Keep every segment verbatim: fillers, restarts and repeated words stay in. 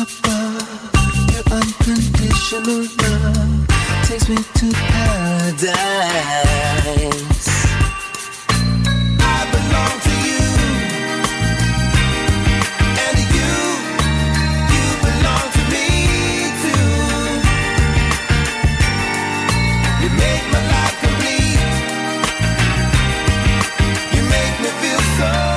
above. Your unconditional love takes me to paradise. I belong to you, and you, you belong to me too. You make my life complete. You make me feel so.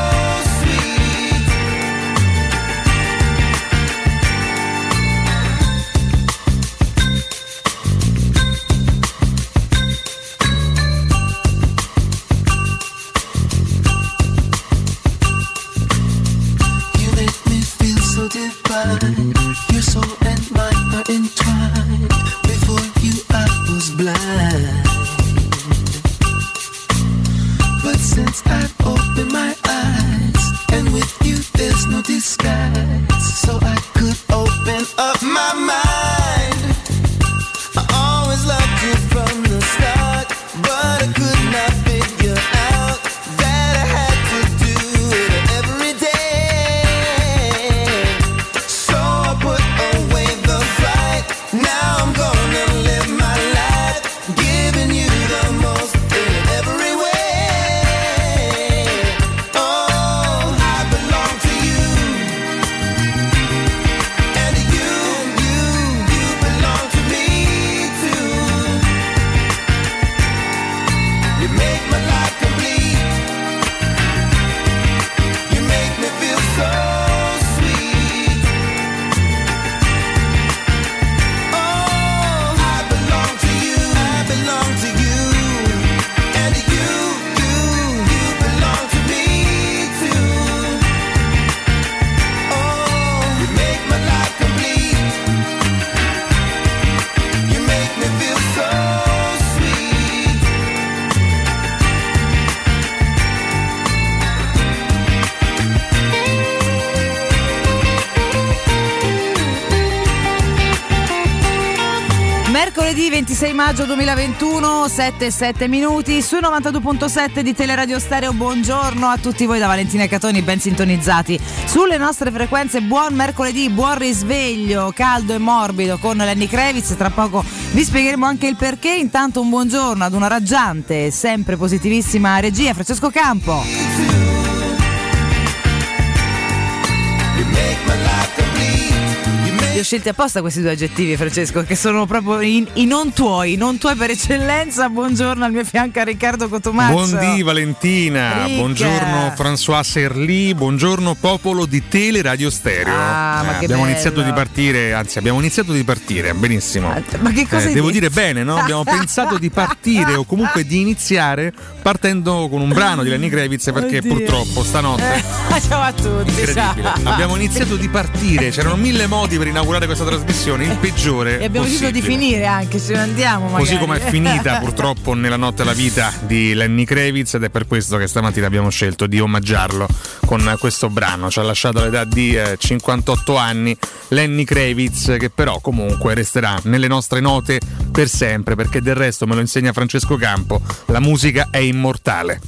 Your soul and mine are entwined. Before you I was blind, but since I've opened my eyes, and with you there's no disguise, so I could open up my mind. I always loved you from the start, but I could not figure out that I had to do it every day. Now I'm gonna live my life, giving you the most in every way. Oh, I belong to you, and you, you, you belong to me too. You make my life complete. You make me feel so. Mercoledì ventisei maggio duemilaventuno, sette e sette minuti su novantadue virgola sette di Teleradio Stereo. Buongiorno a tutti voi da Valentina Catoni, ben sintonizzati sulle nostre frequenze. Buon mercoledì, buon risveglio caldo e morbido con Lenny Kravitz. Tra poco vi spiegheremo anche il perché. Intanto un buongiorno ad una raggiante e sempre positivissima regia, Francesco Campo. Io ho scelti apposta questi due aggettivi, Francesco, che sono proprio i, i non tuoi, non tuoi per eccellenza. Buongiorno al mio fianco a Riccardo Cotomazzo. Buondì Valentina, Ricca. Buongiorno François Serli, buongiorno popolo di Teleradio Stereo. Ah, eh, ma che abbiamo bello. iniziato di partire, anzi abbiamo iniziato di partire, benissimo. Ma che cosa eh, devo dici? dire bene, no? Abbiamo pensato di partire o comunque di iniziare partendo con un brano di Lenny Kravitz, perché Oddio. purtroppo stanotte Eh, ciao a tutti. incredibile. Ciao. Abbiamo iniziato di partire, c'erano mille modi per inaugurare questa trasmissione, il peggiore E abbiamo deciso possibile. di finire anche se non andiamo magari. Così come è finita purtroppo nella notte alla vita di Lenny Kravitz, ed è per questo che stamattina abbiamo scelto di omaggiarlo con questo brano. Ci ha lasciato all'età di eh, cinquantotto anni Lenny Kravitz, che però comunque resterà nelle nostre note per sempre, perché del resto, me lo insegna Francesco Campo, la musica è immortale.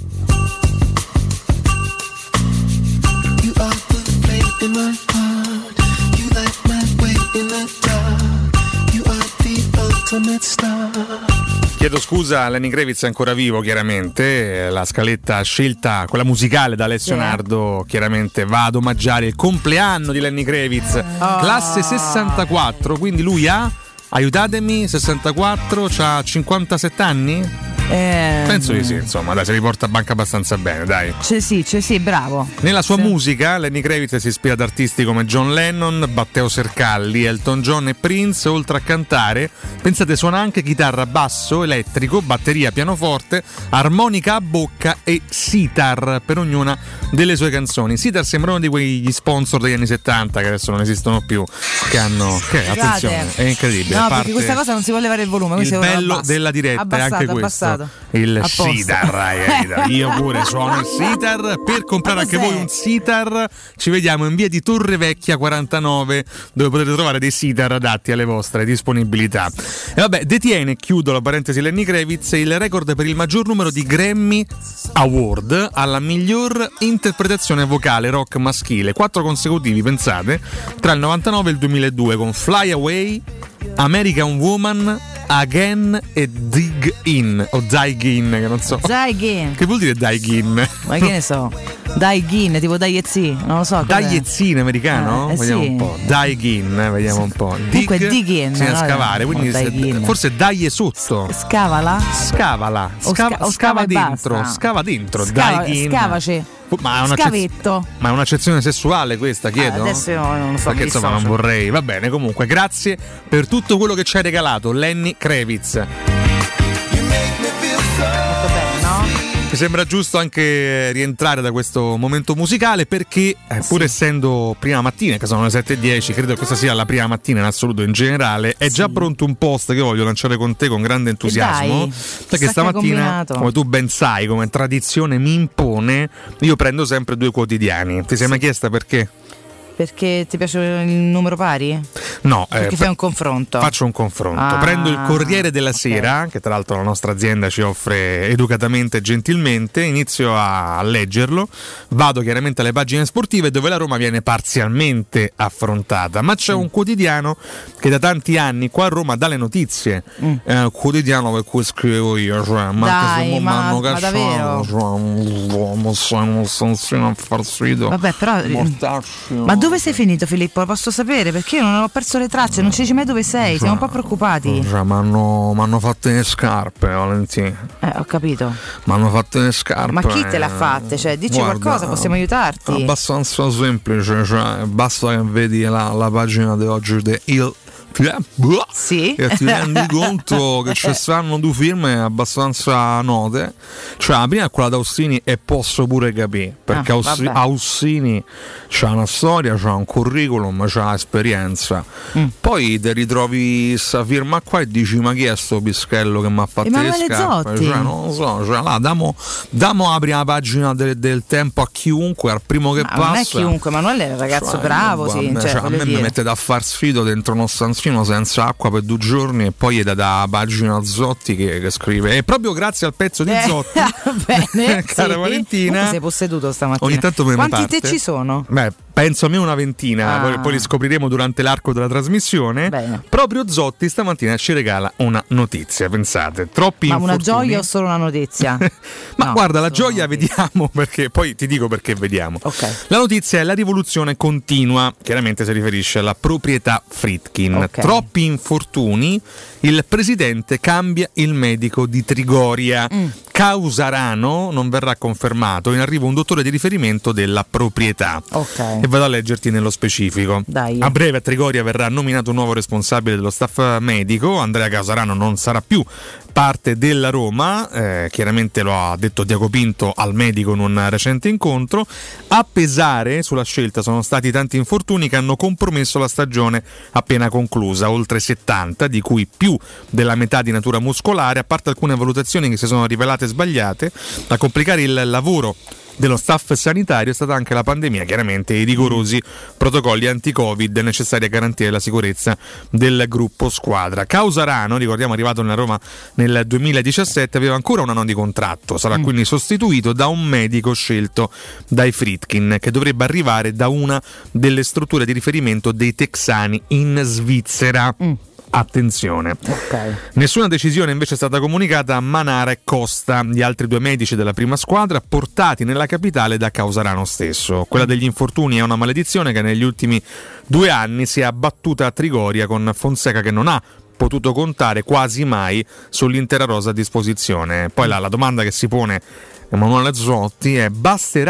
You are the flame in my heart. You light my way in the dark. You are the ultimate star. Chiedo scusa, Lenny Kravitz è ancora vivo, chiaramente. La scaletta scelta, quella musicale da Alessio Sì. Nardo, chiaramente va ad omaggiare il compleanno di Lenny Kravitz, Oh. classe sessantaquattro, quindi lui ha, aiutatemi, sessantaquattro, c'ha cinquantasette anni? Eh, Penso di sì, insomma, dai, se li porta a banca abbastanza bene, dai. C'è sì, c'è sì, bravo. Nella sua Sì. musica Lenny Kravitz si ispira ad artisti come John Lennon, Matteo Sercalli, Elton John e Prince. Oltre a cantare, pensate, suona anche chitarra, basso elettrico, batteria, pianoforte, armonica a bocca e sitar per ognuna delle sue canzoni. Sitar sembra uno di quegli sponsor degli anni settanta che adesso non esistono più, che hanno, che Scusate. attenzione, è incredibile. No, a perché parte questa cosa non si vuole levare il volume. il questo è bello abbasso. della diretta è Abbassato, anche questo. abbassato, il A posto. sitar. Io pure suono il sitar. Per comprare Ma anche cos'è? voi un sitar, ci vediamo in via di Torre Vecchia quarantanove, dove potete trovare dei sitar adatti alle vostre disponibilità. E vabbè, detiene, chiudo la parentesi, Lenny Kravitz, il record per il maggior numero di Grammy Award alla miglior interpretazione vocale rock maschile, quattro consecutivi, pensate, tra il novantanove e il duemiladue, con Fly Away, American Woman, Again e Dig In, o Dig In, che non so. Zaigin. Che vuol dire Dig In? Ma che ne so? Daigin, tipo Daiezzi, non lo so. cos'è? Daiezzi in americano? Eh, eh, vediamo sì. un po'. Dig In, eh, vediamo un po'. Comunque Dig, dig in, significa no? scavare, quindi O dig in. forse dai sotto. Scavala? Scavala, O scava, sca- o scava scava e dentro, basta. scava dentro, Scava- Dig In. scavaci. Ma è un'accez- Scavetto. ma è un'accezione sessuale questa, chiedo? Ah, adesso io non lo so. Perché mi insomma non dissocio. vorrei. Va bene, comunque, grazie per tutto quello che ci hai regalato, Lenny Kravitz. Molto bene, no? Mi sembra giusto anche rientrare da questo momento musicale perché, eh, pur essendo prima mattina, che sono le sette e dieci, credo che questa sia la prima mattina in assoluto in generale, è già pronto un post che voglio lanciare con te con grande entusiasmo. dai, Perché chissà che stamattina, combinato. come tu ben sai, come tradizione mi impone, io prendo sempre due quotidiani. Ti sei mai chiesta perché? Perché ti piace il numero pari? No, Perché eh, fai un confronto. Faccio un confronto. Ah, Prendo il Corriere della ok. Sera, che tra l'altro la nostra azienda ci offre educatamente e gentilmente, inizio a leggerlo, vado chiaramente alle pagine sportive dove la Roma viene parzialmente affrontata, ma c'è un quotidiano che da tanti anni qua a Roma dà le notizie. Mm. È un quotidiano per cui scrivo io, cioè, ma Dai, che se mo ma- m'hanno ma cacciato, davvero? cioè, un uomo, sono un stanzino a far sfido. Vabbè, però. Mortaccio. Ma dove sei finito, Filippo? Lo posso sapere? Perché io non ho perso le tracce, non ci dici mai dove sei, siamo un po' preoccupati. Cioè, mi hanno fatto le scarpe, Valentina. Eh, ho capito. Mi hanno fatto le scarpe. Ma chi te l'ha fatte? Cioè, dici Guarda, qualcosa, possiamo aiutarti. Abbastanza semplice, cioè, basta che vedi la, la pagina di oggi di Il Tempo Sì. e ti rendi conto che ci stanno due firme abbastanza note. Cioè, la prima è quella d'Austini e posso pure capire, perché Ah, Aussi- vabbè. Austini c'ha una storia, c'ha un curriculum, c'ha esperienza. Mm. Poi ti ritrovi sta firma qua e dici ma chi è sto pischello che mi ha fatto le Emanuele scarpe? Zotti. Cioè, non lo so, cioè, là, damo, damo la prima pagina del, del Tempo a chiunque, al primo che Ma passa. non è chiunque, Emanuele è un ragazzo Cioè, bravo, sì. vabbè, Cioè, cioè, a voglio me mi dire. mettete a far sfido dentro uno stanzino senza acqua per due giorni e poi è da, da pagina Zotti che, che scrive. E proprio grazie al pezzo di Eh, Zotti, bene, cara sì. Valentina, Comunque sei posseduto stamattina. ogni tanto me ne Quanti parte. te ci sono? Beh, penso a me una ventina, Ah. poi, poi li scopriremo durante l'arco della trasmissione. Bene. Proprio Zotti stamattina ci regala una notizia, pensate, troppi Ma una infortuni. gioia o solo una notizia? Ma No, guarda, la solo gioia una notizia. vediamo perché poi ti dico perché vediamo. Ok. La notizia è la rivoluzione continua, chiaramente si riferisce alla proprietà Friedkin. Ok. Troppi infortuni, il presidente cambia il medico di Trigoria. Mm. Causa Rano non verrà confermato, in arrivo un dottore di riferimento della proprietà. Ok. E vado a leggerti nello specifico. Dai. A breve a Trigoria verrà nominato un nuovo responsabile dello staff medico. Andrea Causarano non sarà più parte della Roma, eh, chiaramente lo ha detto Diaco Pinto al medico in un recente incontro. A pesare sulla scelta sono stati tanti infortuni che hanno compromesso la stagione appena conclusa, oltre settanta, di cui più della metà di natura muscolare, a parte alcune valutazioni che si sono rivelate sbagliate. A complicare il lavoro dello staff sanitario è stata anche la pandemia, chiaramente i rigorosi protocolli anti-Covid necessari a garantire la sicurezza del gruppo squadra. Causarano, ricordiamo arrivato nella Roma nel duemiladiciassette, aveva ancora un anno di contratto, sarà Mm. quindi sostituito da un medico scelto dai Friedkin, che dovrebbe arrivare da una delle strutture di riferimento dei texani in Svizzera. Mm. Attenzione. Ok. Nessuna decisione invece è stata comunicata a Manara e Costa, gli altri due medici della prima squadra, portati nella capitale da Causarano stesso. Quella degli infortuni è una maledizione che negli ultimi due anni si è abbattuta a Trigoria, con Fonseca che non ha potuto contare quasi mai sull'intera rosa a disposizione. Poi la, la domanda che si pone Emanuele Zotti è: basterà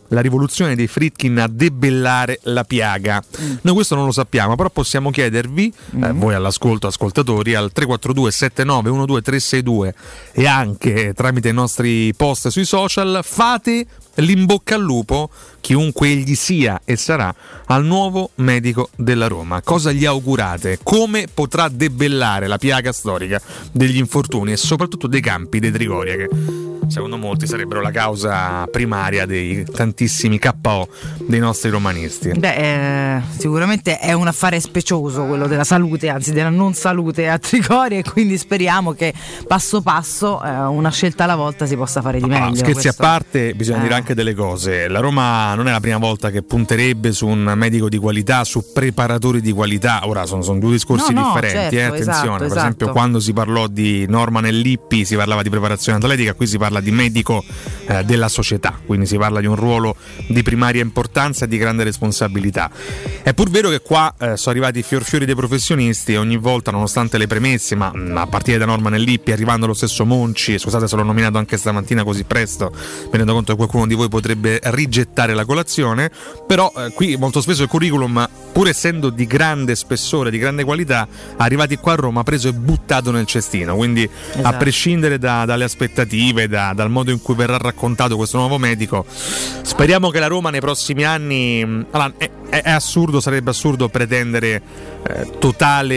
la rivoluzione dei Friedkin a debellare la piaga. Mm. Noi questo non lo sappiamo, però possiamo chiedervi, mm. eh, voi all'ascolto, ascoltatori, al tre quattro due sette nove uno due tre sei due e anche tramite i nostri post sui social, fate l'imbocca al lupo, chiunque egli sia e sarà, al nuovo medico della Roma. Cosa gli augurate? Come potrà debellare la piaga storica degli infortuni e soprattutto dei campi dei Trigoria, che secondo molti sarebbero la causa primaria dei tantissimi K O dei nostri romanisti? Beh, eh, sicuramente è un affare specioso quello della salute, anzi della non salute a Trigoria, e quindi speriamo che passo passo, eh, una scelta alla volta, si possa fare di meglio. Ah, scherzi questo. A parte, bisogna eh. dire anche delle cose. La Roma non è la prima volta che punterebbe su un medico di qualità, su preparatori di qualità. Ora sono, sono due discorsi no, no, differenti, certo, eh, attenzione. esatto, per esatto. esempio, quando si parlò di Norman e Lippi si parlava di preparazione atletica, qui si parla di medico eh, della società, quindi si parla di un ruolo di primaria importanza e di grande responsabilità. È pur vero che qua eh, sono arrivati fior fiori dei professionisti e ogni volta, nonostante le premesse, ma mh, a partire da Norman e Lippi, arrivando lo stesso Monci, scusate se l'ho nominato anche stamattina così presto, mi rendo conto che qualcuno di voi potrebbe rigettare la colazione, però eh, qui molto spesso il curriculum, pur essendo di grande spessore, di grande qualità, arrivati qua a Roma preso e buttato nel cestino, quindi esatto. A prescindere da, dalle aspettative, da, dal modo in cui verrà raccontato questo nuovo medico, speriamo che la Roma nei prossimi anni, allora, è, è, è assurdo, sarebbe assurdo pretendere eh, totale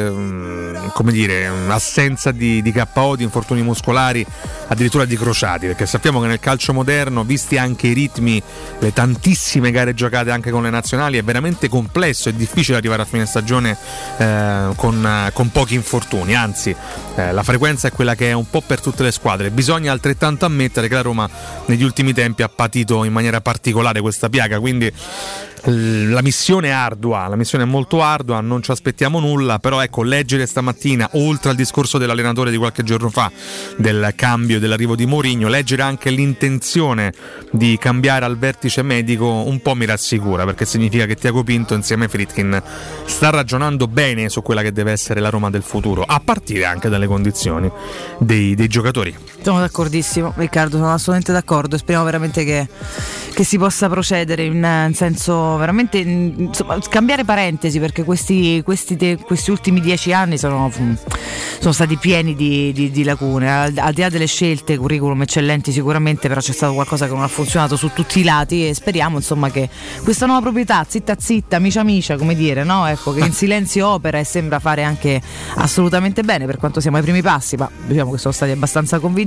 eh, come dire, assenza di, di K O, di infortuni muscolari, addirittura di crociati, perché sappiamo che nel calcio moderno, visti anche i ritmi, le tantissime gare giocate anche con le nazionali, è veramente complesso e difficile arrivare a fine stagione eh, con, con pochi infortuni, anzi eh, la frequenza è quella che è un po' per tutte le squadre. Bisogna altrettanto ammettere che la Roma negli ultimi tempi ha patito in maniera particolare questa piaga, quindi la missione è ardua, la missione è molto ardua, non ci aspettiamo nulla, però ecco, leggere stamattina, oltre al discorso dell'allenatore di qualche giorno fa, del cambio, dell'arrivo di Mourinho, leggere anche l'intenzione di cambiare al vertice medico un po' mi rassicura, perché significa che Tiago Pinto insieme a Friedkin sta ragionando bene su quella che deve essere la Roma del futuro, a partire anche dalle condizioni dei, dei giocatori. Sono d'accordissimo, Riccardo, sono assolutamente d'accordo, speriamo veramente che, che si possa procedere in, in senso veramente, insomma, scambiare parentesi, perché questi, questi, de, questi ultimi dieci anni sono, sono stati pieni di, di, di lacune, al, al di là delle scelte, curriculum eccellenti sicuramente, però c'è stato qualcosa che non ha funzionato su tutti i lati e speriamo insomma che questa nuova proprietà, zitta zitta, micia micia, come dire, no? Ecco, che in silenzio opera e sembra fare anche assolutamente bene, per quanto siamo ai primi passi, ma diciamo che sono stati abbastanza convincenti,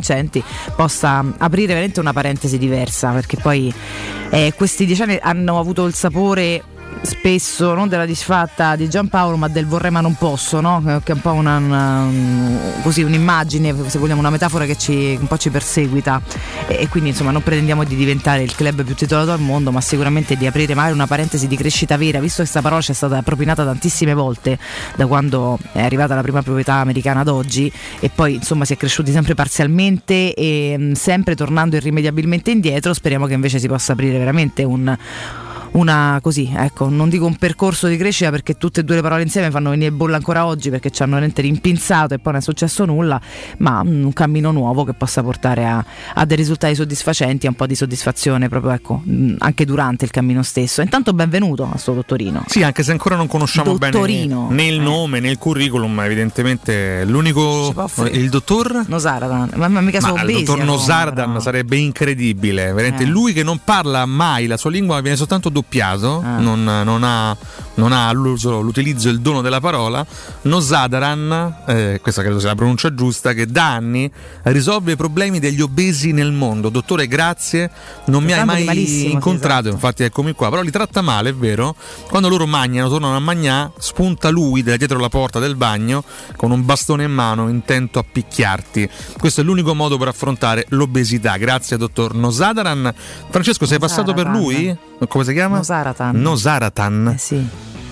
possa aprire veramente una parentesi diversa, perché poi eh, questi dieci anni hanno avuto il sapore spesso non della disfatta di Giampaolo, ma del vorrei ma non posso, no? Che è un po' una, una, così un'immagine, se vogliamo, una metafora che ci, un po' ci perseguita, e, e quindi insomma non pretendiamo di diventare il club più titolato al mondo, ma sicuramente di aprire magari una parentesi di crescita vera, visto che questa parola c'è stata propinata tantissime volte da quando è arrivata la prima proprietà americana ad oggi, e poi insomma si è cresciuti sempre parzialmente e mh, sempre tornando irrimediabilmente indietro. Speriamo che invece si possa aprire veramente un una così, ecco, non dico un percorso di crescita, perché tutte e due le parole insieme fanno venire bolla ancora oggi, perché ci hanno veramente rimpinzato e poi non è successo nulla, ma un cammino nuovo che possa portare a, a dei risultati soddisfacenti, a un po' di soddisfazione proprio, ecco, anche durante il cammino stesso. Intanto benvenuto a sto dottorino. Sì, anche se ancora non conosciamo dottorino. bene né il eh. nome né il curriculum, evidentemente l'unico, il dottor Nosaradan, ma, ma mica sono ma obesi, il dottor Nosaradan no. Sarebbe incredibile, veramente eh. lui che non parla mai la sua lingua, viene soltanto doppiato, ah. non, non ha, non ha l'uso, l'utilizzo e il dono della parola. Nosadaran, eh, questa credo sia la pronuncia giusta, che da anni risolve i problemi degli obesi nel mondo. Dottore, grazie, non mi hai mai incontrato, sì, esatto. Infatti eccomi qua, però li tratta male, è vero. Quando loro mangiano, tornano a mangiare, spunta lui da dietro la porta del bagno con un bastone in mano, intento a picchiarti. Questo è l'unico modo per affrontare l'obesità. Grazie dottor Nosadaran. Francesco, sei Nosaradan. passato per lui? Come si chiama? Nosaradan. Nosaradan. Eh sì.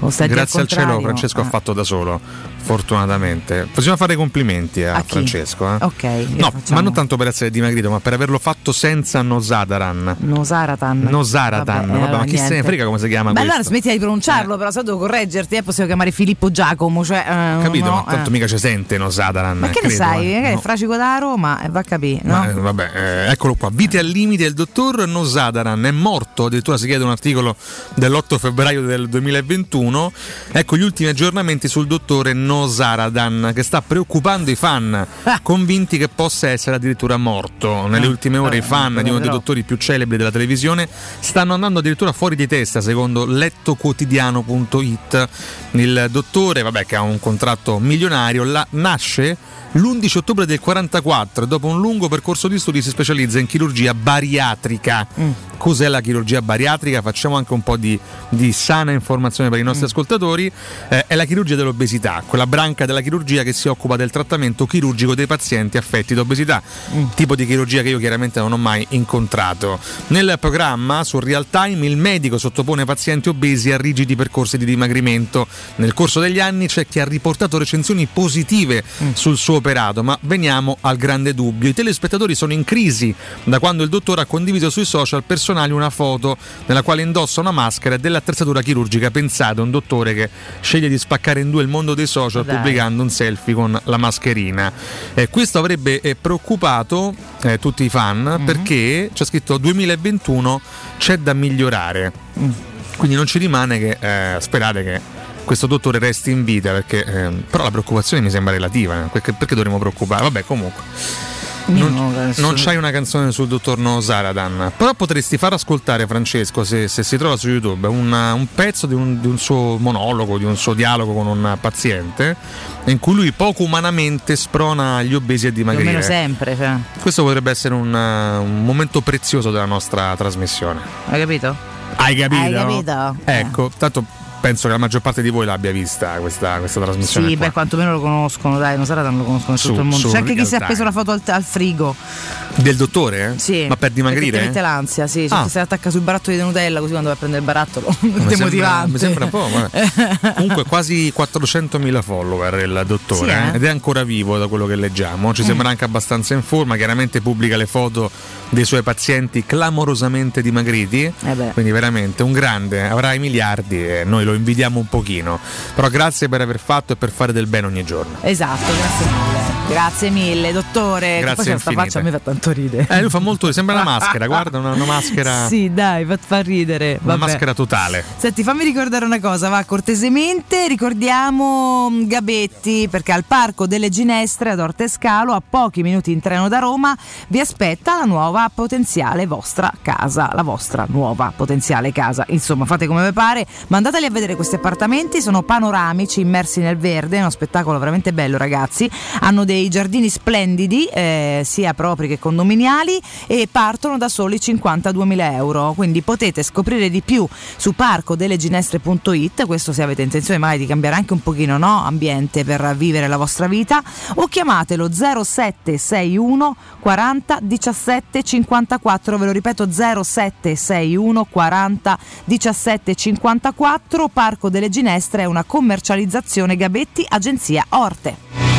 O stai Grazie al cielo Francesco eh. ha fatto da solo, fortunatamente. Possiamo fare complimenti a, a Francesco. Eh? Ok. No, facciamo. ma non tanto per essere dimagrito, ma per averlo fatto senza Nosadaran. Nosaratan. Nosaratan. Vabbè, Vabbè, ma chi niente. se ne frega come si chiama Beh, questo? allora smetti di pronunciarlo, eh. però se devo correggerti, eh, possiamo chiamare Filippo Giacomo. Cioè, eh, Capito, no, ma tanto eh. mica ci sente Nosadaran. Ma che credo, ne sai? Eh. Che è No. Fracico da Roma, eh, va a capire, no? Ma, eh, vabbè, eh, eccolo qua. Vite al limite, il dottor Nosadaran è morto, addirittura si chiede un articolo dell'otto febbraio del duemilaventuno. Ecco gli ultimi aggiornamenti sul dottore Nosaradan, che sta preoccupando i fan, Ah. convinti che possa essere addirittura morto. Nelle Ah. ultime ore i fan Vabbè, di uno dei però. dottori più celebri della televisione stanno andando addirittura fuori di testa, secondo letto quotidiano punto it. Il dottore, vabbè, che ha un contratto milionario, la, nasce l'undici ottobre del quarantaquattro e dopo un lungo percorso di studi si specializza in chirurgia bariatrica. Mm. Cos'è la chirurgia bariatrica? Facciamo anche un po' di, di sana informazione per i nostri mm. ascoltatori. Eh, è la chirurgia dell'obesità, quella branca della chirurgia che si occupa del trattamento chirurgico dei pazienti affetti da obesità, mm. tipo di chirurgia che io chiaramente non ho mai incontrato. Nel programma su Real Time il medico sottopone pazienti obesi a rigidi percorsi di dimagrimento. Nel corso degli anni c'è chi ha riportato recensioni positive mm. sul suo operato, ma veniamo al grande dubbio. I telespettatori sono in crisi da quando il dottore ha condiviso sui social personali una foto nella quale indossa una maschera e dell'attrezzatura chirurgica. Pensate, un dottore che sceglie di spaccare in due il mondo dei social Dai. pubblicando un selfie con la mascherina. Eh, questo avrebbe eh, preoccupato eh, tutti i fan, mm-hmm. perché c'è scritto duemilaventuno, c'è da migliorare. Mm. Quindi non ci rimane che eh, sperare che questo dottore resti in vita, perché eh, però la preoccupazione mi sembra relativa, eh, perché, perché dovremmo preoccupare? Vabbè, comunque non, non, non c'hai una canzone sul dottor Nosaradan, però potresti far ascoltare, Francesco, se, se si trova su YouTube, una, un pezzo di un, di un suo monologo, di un suo dialogo con un paziente, in cui lui poco umanamente sprona gli obesi a dimagrire. Più o meno sempre, cioè. Questo potrebbe essere un, un momento prezioso della nostra trasmissione. Hai capito? Hai capito? Hai capito? Ecco, tanto penso che la maggior parte di voi l'abbia vista questa, questa trasmissione. Sì, qua. beh, quantomeno lo conoscono, dai, Nosaradan lo conoscono in Su- tutto il mondo. su C'è anche chi si è Real appeso Time. la foto al, al frigo. Del dottore? Sì. Ma per dimagrire? Perché ti mette l'ansia, sì. Cioè Ah. ti si attacca sul barattolo di Nutella, così quando vai a prendere il barattolo Mi sembra, demotivante. mi sembra un po'. Ma... Comunque quasi quattrocentomila follower il dottore, Sì, eh? ed è ancora vivo da quello che leggiamo. Ci sembra anche abbastanza in forma. Chiaramente pubblica le foto dei suoi pazienti clamorosamente dimagriti. Eh beh. Quindi veramente un grande, avrà i miliardi e noi lo invidiamo un pochino. Però grazie per aver fatto e per fare del bene ogni giorno. Esatto, grazie mille. Grazie mille, dottore. Grazie Poi c'è sta infinite. faccia, a me fa tanto ridere. Eh, lui fa molto, sembra una maschera, guarda, una, una maschera. Sì, dai, fa, fa ridere. Una Vabbè. maschera totale. Senti, fammi ricordare una cosa, va, cortesemente ricordiamo mm, Gabetti, perché al Parco delle Ginestre ad Ortescalo, a pochi minuti in treno da Roma, vi aspetta la nuova potenziale vostra casa, la vostra nuova potenziale casa. Insomma, fate come vi pare, mandateli a vedere questi appartamenti, sono panoramici, immersi nel verde, è uno spettacolo veramente bello, ragazzi. Hanno dei giardini splendidi, eh, sia propri che condominiali, e partono da soli cinquantaduemila euro, quindi potete scoprire di più su parco delle ginestre punto it, questo se avete intenzione magari di cambiare anche un pochino, no, ambiente per vivere la vostra vita, o chiamatelo zero sette sei uno quaranta diciassette cinquantaquattro, ve lo ripeto, zero sette sei uno quaranta diciassette cinquantaquattro. Parco delle Ginestre è una commercializzazione Gabetti, agenzia Orte.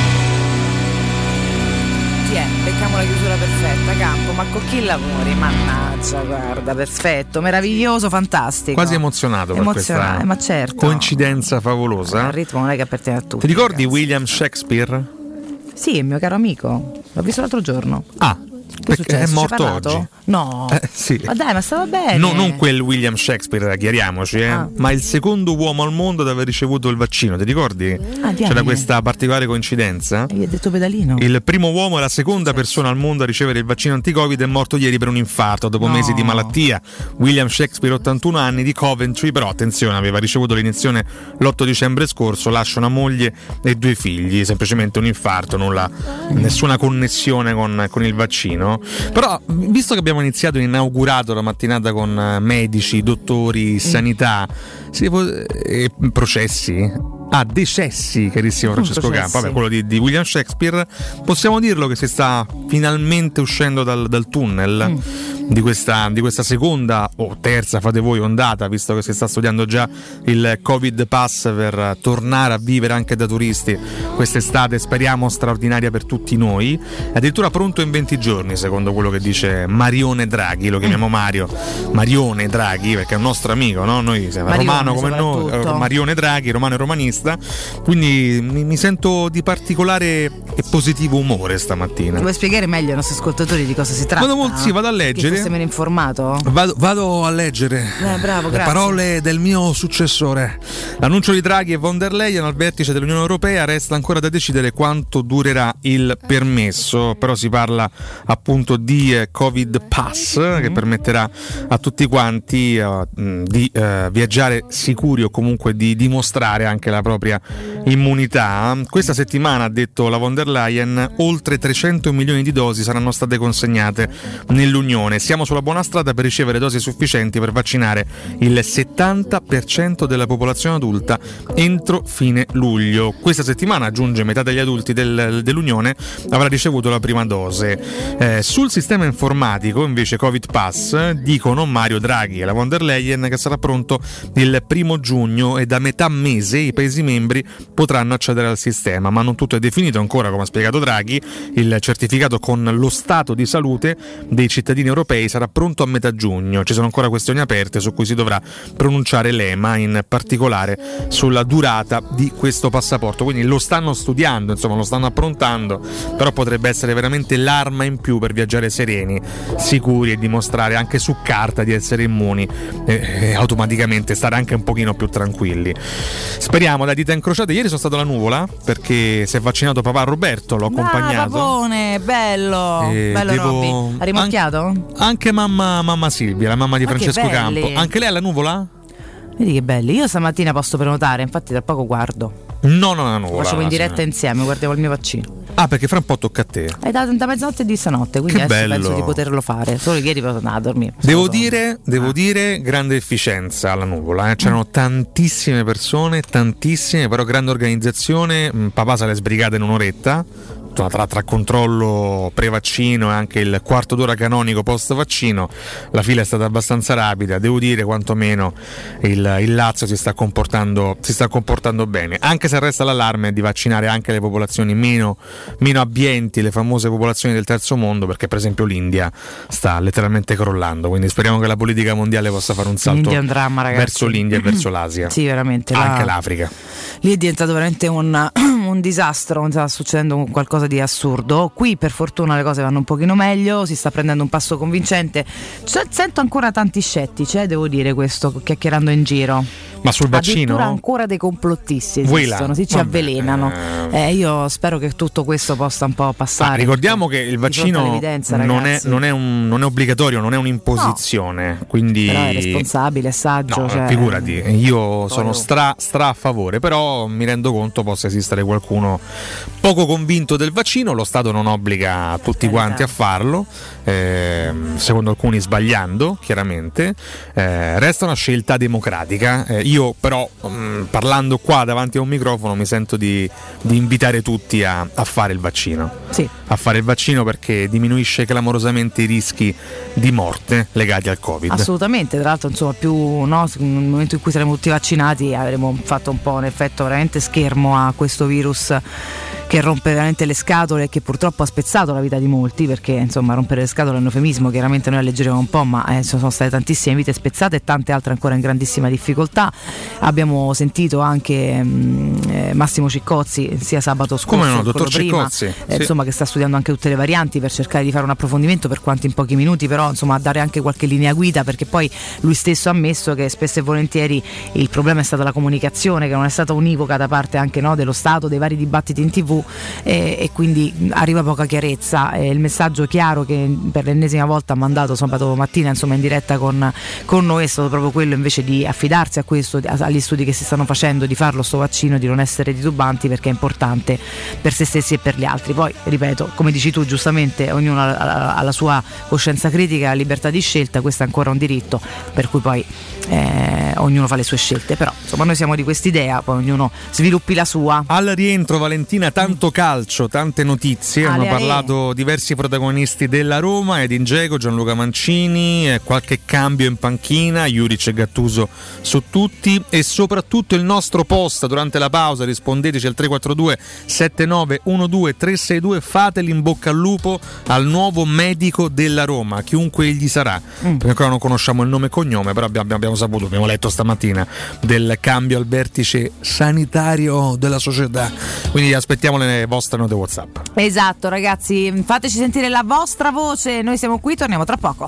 È, becchiamo la chiusura perfetta, Campo, ma con chi lavori? Mannaggia, guarda, perfetto, meraviglioso, fantastico. Quasi emozionato per Emozionale, questa ma certo. coincidenza favolosa. Il ritmo non è che appartiene a tutti. Ti ricordi ragazzi. William Shakespeare? Sì, il mio caro amico, l'ho visto l'altro giorno. Ah, Che è perché successo? è Ci hai morto parlato? oggi. No. Eh, sì. Ma dai, ma stava bene. No, non quel William Shakespeare, chiariamoci, eh, Ah. ma il secondo uomo al mondo ad aver ricevuto il vaccino, ti ricordi? Ah, C'era diamine. questa particolare coincidenza. E gli ha detto pedalino. Il primo uomo e la seconda persona al mondo a ricevere il vaccino anti-Covid è morto ieri per un infarto dopo No. mesi di malattia. William Shakespeare, ottantuno anni, di Coventry, però attenzione, aveva ricevuto l'iniezione l'otto dicembre scorso, lascia una moglie e due figli, semplicemente un infarto, nulla, nessuna connessione con, con il vaccino. Però, visto che abbiamo iniziato e inaugurato la mattinata con eh, medici, dottori, sanità, si può, eh, processi, ah, decessi, carissimo Francesco processi. Campo, vabbè, quello di, di William Shakespeare, possiamo dirlo che si sta finalmente uscendo dal, dal tunnel. di questa, di questa seconda o terza, fate voi, ondata, visto che si sta studiando già il Covid Pass per tornare a vivere anche da turisti quest'estate, speriamo straordinaria per tutti noi, addirittura pronto in venti giorni secondo quello che dice Marione Draghi, lo chiamiamo Mario Marione Draghi perché è un nostro amico, no? Noi siamo Marione, romano come noi, Marione Draghi, romano e romanista, quindi mi, mi sento di particolare e positivo umore stamattina. Vuoi spiegare meglio ai nostri ascoltatori di cosa si tratta? Vado, sì, vado a leggere. Che fosse meno informato? Vado, vado a leggere eh, bravo, le grazie. parole del mio successore. L'annuncio di Draghi e von der Leyen al vertice dell'Unione Europea, resta ancora da decidere quanto durerà il permesso, però si parla appunto di eh, Covid Pass mm-hmm. che permetterà a tutti quanti uh, di uh, viaggiare sicuri o comunque di dimostrare anche la propria immunità. Questa settimana, ha detto la von der Leyen, oltre trecento milioni di dosi saranno state consegnate nell'Unione. Siamo sulla buona strada per ricevere dosi sufficienti per vaccinare il settanta per cento della popolazione adulta entro fine luglio. Questa settimana, aggiunge, metà degli adulti del, dell'Unione avrà ricevuto la prima dose. Eh, sul sistema informatico invece Covid Pass dicono Mario Draghi e la von der Leyen che sarà pronto il primo giugno e da metà mese i Paesi membri potranno accedere al sistema, ma non tutto è definito ancora, come ha spiegato Draghi. Il certificato con lo stato di salute dei cittadini europei sarà pronto a metà giugno. Ci sono ancora questioni aperte su cui si dovrà pronunciare l'E M A, in particolare sulla durata di questo passaporto, quindi lo stanno studiando, insomma lo stanno approntando, però potrebbe essere veramente l'arma in più per viaggiare sereni, sicuri e dimostrare anche su carta di essere immuni e, e automaticamente stare anche un pochino più tranquilli. Speriamo, da dita incrociate. Ieri sono stato alla Nuvola perché si è vaccinato papà Roberto, l'ho accompagnato. Ah, papone, bello, e bello devo... Robby. Ha rimorchiato? An- anche mamma, mamma Silvia, la mamma di Ma Francesco Campo. Anche lei alla Nuvola? Vedi che belli. Io stamattina posso prenotare, infatti tra poco guardo. No, no, no, Lo facevo in diretta sì. insieme, guardiamo il mio vaccino. Ah, perché fra un po' tocca a te. È da, da mezzanotte di stanotte, quindi che adesso bello. penso di poterlo fare. Solo ieri posso andare a dormire. Devo solo. dire, devo ah. dire, grande efficienza alla Nuvola. Eh. C'erano mm. tantissime persone, tantissime, però grande organizzazione. Papà se l'è sbrigata in un'oretta. Tra, tra controllo pre-vaccino e anche il quarto d'ora canonico post-vaccino, la fila è stata abbastanza rapida. Devo dire, quantomeno il, il Lazio si sta comportando si sta comportando bene, anche se resta l'allarme di vaccinare anche le popolazioni meno, meno abbienti, le famose popolazioni del terzo mondo, perché per esempio l'India sta letteralmente crollando, quindi speriamo che la politica mondiale possa fare un salto un dramma, verso l'India e verso l'Asia. Sì, veramente. Anche la... l'Africa. Lì è diventato veramente un, un disastro, sta succedendo qualcosa di assurdo. Qui per fortuna le cose vanno un pochino meglio, si sta prendendo un passo convincente. Sento ancora tanti scettici, eh, devo dire questo, chiacchierando in giro. Ma sul vaccino? Addirittura ancora dei complottisti esistono, si ci Vabbè, avvelenano. eh... Eh, io spero che tutto questo possa un po' passare. Ah, ricordiamo che il vaccino non è, non, è un, non è obbligatorio, non è un'imposizione, no. Quindi... Però è responsabile, è saggio. No, cioè... figurati, io sono stra, stra a favore, però mi rendo conto possa esistere qualcuno poco convinto del vaccino. Lo Stato non obbliga tutti quanti a farlo, eh, secondo alcuni sbagliando, chiaramente. Eh, resta una scelta democratica. Eh, io però, mh, parlando qua davanti a un microfono, mi sento di, di invitare tutti a, a fare il vaccino. Sì. A fare il vaccino perché diminuisce clamorosamente i rischi di morte legati al Covid. Assolutamente, tra l'altro insomma più no, nel momento in cui saremo tutti vaccinati avremo fatto un po' un effetto veramente schermo a questo virus che rompe veramente le scatole e che purtroppo ha spezzato la vita di molti, perché insomma rompere le scatole è un eufemismo, chiaramente noi alleggeriamo un po', ma eh, sono state tantissime vite spezzate e tante altre ancora in grandissima difficoltà. Abbiamo sentito anche mh, eh, Massimo Ciccozzi sia sabato scorso, come no, dottor prima, Ciccozzi, eh, sì. insomma, che sta studiando anche tutte le varianti per cercare di fare un approfondimento, per quanto in pochi minuti, però insomma dare anche qualche linea guida, perché poi lui stesso ha ammesso che spesso e volentieri il problema è stata la comunicazione, che non è stata univoca da parte anche no, dello Stato, dei vari dibattiti in tv, e, e quindi arriva poca chiarezza. E il messaggio chiaro che per l'ennesima volta ha mandato sabato mattina insomma in diretta con, con noi è stato proprio quello invece di affidarsi a questo, agli studi che si stanno facendo, di farlo sto vaccino, di non essere titubanti, perché è importante per se stessi e per gli altri. Poi ripeto, come dici tu giustamente, ognuno ha, ha la sua coscienza critica, la libertà di scelta, questo è ancora un diritto, per cui poi eh, ognuno fa le sue scelte, però insomma noi siamo di quest'idea, poi ognuno sviluppi la sua. Al rientro Valentina, tanto calcio, tante notizie, Ale, hanno ale. parlato diversi protagonisti della Roma, Edin Dzeko, Gianluca Mancini, eh, qualche cambio in panchina, Juric e Gattuso su tutti, e soprattutto il nostro post durante la pausa. Rispondeteci al tre quattro due sette nove uno due tre sei due, fateli in bocca al lupo al nuovo medico della Roma, chiunque egli sarà, mm. perché ancora non conosciamo il nome e cognome, però abbiamo, abbiamo saputo, abbiamo letto stamattina del cambio al vertice sanitario della società, quindi aspettiamo le vostre note WhatsApp. Esatto, ragazzi, fateci sentire la vostra voce, noi siamo qui, torniamo tra poco.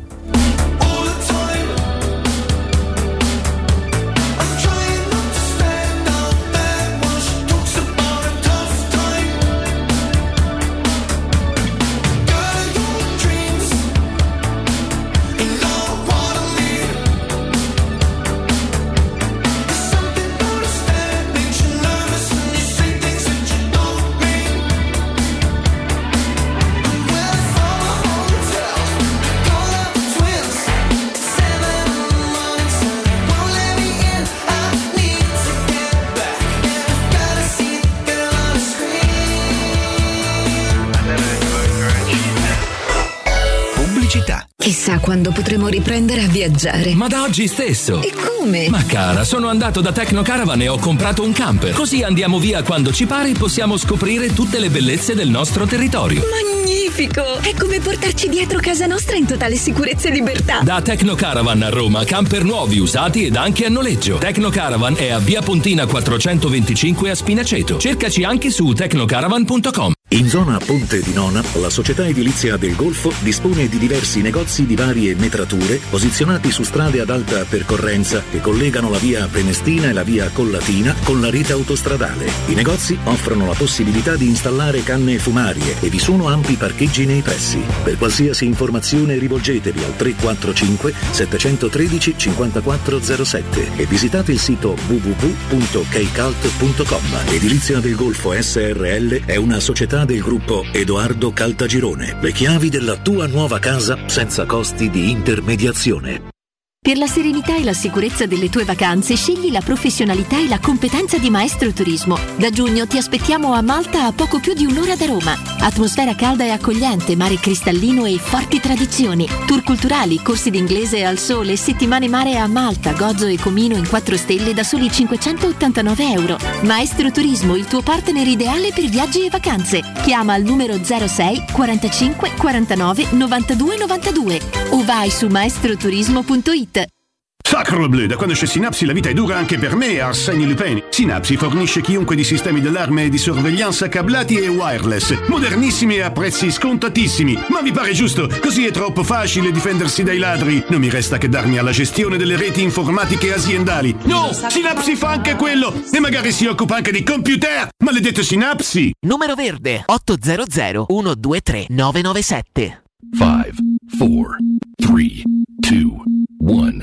Chissà quando potremo riprendere a viaggiare. Ma da oggi stesso. E come? Ma cara, sono andato da Tecnocaravan e ho comprato un camper. Così andiamo via quando ci pare e possiamo scoprire tutte le bellezze del nostro territorio. Magnifico! È come portarci dietro casa nostra in totale sicurezza e libertà. Da Tecnocaravan a Roma, camper nuovi, usati ed anche a noleggio. Tecnocaravan è a Via Pontina quattrocentoventicinque a Spinaceto. Cercaci anche su tecnocaravan punto com. In zona Ponte di Nona, la società edilizia del Golfo dispone di diversi negozi di varie metrature posizionati su strade ad alta percorrenza che collegano la via Prenestina e la via Collatina con la rete autostradale. I negozi offrono la possibilità di installare canne fumarie e vi sono ampi parcheggi nei pressi. Per qualsiasi informazione rivolgetevi al tre quattro cinque sette uno tre cinque zero sette e visitate il sito w w w punto keycult punto com. Edilizia del Golfo S R L è una società del gruppo Edoardo Caltagirone. Le chiavi della tua nuova casa senza costi di intermediazione. Per la serenità e la sicurezza delle tue vacanze, scegli la professionalità e la competenza di Maestro Turismo. Da giugno ti aspettiamo a Malta, a poco più di un'ora da Roma. Atmosfera calda e accogliente, mare cristallino e forti tradizioni. Tour culturali, corsi d'inglese al sole, settimane mare a Malta, Gozo e Comino in quattro stelle da soli cinquecentottantanove euro. Maestro Turismo, il tuo partner ideale per viaggi e vacanze. Chiama al numero zero sei quarantacinque quarantanove novantadue novantadue o vai su maestroturismo punto it. Sacre bleu, da quando c'è Synapsi la vita è dura anche per me e Arsène Lupin. Synapsi fornisce chiunque di sistemi d'allarme e di sorveglianza cablati e wireless, modernissimi e a prezzi scontatissimi. Ma vi pare giusto? Così è troppo facile difendersi dai ladri. Non mi resta che darmi alla gestione delle reti informatiche aziendali. No, Synapsi fa anche quello e magari si occupa anche di computer. Maledetto Synapsi! Numero verde otto zero zero uno due tre nove nove sette. cinque, quattro, tre, due, uno.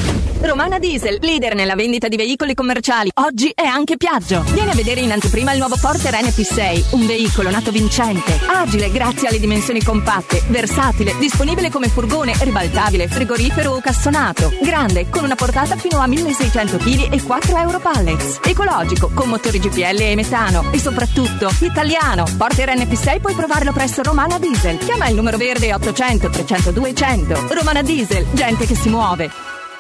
Romana Diesel, leader nella vendita di veicoli commerciali. Oggi è anche Piaggio. Vieni a vedere in anteprima il nuovo Porter N P sei, un veicolo nato vincente, agile grazie alle dimensioni compatte, versatile, disponibile come furgone, ribaltabile, frigorifero o cassonato, grande, con una portata fino a milleseicento chili e quattro euro pallets, ecologico, con motori G P L e metano e soprattutto italiano. Porter N P sei puoi provarlo presso Romana Diesel. Chiama il numero verde ottocento trecento duecento. Romana Diesel, gente che si muove.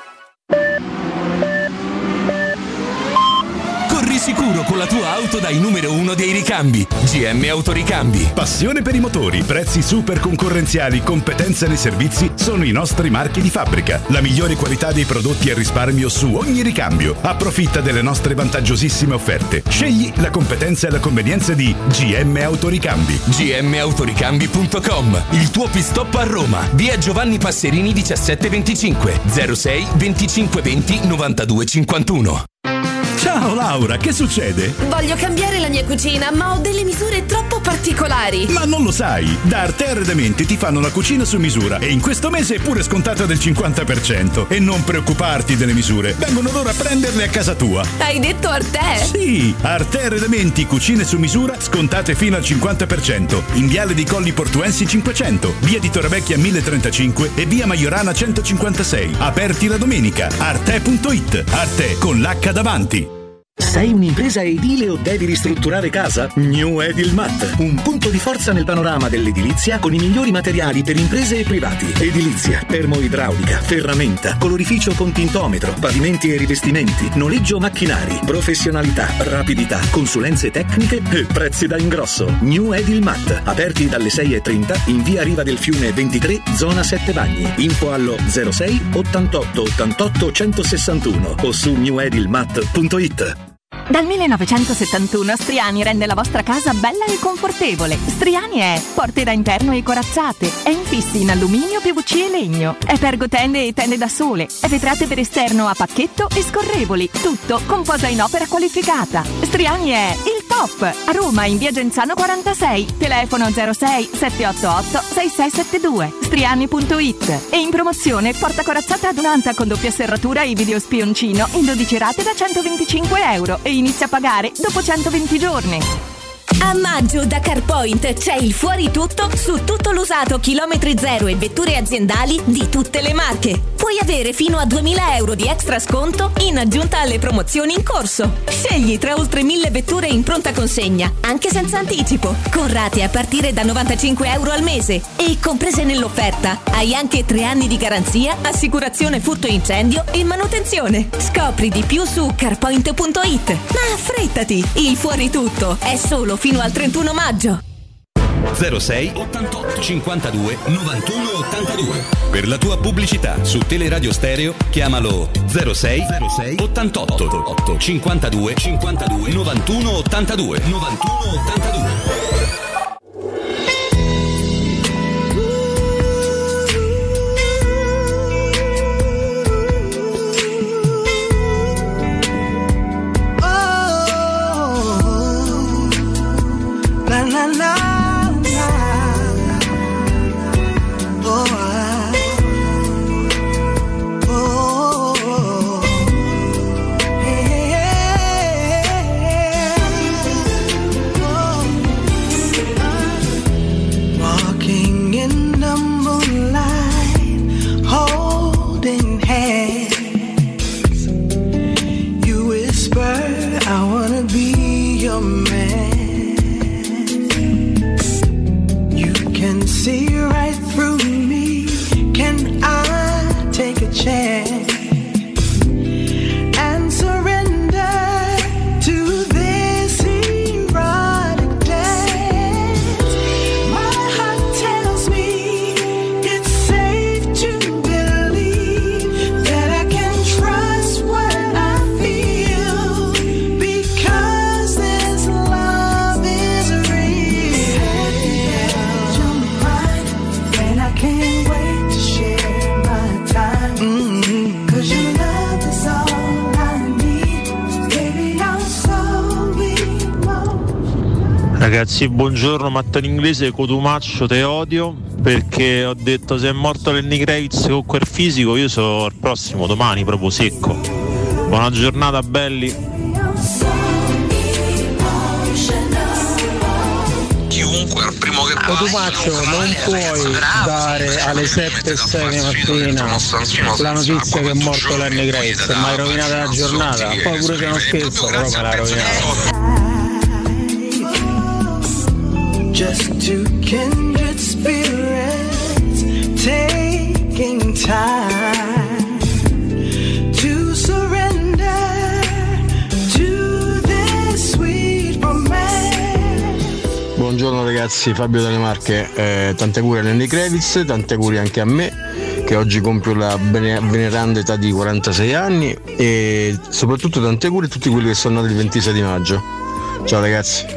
Corri sicuro con la tua auto dai numero uno dei ricambi. G M Autoricambi. Passione per i motori, prezzi super concorrenziali, competenza nei servizi sono i nostri marchi di fabbrica. La migliore qualità dei prodotti e risparmio su ogni ricambio. Approfitta delle nostre vantaggiosissime offerte. Scegli la competenza e la convenienza di G M Autoricambi. G M Autoricambi punto com. Il tuo pit stop a Roma. Via Giovanni Passerini diciassette venticinque zero sei venticinque venti novantadue cinquantuno. Ciao Laura, che succede? Voglio cambiare la mia cucina, ma ho delle misure troppo particolari. Ma non lo sai, da Arte Arredamenti ti fanno la cucina su misura e in questo mese è pure scontata del cinquanta per cento. E non preoccuparti delle misure, vengono loro a prenderle a casa tua. Hai detto Arte? Sì, Arte Arredamenti, cucine su misura, scontate fino al cinquanta per cento. In Viale dei Colli Portuensi cinquecento, via di Torrevecchia mille trentacinque e via Majorana centocinquantasei. Aperti la domenica. Arte punto it. Arte con l'H davanti. Sei un'impresa edile o devi ristrutturare casa? New Edilmat, un punto di forza nel panorama dell'edilizia con i migliori materiali per imprese e privati. Edilizia, termoidraulica, ferramenta, colorificio con tintometro, pavimenti e rivestimenti, noleggio macchinari, professionalità, rapidità, consulenze tecniche e prezzi da ingrosso. New Edilmat, aperti dalle sei e trenta in via Riva del Fiume ventitré, zona Sette Bagni. Info allo zero sei ottantotto ottantotto centosessantuno o su new edilmat punto it. Dal millenovecentosettantuno Striani rende la vostra casa bella e confortevole. Striani è porte da interno e corazzate, è infissi in alluminio, P V C e legno, è pergotende e tende da sole, è vetrate per esterno a pacchetto e scorrevoli, tutto con posa in opera qualificata. Striani è il top! A Roma in via Genzano quarantasei, telefono zero sei sette otto otto sei sei sette due, striani punto it. E in promozione porta corazzata adunata con doppia serratura e video spioncino in dodici rate da centoventicinque euro e inizia a pagare dopo centoventi giorni. A maggio da CarPoint c'è il fuori tutto su tutto l'usato chilometri zero e vetture aziendali di tutte le marche. Puoi avere fino a duemila euro di extra sconto in aggiunta alle promozioni in corso. Scegli tra oltre mille vetture in pronta consegna, anche senza anticipo, con rate a partire da novantacinque euro al mese. E comprese nell'offerta hai anche tre anni di garanzia, assicurazione furto incendio e manutenzione. Scopri di più su carpoint punto it. Ma affrettati, il fuori tutto è solo fino al trentuno maggio. zero sei ottantotto cinquantadue novantuno ottantadue. Per la tua pubblicità su Teleradio Stereo chiamalo zero sei ottantotto cinquantadue cinquantadue novantuno ottantadue novantuno ottantadue. Ragazzi, buongiorno, Matteo Inglese, Cotumaccio, te odio perché ho detto se è morto Lenny Kravitz con quel fisico io sono al prossimo domani proprio secco. Buona giornata belli. Chiunque al primo che Cotumaccio non puoi dare alle sette e sei di mattina la notizia che è morto Lenny Kravitz, ma hai rovinato la giornata, poi pure che non scherzo però me l'ha rovinato. Just two kindred spirits taking time to surrender to this sweet romance. Buongiorno ragazzi, Fabio dalle Marche, eh, tante cure a Lenny Kravitz, tante cure anche a me che oggi compio la veneranda età di quarantasei anni e soprattutto tante cure a tutti quelli che sono nati il ventisei di maggio. Ciao ragazzi.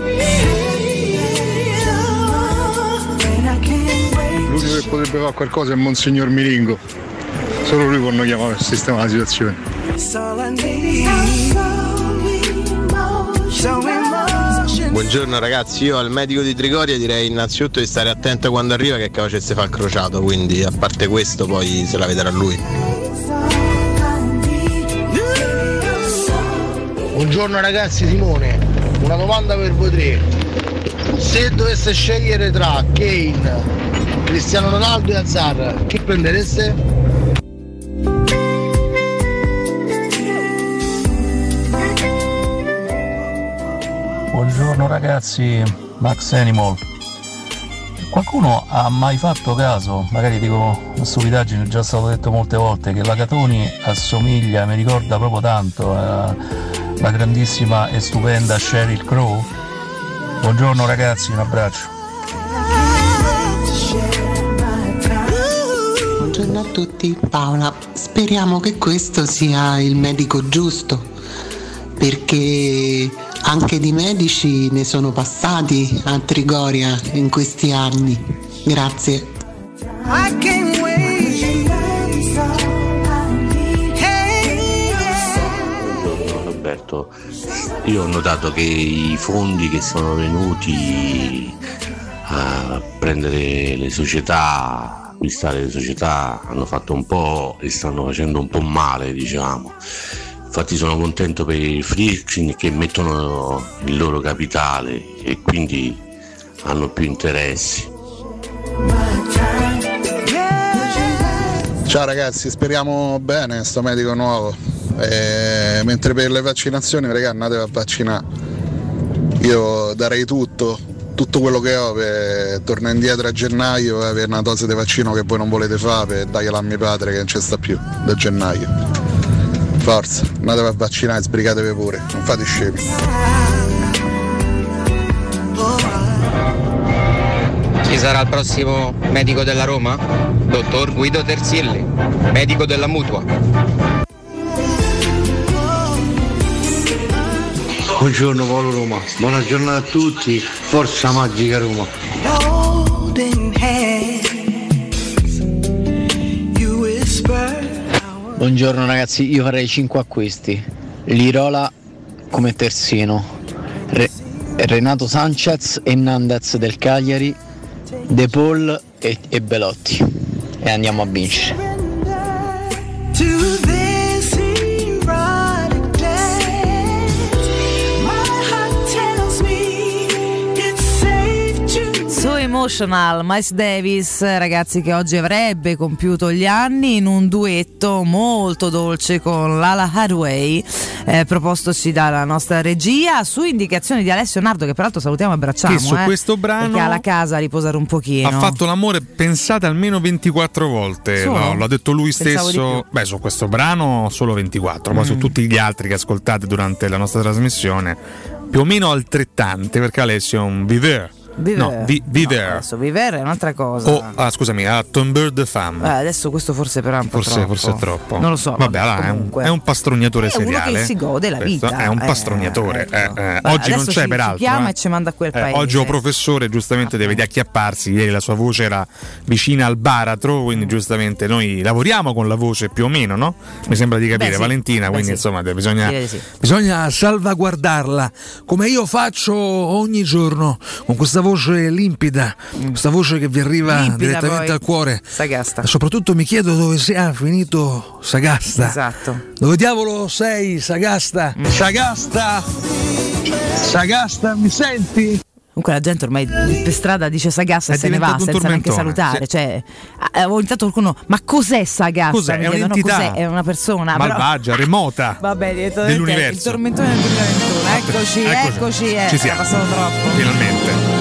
Che potrebbe fare qualcosa è Monsignor Miringo, solo lui può chiamare per sistemare la situazione. Buongiorno ragazzi, io al medico di Trigoria direi innanzitutto di stare attento quando arriva che capace si fa il crociato, quindi a parte questo poi se la vedrà lui. Buongiorno ragazzi, Simone, una domanda per voi tre: se dovesse scegliere tra Kane, Cristiano Ronaldo e Hazard, chi prendereste? Buongiorno ragazzi, Max Animal. Qualcuno ha mai fatto caso, magari dico una stupidaggine, è già stato detto molte volte, che la Catoni assomiglia, mi ricorda proprio tanto alla grandissima e stupenda Sheryl Crow? Buongiorno ragazzi, un abbraccio. Buongiorno a tutti, Paola. Speriamo che questo sia il medico giusto, perché anche di medici ne sono passati a Trigoria in questi anni. Grazie. Buongiorno Roberto, io ho notato che i fondi che sono venuti a prendere le società, acquistare le società, hanno fatto un po' e stanno facendo un po' male, diciamo. Infatti sono contento per i Friedkin che mettono il loro capitale e quindi hanno più interessi. Ciao ragazzi, speriamo bene sto medico nuovo. E mentre per le vaccinazioni, raga, andatevi a vaccinare. Io darei tutto, tutto quello che ho per tornare indietro a gennaio e avere una dose di vaccino che voi non volete fare per dargliela a mio padre che non ci sta più da gennaio. Forza, andatevi a vaccinare, sbrigatevi pure, non fate scemi. Chi sarà il prossimo medico della Roma? Dottor Guido Tersilli, medico della Mutua. Buongiorno Paolo Roma, buona giornata a tutti, forza magica Roma. Buongiorno ragazzi, io farei cinque acquisti. Lirola come terzino, Re- Renato Sanchez e Nandez del Cagliari, De Paul e, e Belotti. E andiamo a vincere. So Emotional, Miles Davis, ragazzi, che oggi avrebbe compiuto gli anni in un duetto molto dolce con Lala Hathaway, eh, propostoci dalla nostra regia su indicazioni di Alessio Nardo, che peraltro salutiamo e abbracciamo, che su eh, questo brano perché ha la casa a riposare un pochino. Ha fatto l'amore, pensate, almeno ventiquattro volte, Solo? no, l'ha detto lui Pensavo stesso. Beh, su questo brano solo ventiquattro, ma Mm. su tutti gli altri che ascoltate durante la nostra trasmissione più o meno altrettante, perché Alessio è un viveur. Viver. No, vi- Viver. No, adesso Viver è un'altra cosa. Oh, ah, scusami, a Tombeur de Femme. Eh, adesso questo forse però è un po' Forse, troppo. forse è troppo. Non lo so. Vabbè, allora, è, un, comunque. è un pastrugnatore È uno seriale. che si gode la Questo vita. È un eh, pastrugnatore. eh, eh. Beh, Oggi non adesso c'è, ci- peraltro. ci chiama eh. e ci manda a quel Eh, paese. oggi è un professore, giustamente deve riacchiapparsi. Ieri la sua voce era vicina al baratro, quindi giustamente noi lavoriamo con la voce più o meno, no? Mi sembra di capire, Beh, sì. Valentina. Beh, quindi sì. insomma bisogna. Direi di sì. Bisogna salvaguardarla come io faccio ogni giorno, con questa voce limpida, questa voce che vi arriva Limpida, direttamente poi. al cuore. Sagasta. E soprattutto mi chiedo dove sia finito Sagasta. Esatto. Dove diavolo sei, Sagasta? Sagasta! Sagasta, mi senti? Comunque la gente ormai per strada dice Sagasta È e se ne va diventato un senza neanche tormentone, salutare. sì. Cioè, eh, ho intanto qualcuno, ma cos'è Sagasta? Cos'è? Mi È chiedono, un'entità. cos'è? È una persona però- Malvagia, remota. Va bene, diventa dell'universo. il tormentone del duemilaventuno. Eccoci, Eccoci. eccoci, eh, Ci è siamo. passato troppo. Finalmente.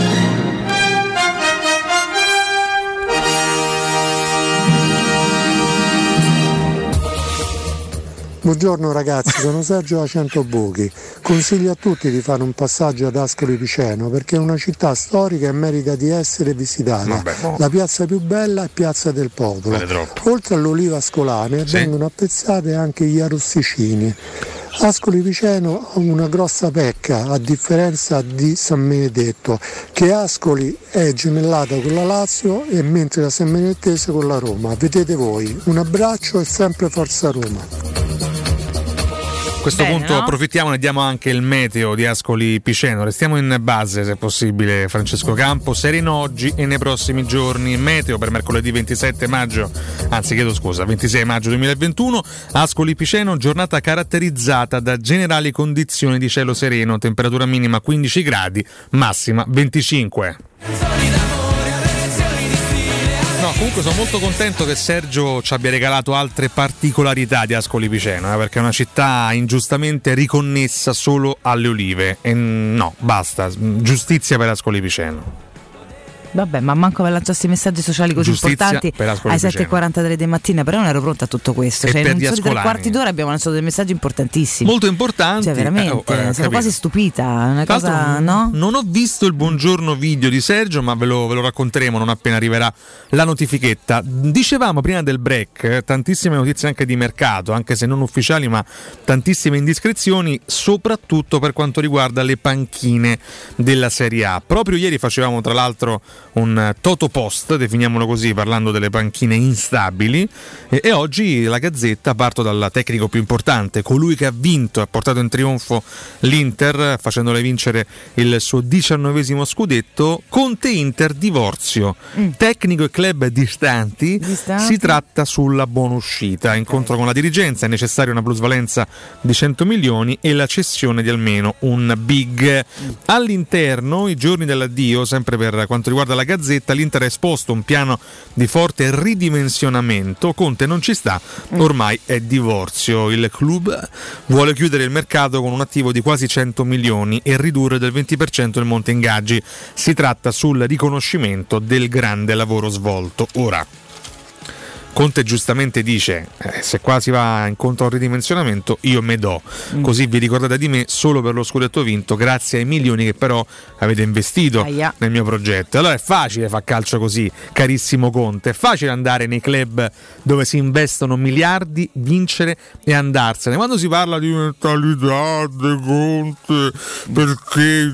Buongiorno ragazzi, sono Sergio da Cento Buchi. Consiglio a tutti di fare un passaggio ad Ascoli Piceno perché è una città storica e merita di essere visitata. Vabbè. La piazza più bella è Piazza del Popolo. Vale troppo. Oltre all'oliva ascolane Sì. vengono apprezzate anche gli arrosticini. Ascoli Piceno ha una grossa pecca, a differenza di San Benedetto, che Ascoli è gemellata con la Lazio e mentre la San Benedettese con la Roma. Vedete voi, un abbraccio e sempre Forza Roma. A questo Bene, punto no? approfittiamo e diamo anche il meteo di Ascoli Piceno. Restiamo in base, se possibile, Francesco Campo. Sereno oggi e nei prossimi giorni. Meteo per mercoledì ventisette maggio, anzi chiedo scusa, ventisei maggio duemilaventuno. Ascoli Piceno, giornata caratterizzata da generali condizioni di cielo sereno, temperatura minima quindici gradi, massima venticinque. No, No, comunque sono molto contento che Sergio ci abbia regalato altre particolarità di Ascoli Piceno, eh, perché è una città ingiustamente riconnessa solo alle olive. E no, basta, giustizia per Ascoli Piceno. Vabbè, ma manco per lanciarsi i messaggi sociali così Giustizia importanti alle sette e quarantatré di mattina, però non ero pronta a tutto questo. E cioè, per in gli soli tre ascolani. quarti d'ora abbiamo lanciato dei messaggi importantissimi. Molto importanti. Cioè, veramente, Eh, oh, eh, sono capito. quasi stupita. Una Tra cosa, l'altro, no? Non ho visto il buongiorno video di Sergio, ma ve lo, ve lo racconteremo non appena arriverà la notifichetta. Dicevamo prima del break, eh, tantissime notizie anche di mercato, anche se non ufficiali, ma tantissime indiscrezioni, soprattutto per quanto riguarda le panchine della Serie A. Proprio ieri facevamo tra l'altro un eh, toto post, definiamolo così, parlando delle panchine instabili, e, e oggi la Gazzetta, parto dal tecnico più importante, colui che ha vinto e ha portato in trionfo l'Inter facendole vincere il suo diciannovesimo scudetto. Conte Inter divorzio, mm. tecnico e club distanti, Distanti. Si tratta sulla buonuscita, incontro con la dirigenza, è necessaria una plusvalenza di cento milioni e la cessione di almeno un big. All'interno, i giorni dell'addio, sempre per quanto riguarda la Gazzetta, l'Inter ha esposto un piano di forte ridimensionamento. Conte non ci sta, ormai è divorzio. Il club vuole chiudere il mercato con un attivo di quasi cento milioni e ridurre del venti per cento il monte ingaggi. Si tratta sul riconoscimento del grande lavoro svolto. Ora, Conte giustamente dice, eh, se qua si va incontro al ridimensionamento io me do, mm. così vi ricordate di me solo per lo scudetto vinto, grazie ai milioni che però avete investito Aia. nel mio progetto. Allora è facile far calcio così, carissimo Conte, è facile andare nei club dove si investono miliardi, vincere e andarsene. Quando si parla di mentalità di Conte, perché i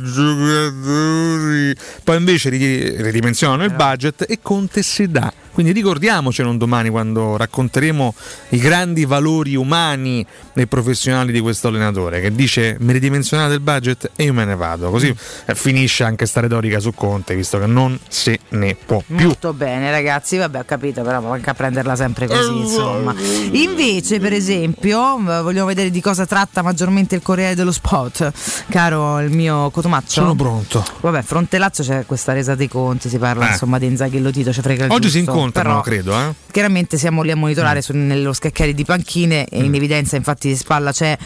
giocatori poi invece ridimensionano il budget e Conte si dà. Quindi ricordiamocelo un domani quando racconteremo i grandi valori umani e professionali di questo allenatore, che dice mi ridimensionate il budget e io me ne vado. Così mm. finisce anche sta retorica su Conte, visto che non se ne può più. Molto bene ragazzi, vabbè, ho capito, però manca a prenderla sempre così, insomma. Invece, per esempio, vogliamo vedere di cosa tratta maggiormente il Corriere dello Sport, caro il mio Cotomaccio. Sono pronto. Vabbè, fronte Lazio c'è questa resa dei conti, si parla eh. insomma di Inzaghi e Lotito, ci frega il Oggi giusto, si incontrano, però credo, eh. chiaramente siamo lì a monitorare mm. su, nello scacchiere di panchine e mm. in evidenza infatti di spalla c'è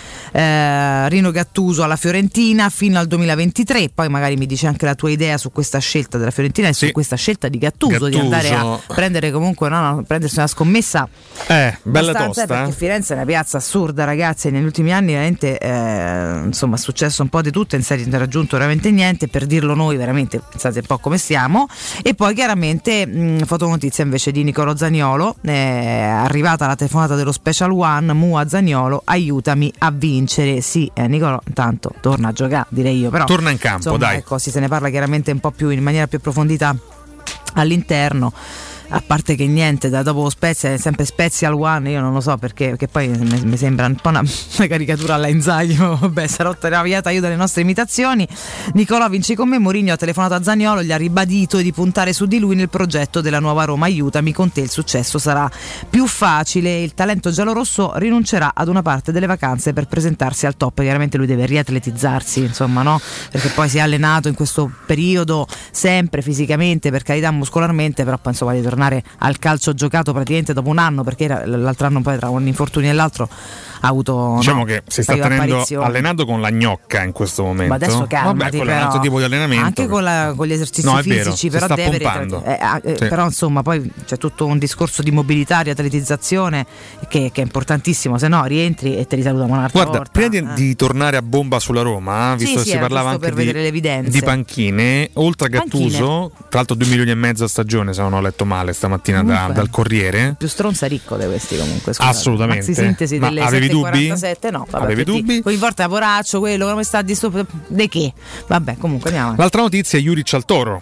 eh, Rino Gattuso alla Fiorentina fino al duemilaventitré. Poi magari mi dice anche la tua idea su questa scelta della Fiorentina e sì. su questa scelta di Gattuso, Gattuso di andare a prendere comunque no, no, prendersi una scommessa eh, bella tosta, perché eh. Firenze è una piazza assurda, ragazzi, negli ultimi anni veramente eh, insomma è successo un po' di tutto, in serie non è raggiunto veramente niente, per dirlo noi veramente pensate un po' come stiamo. E poi chiaramente mh, fotonotizia invece di Nicolò Zaniolo, è arrivata la telefonata dello Special One, Mua Zaniolo aiutami a vincere. Sì, eh, Nicolò intanto torna a giocare, direi io, però torna in campo, insomma, dai. Ecco, sì, se ne parla chiaramente un po' più in maniera più approfondita all'interno. A parte che niente, da dopo Spezia è sempre Special One, io non lo so perché, perché poi mi, mi sembra un po' una, una caricatura alla Inzaghi. Vabbè, sarò travagliata io dalle nostre imitazioni. Nicolò vinci con me, Mourinho ha telefonato a Zaniolo, gli ha ribadito di puntare su di lui nel progetto della nuova Roma, aiutami, con te il successo sarà più facile. Il talento giallorosso rinuncerà ad una parte delle vacanze per presentarsi al top, chiaramente lui deve riatletizzarsi, insomma, no? Perché poi si è allenato in questo periodo sempre fisicamente, per carità muscolarmente, però poi insomma di tornare al calcio giocato praticamente dopo un anno, perché era, l'altro anno poi tra un infortunio e l'altro ha avuto, diciamo no, che si sta tenendo allenato con la gnocca in questo momento. Ma adesso calmati, vabbè, però, è un altro tipo di allenamento anche con, la, con gli esercizi no, fisici, vero, però deve pompando. Eh, eh, sì. Però insomma poi c'è tutto un discorso di mobilità, di atletizzazione che, che è importantissimo, se no rientri e te li salutiamo un'altra Guarda, volta. prima di, eh. di tornare a bomba sulla Roma, visto sì, che sì, si parlava anche di, di panchine, oltre a Gattuso, panchine. Tra l'altro due milioni e mezzo a stagione, se non ho letto male stamattina da, dal Corriere. Più stronza ricco di questi comunque, scusate. Assolutamente. Maxi sintesi delle avevi sette e dubbi? quarantasette, no, vabbè, avevi dubbi? Poi porta poraccio, quello come sta di sto di che? Vabbè, comunque andiamo. L'altra notizia è Juric al Toro.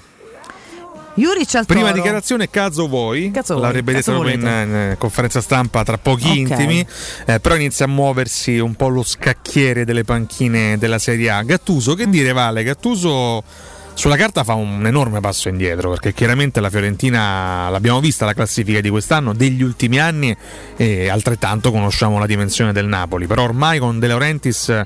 Juric al Prima Toro. dichiarazione Cazzo vuoi, Cazzo l'avrebbe vuoi, detto in, in conferenza stampa tra pochi okay. intimi, eh, però inizia a muoversi un po' lo scacchiere delle panchine della Serie A. Gattuso, che mm. dire Vale? Gattuso sulla carta fa un enorme passo indietro, perché chiaramente la Fiorentina l'abbiamo vista la classifica di quest'anno, degli ultimi anni, e altrettanto conosciamo la dimensione del Napoli, però ormai con De Laurentiis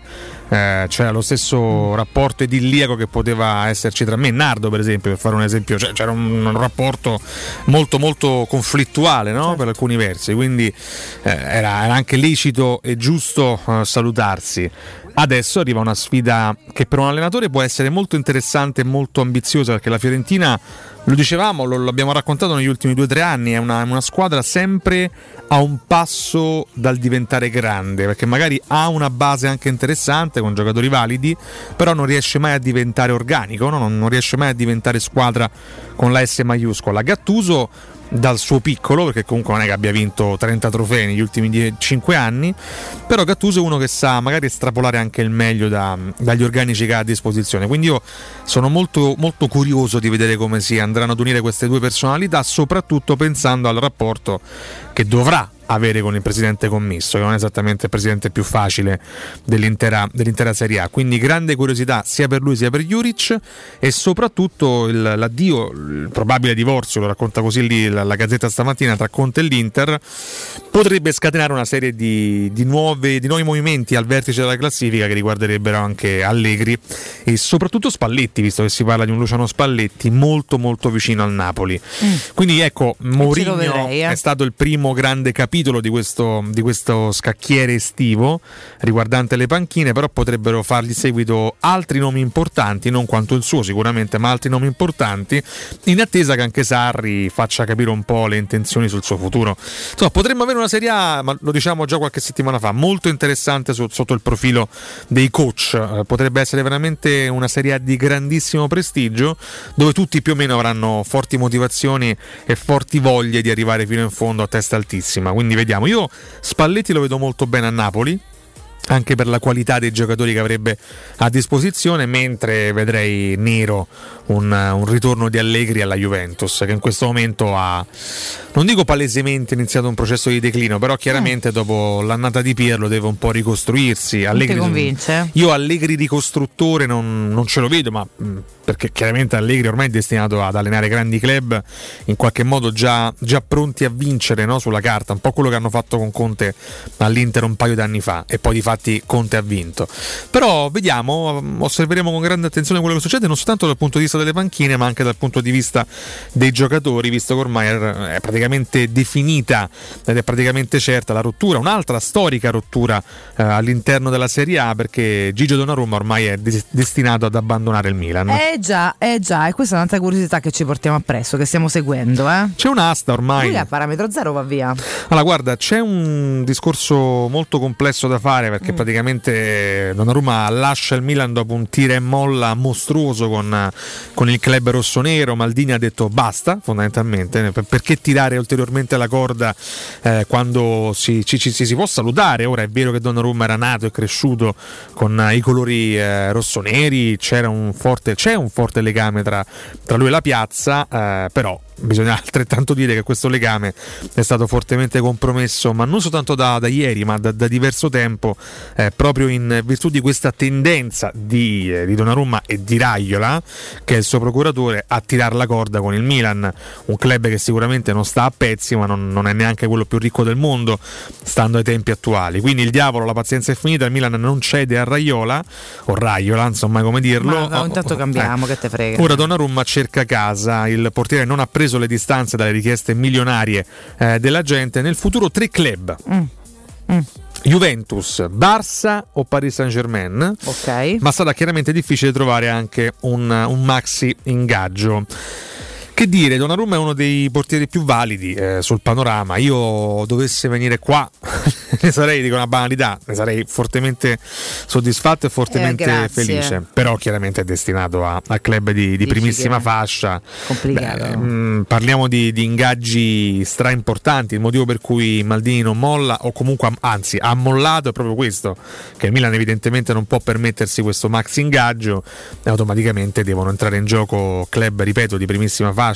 eh, c'era lo stesso rapporto idilliaco che poteva esserci tra me e Nardo, per esempio, per fare un esempio, cioè, c'era un, un rapporto molto molto conflittuale, no? Certo. Per alcuni versi, quindi eh, era, era anche licito e giusto uh, salutarsi. Adesso arriva una sfida che per un allenatore può essere molto interessante e molto ambiziosa, perché la Fiorentina, lo dicevamo, lo, l'abbiamo raccontato negli ultimi due o tre anni, è una, una squadra sempre a un passo dal diventare grande, perché magari ha una base anche interessante con giocatori validi, però non riesce mai a diventare organico, no? non, non riesce mai a diventare squadra con la S maiuscola. Gattuso dal suo piccolo, perché comunque non è che abbia vinto trenta trofei negli ultimi cinque anni, però Gattuso è uno che sa magari estrapolare anche il meglio da, dagli organici che ha a disposizione, quindi io sono molto, molto curioso di vedere come si andranno ad unire queste due personalità, soprattutto pensando al rapporto che dovrà avere con il presidente commisso, che non è esattamente il presidente più facile dell'intera, dell'intera Serie A, quindi grande curiosità sia per lui sia per Juric, e soprattutto il, l'addio, il probabile divorzio, lo racconta così lì la, la Gazzetta stamattina, tra Conte e l'Inter, potrebbe scatenare una serie di, di, nuove, di nuovi movimenti al vertice della classifica che riguarderebbero anche Allegri e soprattutto Spalletti, visto che si parla di un Luciano Spalletti molto molto vicino al Napoli. Mm. Quindi ecco, Mourinho vedrei, eh. è stato il primo grande capitolo di questo, di questo scacchiere estivo riguardante le panchine, però potrebbero fargli seguito altri nomi importanti, non quanto il suo sicuramente, ma altri nomi importanti, in attesa che anche Sarri faccia capire un po' le intenzioni sul suo futuro. Insomma, potremmo avere una Serie A, ma lo diciamo già qualche settimana fa, molto interessante su, sotto il profilo dei coach. Eh, potrebbe essere veramente una Serie A di grandissimo prestigio, dove tutti più o meno avranno forti motivazioni e forti voglie di arrivare fino in fondo a testa altissima. Quindi vediamo, io Spalletti lo vedo molto bene a Napoli, anche per la qualità dei giocatori che avrebbe a disposizione, mentre vedrei nero un, un ritorno di Allegri alla Juventus, che in questo momento ha, non dico palesemente iniziato un processo di declino, però chiaramente mm. dopo l'annata di Pirlo deve un po' ricostruirsi. Allegri, non ti convince? Io Allegri ricostruttore non, non ce lo vedo, ma perché chiaramente Allegri ormai è destinato ad allenare grandi club in qualche modo già, già pronti a vincere, no? Sulla carta, un po' quello che hanno fatto con Conte all'Inter un paio d'anni fa, e poi di fatti Conte ha vinto. Però vediamo, osserveremo con grande attenzione quello che succede, non soltanto dal punto di vista delle panchine, ma anche dal punto di vista dei giocatori, visto che ormai è praticamente definita ed è praticamente certa la rottura, un'altra storica rottura eh, all'interno della Serie A, perché Gigio Donnarumma ormai è des- destinato ad abbandonare il Milan. Eh già, eh già, e questa è un'altra curiosità che ci portiamo appresso, che stiamo seguendo. Eh? C'è un'asta ormai. Lui a parametro zero va via. Allora guarda, c'è un discorso molto complesso da fare, perché mm. praticamente Donnarumma lascia il Milan dopo un tira e molla mostruoso con, con il club rossonero. Maldini ha detto basta, fondamentalmente, perché tirare ulteriormente la corda eh, quando si, ci, ci, ci si può salutare. Ora è vero che Donnarumma era nato e cresciuto con i colori eh, rossoneri, c'era un forte, c'è un forte legame tra, tra lui e la piazza, eh, però bisogna altrettanto dire che questo legame è stato fortemente compromesso, ma non soltanto da, da ieri, ma da, da diverso tempo, eh, proprio in virtù di questa tendenza di, eh, di Donnarumma e di Raiola, che è il suo procuratore, a tirar la corda con il Milan, un club che sicuramente non sta a pezzi, ma non, non è neanche quello più ricco del mondo, stando ai tempi attuali. Quindi il diavolo, la pazienza è finita, il Milan non cede a Raiola, o Raiola, insomma come dirlo. Ma no, intanto cambiamo, eh. che te frega. Ora Donnarumma cerca casa, il portiere non ha preso le distanze dalle richieste milionarie eh, della gente. Nel futuro tre club: mm. Mm. Juventus, Barça o Paris Saint-Germain. Ok. Ma sarà chiaramente difficile trovare anche un, un maxi ingaggio. Che dire, Donnarumma è uno dei portieri più validi eh, sul panorama. Io dovesse venire qua ne sarei, dico una banalità, ne sarei fortemente soddisfatto e fortemente eh, felice. Però chiaramente è destinato a, a club di, di primissima fascia. Complicato. Beh, mh, parliamo di, di ingaggi stra importanti. Il motivo per cui Maldini non molla, o comunque anzi ha mollato, è proprio questo, che il Milan evidentemente non può permettersi questo max ingaggio, e automaticamente devono entrare in gioco club, ripeto, di primissima fascia.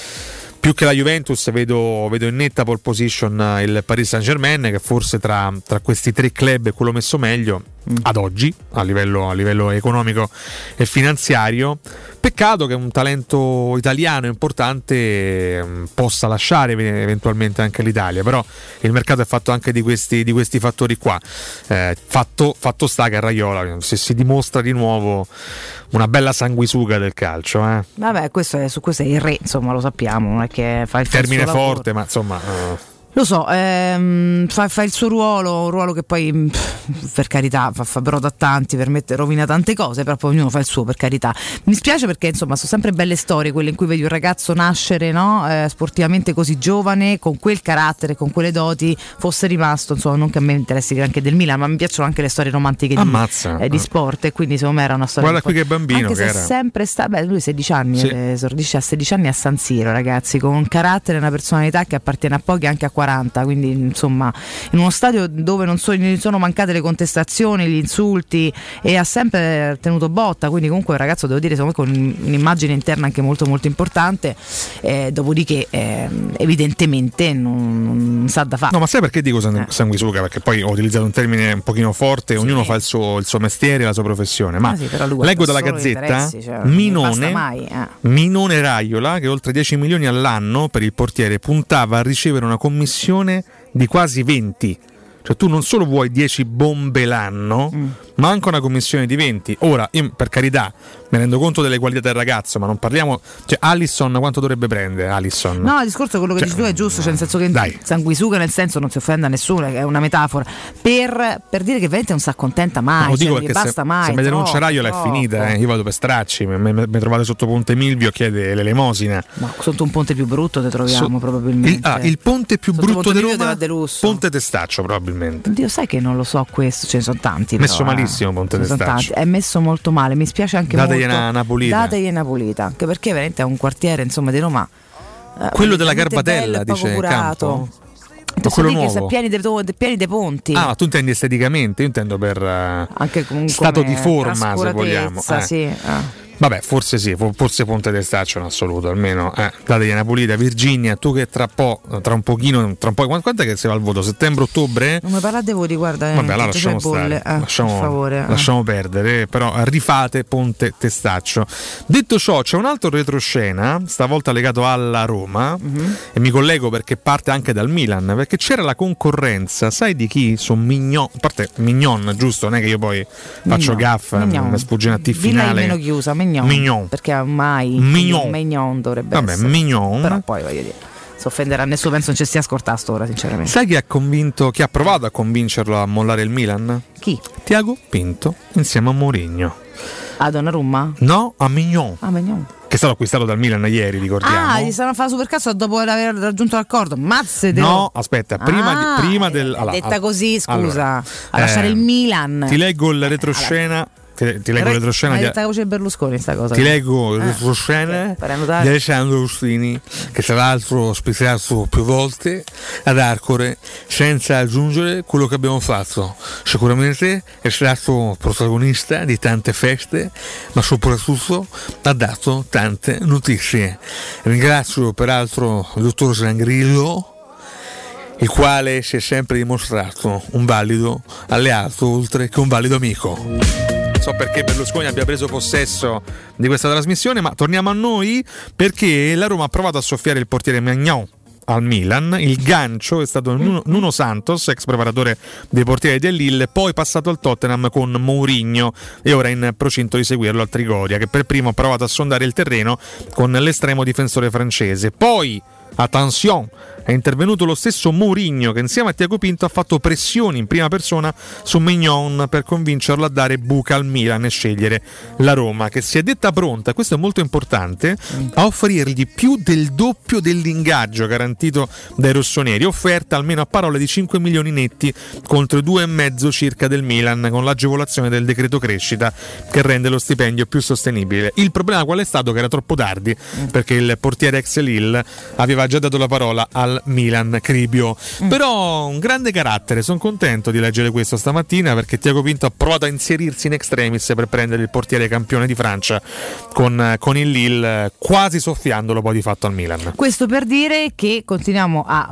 Più che la Juventus vedo, vedo in netta pole position il Paris Saint-Germain, che forse tra, tra questi tre club è quello messo meglio, ad oggi a livello, a livello economico e finanziario. Peccato che un talento italiano importante mh, possa lasciare eventualmente anche l'Italia, però il mercato è fatto anche di questi, di questi fattori qua. Eh, fatto, fatto sta che Raiola, se si dimostra di nuovo una bella sanguisuga del calcio, eh. Vabbè, questo è, su questo è il re, insomma, lo sappiamo, non è che fa il termine forte, lavoro. ma insomma... Uh... Lo so, ehm, fa, fa il suo ruolo, un ruolo che poi pff, per carità fa, fa broda a tanti, permette, rovina tante cose, però poi ognuno fa il suo, per carità. Mi spiace perché insomma sono sempre belle storie quelle in cui vedi un ragazzo nascere, no? eh, sportivamente così giovane, con quel carattere, con quelle doti, fosse rimasto, insomma, non che a me interessi anche del Milan, ma mi piacciono anche le storie romantiche di, eh, di sport, e quindi secondo me era una storia. Guarda qui che bambino anche che se era. È sempre stato, beh, lui sedici anni, sì. eh, esordisce a sedici anni a San Siro, ragazzi, con un carattere e una personalità che appartiene a pochi, anche a quaranta, quindi insomma in uno stadio dove non so, gli sono mancate le contestazioni, gli insulti, e ha sempre tenuto botta, quindi comunque un ragazzo, devo dire, secondo me con un'immagine interna anche molto molto importante, eh, dopodiché eh, evidentemente non, non sa da fare. No, ma sai perché dico sang- sanguisuga? Perché poi ho utilizzato un termine un pochino forte, sì. Ognuno fa il suo, il suo mestiere, la sua professione, ma ah, sì, leggo dalla Gazzetta, cioè, Minone, mai, eh. Minone Raiola, che oltre dieci milioni all'anno per il portiere, puntava a ricevere una commissione di quasi venti. Cioè tu non solo vuoi dieci bombe l'anno, mm. ma anche una commissione di venti. Ora, io, per carità, mi rendo conto delle qualità del ragazzo, ma non parliamo... Cioè, Alisson quanto dovrebbe prendere? Alisson? No, il discorso è quello che cioè, dici tu è giusto, cioè nel senso che dai. sanguisuga, nel senso non si offende a nessuno, è una metafora. Per, per dire che veramente non si accontenta mai, no, dico cioè, perché basta se, mai. Se mi denuncia Raiola è finita, eh. Io vado per stracci, mi, mi, mi trovate sotto Ponte Milvio a chiedere l'elemosina. Ma sotto un ponte più brutto te troviamo so, probabilmente. Il, ah, il ponte più sotto brutto di Roma? Delusso. Ponte Testaccio probabilmente. Dio, sai che non lo so questo, ce ne sono tanti. Messo però, malissimo eh. Ponte Testaccio. È messo molto male, mi spiace anche Dategli molto. Una Napolita. Dategli Napolita, anche perché veramente è un quartiere, insomma, di Roma. Eh, quello della Garbatella, dice Campo. Quello nuovo. Pieni dei pieni de ponti. Ah, tu intendi esteticamente, io intendo per uh, anche stato di forma, se vogliamo. Eh. Sì, ah. Vabbè, forse sì, forse Ponte Testaccio in assoluto, almeno eh, dategli una pulita. Virginia, tu che tra po', tra un pochino, tra un po', quanto è che si va al voto? Settembre-ottobre? Non mi parlate dei voti, guarda. Eh, Vabbè, allora lasciamo stare, eh, lasciamo, per favore, lasciamo eh. perdere, però rifate Ponte Testaccio. Detto ciò, c'è un altro retroscena, stavolta legato alla Roma, mm-hmm. e mi collego perché parte anche dal Milan, perché c'era la concorrenza, sai di chi? Su Mignon, a parte Mignon, giusto? Non è che io poi faccio gaffa, mi sfugge una T finale. Meno chiusa, Mignon. Mignon. Perché mai Mignon, Mignon dovrebbe Vabbè, essere. Mignon. Però poi voglio dire, si offenderà a nessuno, penso non ci stia ascoltando ora, sinceramente. Sai chi ha convinto, chi ha provato a convincerlo a mollare il Milan? Chi? Tiago Pinto insieme a Mourinho. A Donnarumma? No, a Mignon. A Mignon. Che è stato acquistato dal Milan ieri, ricordiamo. Ah, gli stanno a fare supercazzo dopo aver raggiunto l'accordo. Mazze, no, aspetta, prima, ah, di, prima del. Allora, detta così, scusa, allora, a lasciare eh, il Milan. Ti leggo il retroscena. Allora. Ti, ti leggo Re, le retroscena di la voce Berlusconi sta cosa. Ti leggo le eh, retroscena okay, di Alessandro Agostini, che tra l'altro ha spiegato più volte ad Arcore, senza aggiungere quello che abbiamo fatto. Sicuramente è stato protagonista di tante feste, ma soprattutto ha dato tante notizie. Ringrazio peraltro il dottor Zangrillo, il quale si è sempre dimostrato un valido alleato oltre che un valido amico. Non so perché Berlusconi abbia preso possesso di questa trasmissione, ma torniamo a noi, perché la Roma ha provato a soffiare il portiere Magnan al Milan. Il gancio è stato Nuno Santos, ex preparatore dei portieri del Lille, poi passato al Tottenham con Mourinho e ora in procinto di seguirlo al Trigoria, che per primo ha provato a sondare il terreno con l'estremo difensore francese. Poi, attenzione, è intervenuto lo stesso Mourinho, che insieme a Tiago Pinto ha fatto pressioni in prima persona su Mignon per convincerlo a dare buca al Milan e scegliere la Roma, che si è detta pronta, questo è molto importante, a offrirgli più del doppio dell'ingaggio garantito dai rossoneri, offerta almeno a parole di cinque milioni netti contro i due e mezzo circa del Milan, con l'agevolazione del decreto crescita che rende lo stipendio più sostenibile. Il problema qual è stato? Che era troppo tardi, perché il portiere ex Lille aveva già dato la parola alla al Milan Cribio. Mm. Però un grande carattere, sono contento di leggere questo stamattina, perché Tiago Pinto ha provato a inserirsi in extremis per prendere il portiere campione di Francia con, con il Lille, quasi soffiandolo poi di fatto al Milan. Questo per dire che continuiamo a,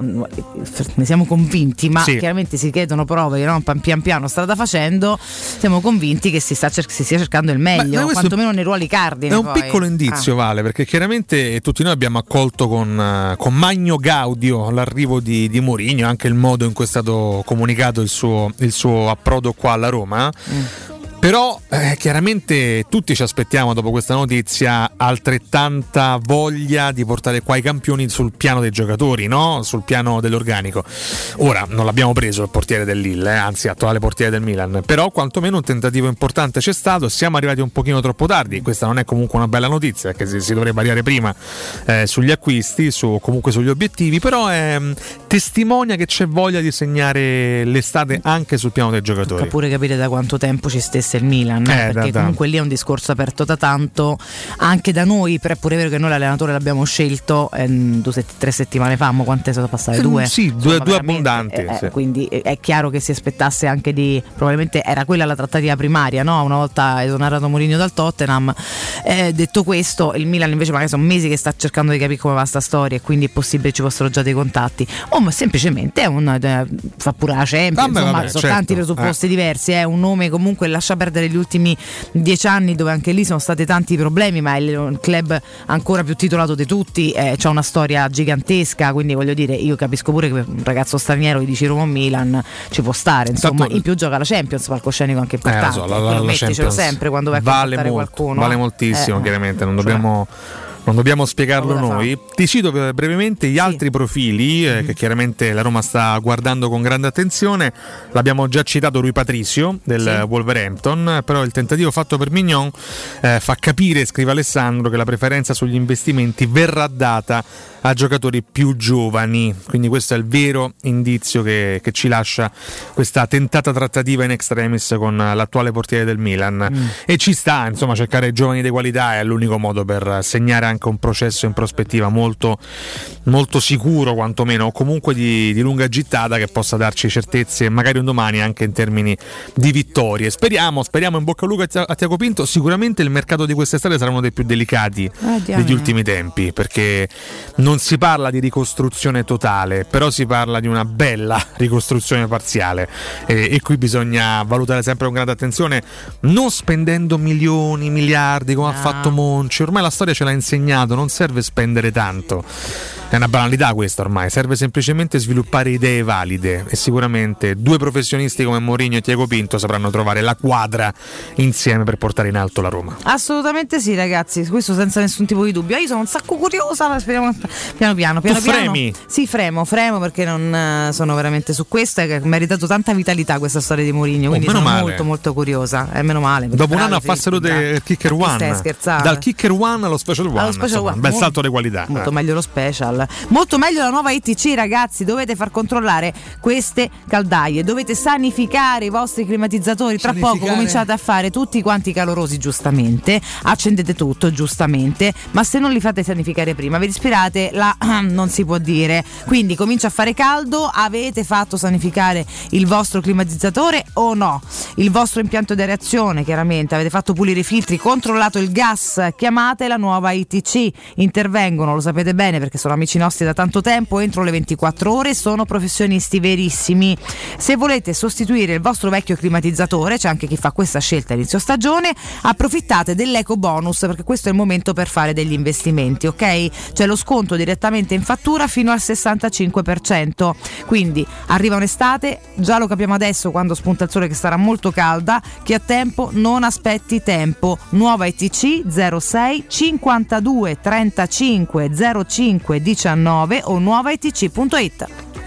ne siamo convinti, ma sì, chiaramente si chiedono prove, no? Pian piano strada facendo, siamo convinti che si, sta cer- si stia cercando il meglio, ma quantomeno nei ruoli cardine. È un poi. piccolo indizio, ah. Vale, perché chiaramente tutti noi abbiamo accolto con, con magno gaudio l'arrivo di, di Mourinho, anche il modo in cui è stato comunicato il suo, il suo approdo qua alla Roma. Mm. Però eh, chiaramente tutti ci aspettiamo dopo questa notizia altrettanta voglia di portare qua i campioni sul piano dei giocatori, no? Sul piano dell'organico. Ora non l'abbiamo preso il portiere del Lille, eh, anzi attuale portiere del Milan, però quantomeno un tentativo importante c'è stato. Siamo arrivati un pochino troppo tardi, questa non è comunque una bella notizia, che si, si dovrebbe arrivare prima eh, sugli acquisti, su, comunque sugli obiettivi, però è, mh, testimonia che c'è voglia di segnare l'estate anche sul piano dei giocatori. Tocca pure capire da quanto tempo ci stesse il Milan, eh, perché da, comunque da. lì è un discorso aperto da tanto anche da noi, però è pure vero che noi l'allenatore l'abbiamo scelto eh, due, set- tre settimane fa, ma quante sono passate? Due? Sì, Insomma, due, due abbondanti eh, sì. Quindi è chiaro che si aspettasse anche di, probabilmente era quella la trattativa primaria, no? Una volta esonerato Mourinho dal Tottenham. Eh, detto questo, il Milan invece magari sono mesi che sta cercando di capire come va sta storia, e quindi è possibile ci fossero già dei contatti, o ma semplicemente è un eh, fa pure la Champions, ah, insomma, vabbè, sono certo. tanti presupposti eh. diversi, è un nome comunque lascia perdere gli ultimi dieci anni dove anche lì sono stati tanti problemi, ma è il club ancora più titolato di tutti, eh, c'ha una storia gigantesca, quindi voglio dire, io capisco pure che un ragazzo straniero gli dici Roma Milan ci può stare, insomma. Tanto, in più gioca la Champions, palcoscenico anche importante, eh, so, la, la, la metticelo sempre quando vai a vale contattare molto, qualcuno, vale moltissimo, eh, chiaramente non dobbiamo cioè. Non dobbiamo spiegarlo noi. Ti cito brevemente gli sì. altri profili eh, mm. che chiaramente la Roma sta guardando con grande attenzione. L'abbiamo già citato Rui Patricio del sì. Wolverhampton, però il tentativo fatto per Mignon eh, fa capire, scrive Alessandro, che la preferenza sugli investimenti verrà data a giocatori più giovani, quindi questo è il vero indizio che, che ci lascia questa tentata trattativa in extremis con l'attuale portiere del Milan. Mm. E ci sta, insomma, cercare giovani di qualità è l'unico modo per segnare anche un processo in prospettiva molto, molto sicuro, quantomeno, o comunque di, di lunga gittata, che possa darci certezze magari un domani anche in termini di vittorie. Speriamo, speriamo in bocca al lupo a Tiago Pinto. Sicuramente il mercato di quest'estate sarà uno dei più delicati eh, degli ultimi tempi, perché non si parla di ricostruzione totale, però si parla di una bella ricostruzione parziale, e, e qui bisogna valutare sempre con grande attenzione, non spendendo milioni, miliardi come no. ha fatto Monci. Ormai la storia ce l'ha insegnato, non serve spendere tanto, è una banalità questa ormai, serve semplicemente sviluppare idee valide, e sicuramente due professionisti come Mourinho e Tiago Pinto sapranno trovare la quadra insieme per portare in alto la Roma. Assolutamente sì, ragazzi, questo senza nessun tipo di dubbio. Io sono un sacco curiosa, speriamo piano piano, piano tu piano. Fremi? Sì, fremo, fremo perché non sono veramente su questo, e ha meritato tanta vitalità questa storia di Mourinho, quindi oh, sono male. molto molto curiosa, è eh, meno male. Dopo un anno a farselo del Kicker One, dal Kicker One allo Special One, allo special one. Un bel salto di qualità. Molto eh. meglio lo special, molto meglio la nuova I T C, ragazzi. Dovete far controllare queste caldaie, dovete sanificare i vostri climatizzatori. Tra sanificare. poco cominciate a fare tutti quanti calorosi, giustamente, accendete tutto, giustamente, ma se non li fate sanificare prima vi ispirate la non si può dire. Quindi comincia a fare caldo, avete fatto sanificare il vostro climatizzatore o no? Il vostro impianto di areazione, chiaramente, avete fatto pulire i filtri, controllato il gas? Chiamate la nuova I T C, intervengono, lo sapete bene perché sono amici nostri da tanto tempo, entro le ventiquattro ore, sono professionisti verissimi. Se volete sostituire il vostro vecchio climatizzatore, c'è anche chi fa questa scelta a inizio stagione, approfittate dell'eco bonus, perché questo è il momento per fare degli investimenti, ok? C'è lo sconto direttamente in fattura fino al sessantacinque per cento, quindi arriva un'estate, già lo capiamo adesso quando spunta il sole che sarà molto calda, chi ha tempo non aspetti tempo. Nuova I T C zero sei cinquantadue trentacinque zero cinque diciannove o nuova I T C punto it.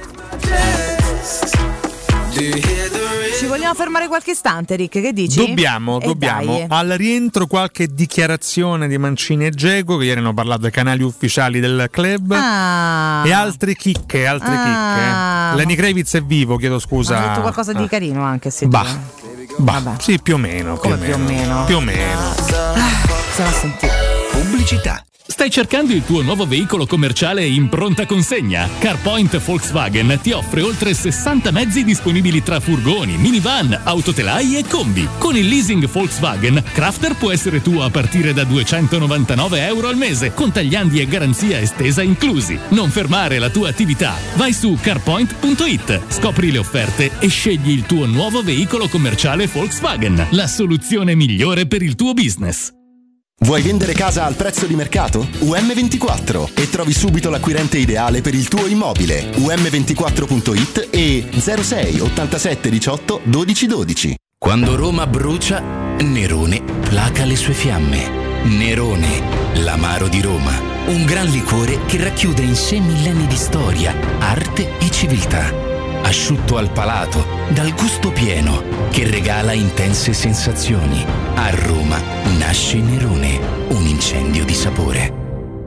Ci vogliamo fermare qualche istante, Rick, che dici? Dobbiamo, e dobbiamo. Dai. Al rientro qualche dichiarazione di Mancini e Dzeko, che ieri hanno parlato ai canali ufficiali del club, ah. e altre chicche, altre ah. chicche. Lenny Kravitz è vivo, chiedo scusa. Ha detto qualcosa di ah. carino anche, se bah. bah. Vabbè. Sì, più o meno. Come più o meno? Più o meno? Più o meno. Ah. Se la sentite. Pubblicità. Stai Stai cercando il tuo nuovo veicolo commerciale in pronta consegna? CarPoint Volkswagen ti offre oltre sessanta mezzi disponibili tra furgoni, minivan, autotelai e combi. Con il leasing Volkswagen, Crafter può essere tuo a partire da duecentonovantanove euro al mese, con tagliandi e garanzia estesa inclusi. Non fermare la tua attività. Vai su carpoint punto it, scopri le offerte e scegli il tuo nuovo veicolo commerciale Volkswagen, la soluzione migliore per il tuo business. Vuoi vendere casa al prezzo di mercato? U M ventiquattro e trovi subito l'acquirente ideale per il tuo immobile. U M ventiquattro punto it e zero sei ottantasette diciotto dodici dodici. Quando Roma brucia, Nerone placa le sue fiamme. Nerone, l'amaro di Roma. Un gran liquore che racchiude in sé millenni di storia, arte e civiltà. Asciutto al palato, dal gusto pieno, che regala intense sensazioni. A Roma nasce Nerone, un incendio di sapore.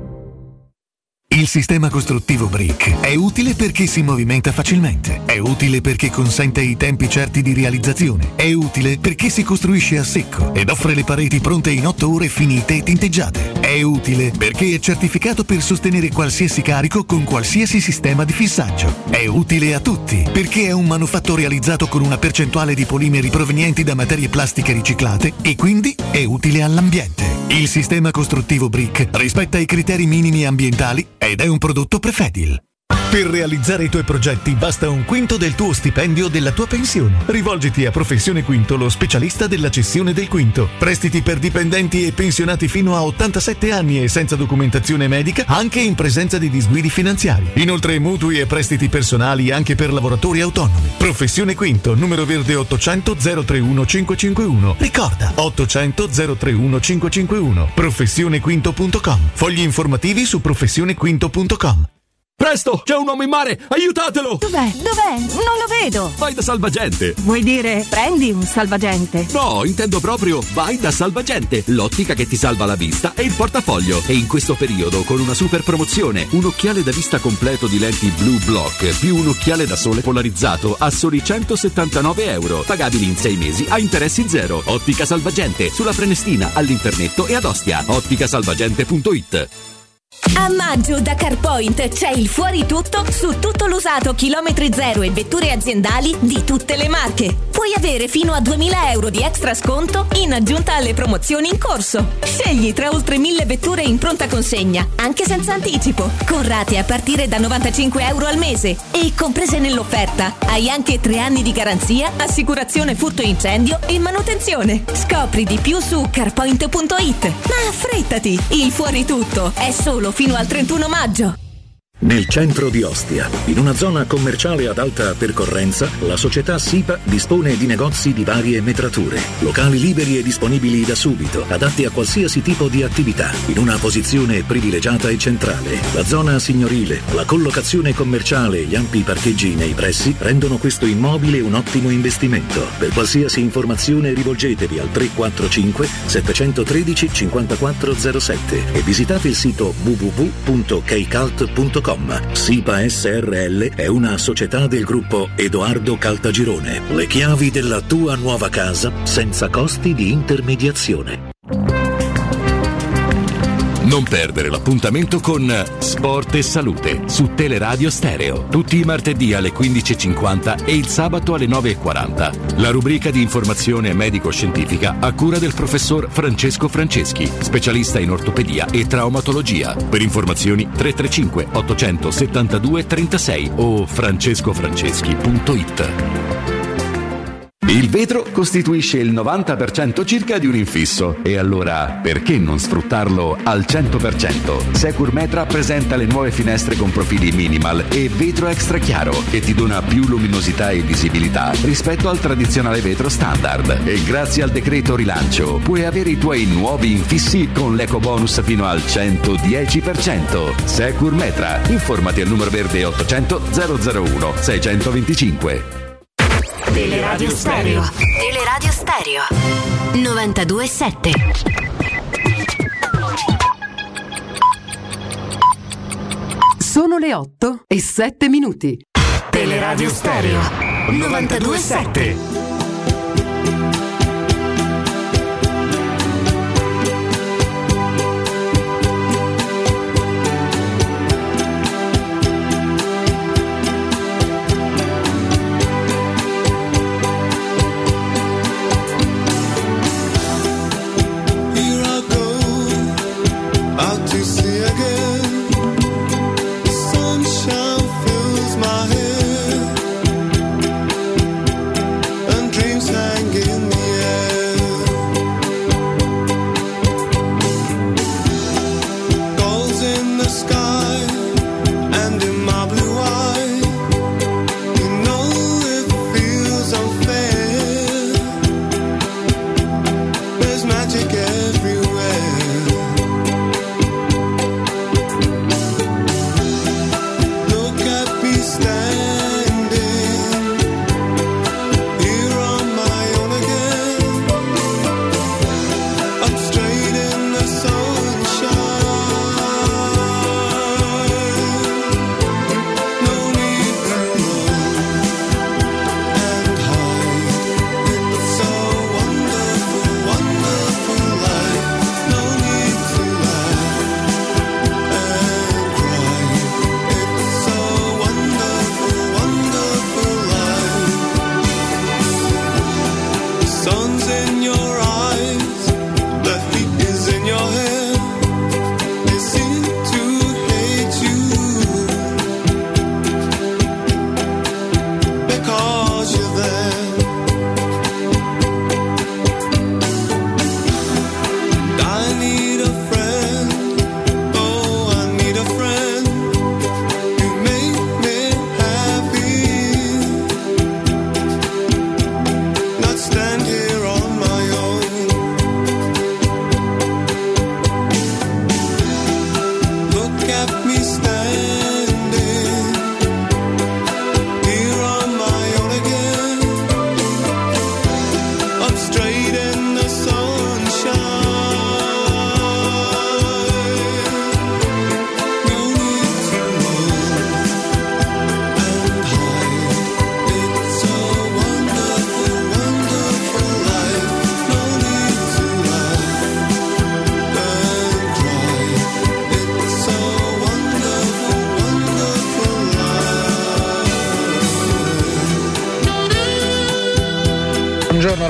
Il sistema costruttivo Brick è utile perché si movimenta facilmente, è utile perché consente i tempi certi di realizzazione, è utile perché si costruisce a secco ed offre le pareti pronte in otto ore finite e tinteggiate, è utile perché è certificato per sostenere qualsiasi carico con qualsiasi sistema di fissaggio, è utile a tutti perché è un manufatto realizzato con una percentuale di polimeri provenienti da materie plastiche riciclate e quindi è utile all'ambiente. Il sistema costruttivo Brick rispetta i criteri minimi ambientali ed è un prodotto Prefedil. Per realizzare i tuoi progetti basta un quinto del tuo stipendio o della tua pensione. Rivolgiti a Professione Quinto, lo specialista della cessione del quinto. Prestiti per dipendenti e pensionati fino a ottantasette anni e senza documentazione medica, anche in presenza di disguidi finanziari. Inoltre mutui e prestiti personali anche per lavoratori autonomi. Professione Quinto, numero verde ottocento zero trentuno cinquecentocinquantuno. Ricorda, ottocento zero trentuno cinquecentocinquantuno. professione quinto punto com. Fogli informativi su professione quinto punto com. Presto, c'è un uomo in mare, aiutatelo! Dov'è? Dov'è? Non lo vedo! Vai da Salvagente! Vuoi dire prendi un salvagente? No, intendo proprio vai da Salvagente, l'ottica che ti salva la vista e il portafoglio. E in questo periodo con una super promozione, un occhiale da vista completo di lenti Blue Block più un occhiale da sole polarizzato a soli centosettantanove euro, pagabili in sei mesi a interessi zero. Ottica Salvagente, sulla Prenestina, all'Internetto e ad Ostia. ottica salvagente punto it. A maggio da CarPoint c'è il fuori tutto su tutto l'usato chilometri zero e vetture aziendali di tutte le marche. Puoi avere fino a duemila euro di extra sconto in aggiunta alle promozioni in corso. Scegli tra oltre mille vetture in pronta consegna, anche senza anticipo, con rate a partire da novantacinque euro al mese. E comprese nell'offerta hai anche tre anni di garanzia, assicurazione furto incendio e manutenzione. Scopri di più su carpoint punto it. Ma affrettati, il fuori tutto è solo fino al trentuno maggio. Nel centro di Ostia, in una zona commerciale ad alta percorrenza, la società SIPA dispone di negozi di varie metrature, locali liberi e disponibili da subito, adatti a qualsiasi tipo di attività, in una posizione privilegiata e centrale. La zona signorile, la collocazione commerciale e gli ampi parcheggi nei pressi rendono questo immobile un ottimo investimento. Per qualsiasi informazione rivolgetevi al tre quattro cinque sette uno tre cinque zero sette e visitate il sito w w w punto keycult punto com. SIPA S R L è una società del gruppo Edoardo Caltagirone. Le chiavi della tua nuova casa senza costi di intermediazione. Non perdere l'appuntamento con Sport e Salute su Teleradio Stereo, tutti i martedì alle quindici e cinquanta e il sabato alle nove e quaranta. La rubrica di informazione medico-scientifica a cura del professor Francesco Franceschi, specialista in ortopedia e traumatologia. Per informazioni tre tre cinque otto sette due tre sei o francescofranceschi punto it. Il vetro costituisce il novanta per cento circa di un infisso e allora perché non sfruttarlo al cento per cento? Securmetra presenta le nuove finestre con profili minimal e vetro extra chiaro che ti dona più luminosità e visibilità rispetto al tradizionale vetro standard. E grazie al decreto rilancio puoi avere i tuoi nuovi infissi con l'eco bonus fino al centodieci per cento. Securmetra, informati al numero verde ottocento zero zero uno sei due cinque. Teleradio Stereo. Teleradio Stereo. novantadue sette. Sono le otto e sette minuti. Teleradio Stereo. novantadue sette.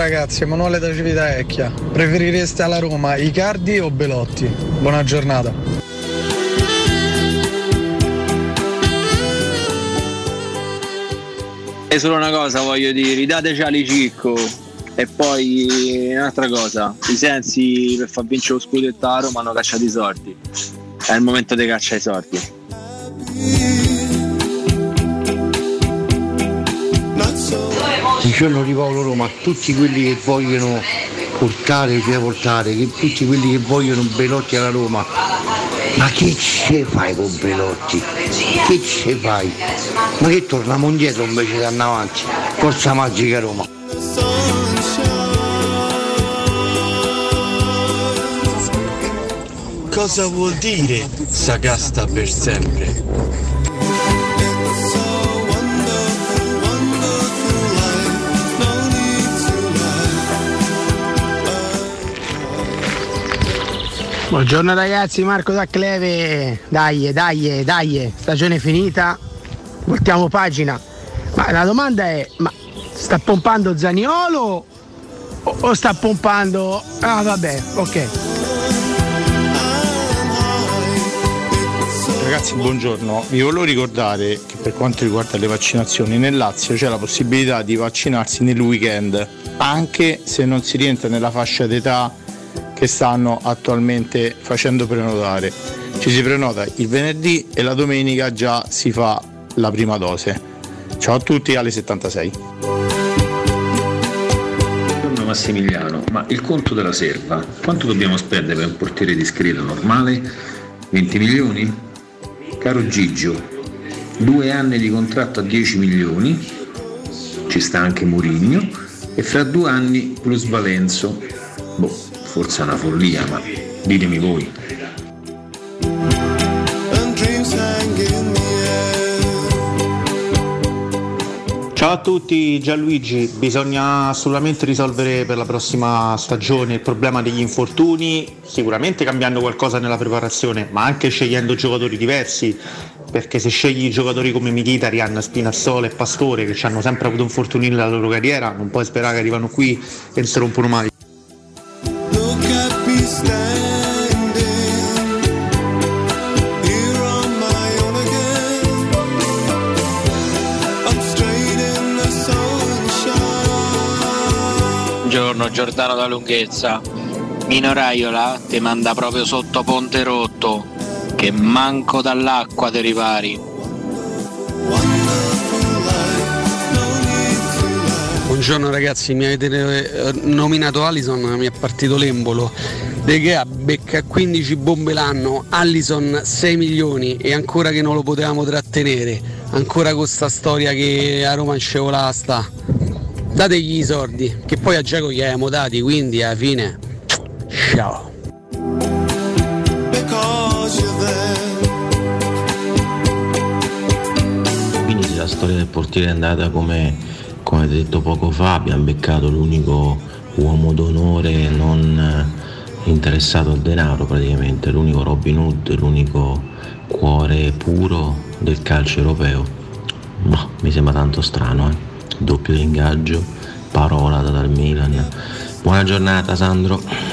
ragazzi, Emanuele da Civitavecchia. Preferireste alla Roma Icardi o Belotti? Buona giornata. E solo una cosa voglio dire, ridateci Alicicco. E poi un'altra cosa, i Sensi per far vincere lo scudetto a Roma hanno cacciato i soldi. È il momento di cacciare i soldi. Buongiorno di Paolo Roma, tutti quelli che vogliono portare, cioè portare, che tutti quelli che vogliono Belotti alla Roma, ma che ce fai con Belotti? Che ce fai? Ma che torniamo indietro invece di andare avanti? Forza magica Roma. Cosa vuol dire Sagasta per sempre? Buongiorno ragazzi, Marco da Cleve. Dai, dai, dai, stagione finita, voltiamo pagina. Ma la domanda è, ma sta pompando Zaniolo o, o sta pompando... Ah vabbè, ok. Ragazzi, buongiorno. Vi volevo ricordare che per quanto riguarda le vaccinazioni nel Lazio c'è la possibilità di vaccinarsi nel weekend, anche se non si rientra nella fascia d'età che stanno attualmente facendo prenotare. Ci si prenota il venerdì e la domenica già si fa la prima dose. Ciao a tutti, alle settantasei. Buongiorno Massimiliano, ma il conto della serva, quanto dobbiamo spendere per un portiere discreto normale? venti milioni? Caro Gigio, due anni di contratto a dieci milioni, ci sta anche Mourinho, e fra due anni plus Valenzo. Boh, forse è una follia, ma ditemi voi. Ciao a tutti, Gianluigi. Bisogna assolutamente risolvere per la prossima stagione il problema degli infortuni, sicuramente cambiando qualcosa nella preparazione, ma anche scegliendo giocatori diversi, perché se scegli giocatori come Mkhitaryan, Spinazzola e Pastore, che ci hanno sempre avuto infortuni nella loro carriera, non puoi sperare che arrivano qui e non si rompono mai. Buongiorno Giordano da Lunghezza. Mino Raiola ti manda proprio sotto Ponte Rotto, che manco dall'acqua te ripari. Buongiorno ragazzi, mi avete nominato Alisson, mi è partito l'embolo. De Gea becca quindici bombe l'anno, Alisson sei milioni e ancora che non lo potevamo trattenere, ancora con sta storia che a Roma in scevolata sta. Dategli i soldi, che poi a Giacomo gli abbiamo dati, quindi alla fine ciao. Quindi se la storia del portiere è andata come, come detto poco fa, abbiamo beccato l'unico uomo d'onore non interessato al denaro praticamente, l'unico Robin Hood, l'unico cuore puro del calcio europeo. Ma mi sembra tanto strano, eh. Doppio di ingaggio, parola dal Milan. Buona giornata Sandro.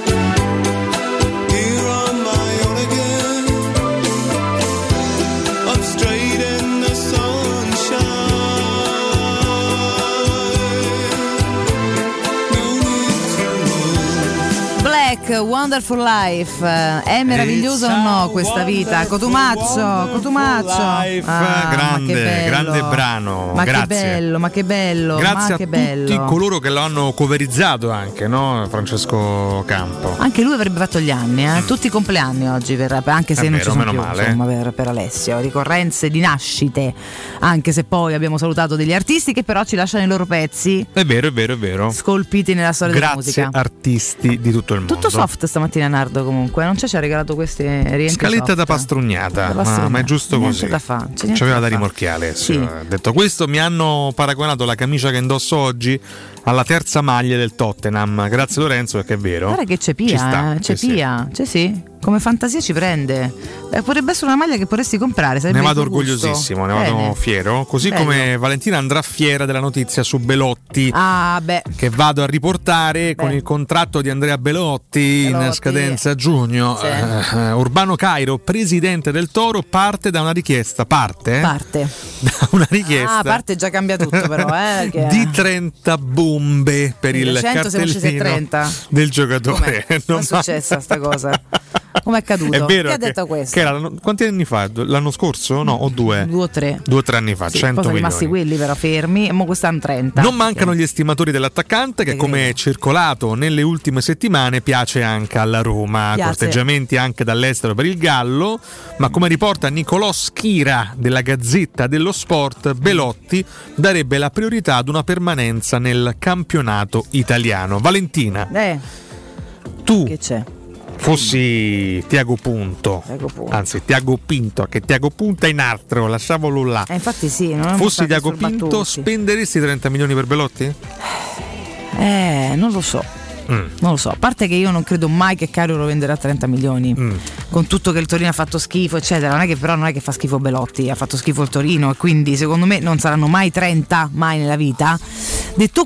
Wonderful Life, è meravigliosa o no questa vita? Cotumaccio, Cotumaccio, ah, grande, grande brano. Ma grazie. che bello, ma che bello, grazie ma a che bello. tutti coloro che lo hanno coverizzato anche, no? Francesco Campo. Anche lui avrebbe fatto gli anni, eh? Tutti i compleanni oggi, per, anche se è non vero, ci sono più, male. insomma, per, per Alessio. Ricorrenze di nascite, anche se poi abbiamo salutato degli artisti che però ci lasciano i loro pezzi. È vero, è vero, è vero. Scolpiti nella storia grazie della musica. Grazie artisti di tutto il mondo. Tutto soft stamattina Nardo, comunque non c'è, ci ha regalato questi rientri scaletta soft. da pastrugnata, da pastrugnata. Ma, ma è giusto niente così da fa, c'aveva da rimorchiare Alessio. Sì. Detto questo, mi hanno paragonato la camicia che indosso oggi alla terza maglia del Tottenham. Grazie Lorenzo, perché è vero. Guarda che c'è Pia, ci sta, eh, c'è sì, Pia, sì. c'è sì. come fantasia ci prende. Eh, potrebbe essere una maglia che potresti comprare. Ne vado il tuo gusto. orgogliosissimo, ne vado Bene. fiero. Così Bello. come Valentina andrà fiera della notizia su Belotti, Ah, beh. che vado a riportare con Beh. il contratto di Andrea Belotti, in Belotti. scadenza a giugno. Sì. Eh, Urbano Cairo, presidente del Toro, parte da una richiesta. Parte? eh? Parte. Da una richiesta. Ah, parte già cambia tutto, però. Eh, che... di trenta bombe per il cento siamo scesi a cartellino trenta. del giocatore. Com'è? Non Com'è successa sta cosa? Come è accaduto? È vero Chi ha che- detto questo? che era l'anno- quanti anni fa? L'anno scorso? No, o due? Due o tre. Due o tre anni fa, Sì, cento poi sono milioni. rimasti quelli però fermi e mo quest'anno trenta. Non mancano gli estimatori dell'attaccante che, come è circolato nelle ultime settimane, piace anche alla Roma. Piace. Corteggiamenti anche dall'estero per il Gallo, ma come riporta Nicolò Schira della Gazzetta dello Sport, Belotti darebbe la priorità ad una permanenza nel campionato italiano. Valentina, Eh, tu che c'è? fossi Tiago Punto, Punto. anzi Tiago Pinto, che Tiago Punto è in altro, lasciamolo là. Eh, infatti sì, non Fossi state Tiago Pinto, surbattuti. spenderesti trenta milioni per Belotti? Eh, non lo so. Mm. Non lo so, a parte che io non credo mai che Cario lo venderà a trenta milioni, Mm. con tutto che il Torino ha fatto schifo eccetera, non è che però non è che fa schifo Belotti, ha fatto schifo il Torino e quindi secondo me non saranno mai trenta, mai nella vita. Detto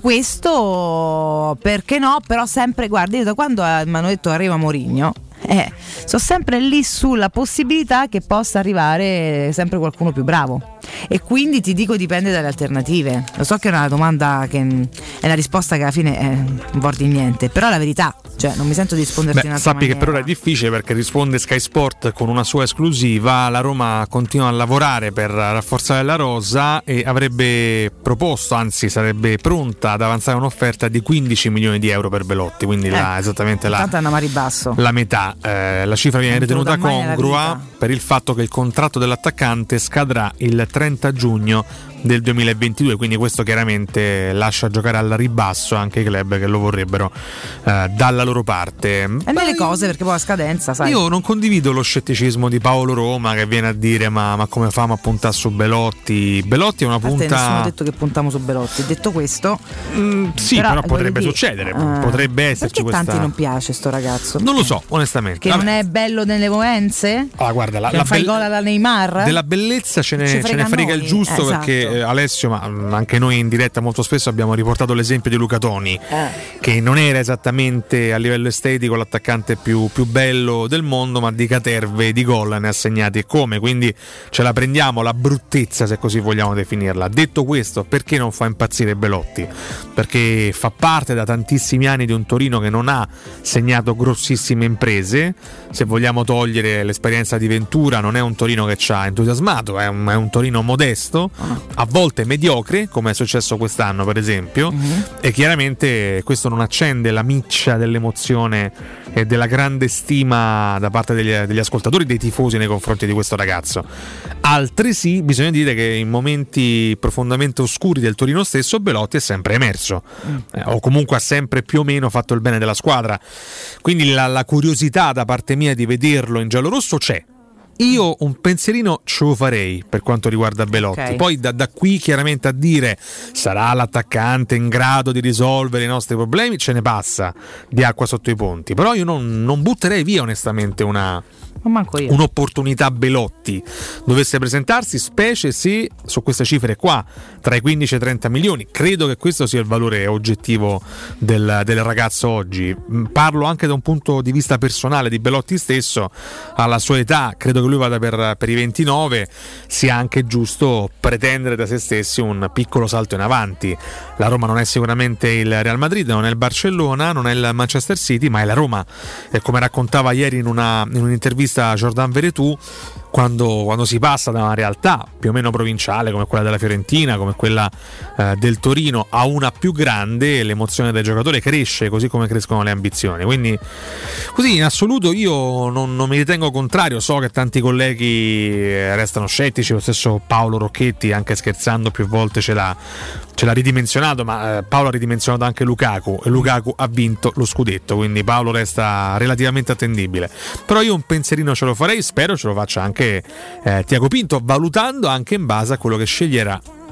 questo, perché no, però sempre, guarda, io da quando eh, mi hanno detto arriva Mourinho, eh, sono sempre lì sulla possibilità che possa arrivare sempre qualcuno più bravo. E quindi ti dico dipende dalle alternative. Lo so che è una domanda che è una risposta che alla fine eh, non porti niente, però è la verità, cioè non mi sento di risponderti in Beh, un'altra sappi che maniera. per ora è difficile perché risponde Sky Sport con una sua esclusiva. La Roma continua a lavorare per rafforzare la rosa e avrebbe proposto, anzi sarebbe pronta ad avanzare un'offerta di quindici milioni di euro per Belotti, quindi la, Eh, esattamente la, Tanto è una mari basso. la metà. Eh, la cifra viene Non te lo ritenuta dà mai nella congrua vita. per il fatto che il contratto dell'attaccante scadrà il trenta giugno del duemilaventidue, quindi questo chiaramente lascia giocare al ribasso anche i club che lo vorrebbero eh, dalla loro parte. E nelle cose perché poi la scadenza, sai. Io non condivido lo scetticismo di Paolo Roma che viene a dire ma, ma come famo a puntare su Belotti? Belotti è una A te nessuno ha punta... detto che puntiamo su Belotti. Detto questo, Mm, sì, però, potrebbe voglio dire, succedere, eh, potrebbe esserci perché questa... tanti non piace sto ragazzo? Non lo so, onestamente. Che Vabbè. non è bello nelle movenze? Ah, guarda, la, Che la non fa il bell- gol alla Neymar? della bellezza ce ne, Ci ce ne frega frega il noi. giusto, Eh, perché esatto. eh, Alessio, ma mh, anche noi in diretta molto spesso abbiamo riportato l'esempio di Luca Toni, Eh. che non era esattamente a livello estetico l'attaccante più, più bello del mondo, ma di caterve e di gol ne ha segnati e come, quindi ce la prendiamo la bruttezza, se così vogliamo definirla. Detto questo, perché non fa impazzire Belotti? Perché fa parte da tantissimi anni di un Torino che non ha segnato grossissime imprese. Se vogliamo togliere l'esperienza di Ventura, non è un Torino che ci ha entusiasmato, è un, è un Torino modesto, a volte mediocre, come è successo quest'anno per esempio, e chiaramente questo non accende la miccia dell'emozione e della grande stima da parte degli, degli ascoltatori, dei tifosi nei confronti di questo ragazzo. Altresì bisogna dire che in momenti profondamente oscuri del Torino stesso Belotti è sempre emerso, eh, o comunque ha sempre più o meno fatto il bene della squadra, quindi la, la curiosità da parte mia di vederlo in giallorosso c'è. Io un pensierino ce lo farei per quanto riguarda Belotti. Ok. Poi da, da qui chiaramente a dire sarà l'attaccante in grado di risolvere i nostri problemi, ce ne passa di acqua sotto i ponti. Però io non, non butterei via onestamente una, Non manco io. un'opportunità Belotti dovesse presentarsi, specie se su queste cifre qua, tra i quindici e i trenta milioni. Credo che questo sia il valore oggettivo del, del ragazzo oggi. Mm, Parlo anche da un punto di vista personale di Belotti stesso. Alla sua età, credo che lui vada per, per i ventinove, sia anche giusto pretendere da se stessi un piccolo salto in avanti. La Roma non è sicuramente il Real Madrid, non è il Barcellona, non è il Manchester City, ma è la Roma. E come raccontava ieri in, una, in un'intervista a Jordan Veretout, quando, quando si passa da una realtà più o meno provinciale come quella della Fiorentina, come quella eh, del Torino, a una più grande, l'emozione del giocatore cresce, così come crescono le ambizioni. Quindi così in assoluto io non, non mi ritengo contrario. So che tanti colleghi restano scettici, lo stesso Paolo Rocchetti, anche scherzando più volte ce l'ha, ce l'ha ridimensionato, ma eh, Paolo ha ridimensionato anche Lukaku e Lukaku ha vinto lo scudetto, quindi Paolo resta relativamente attendibile. Però io un pensierino ce lo farei, spero ce lo faccia anche eh, Tiago Pinto, valutando anche in base a quello che sceglierà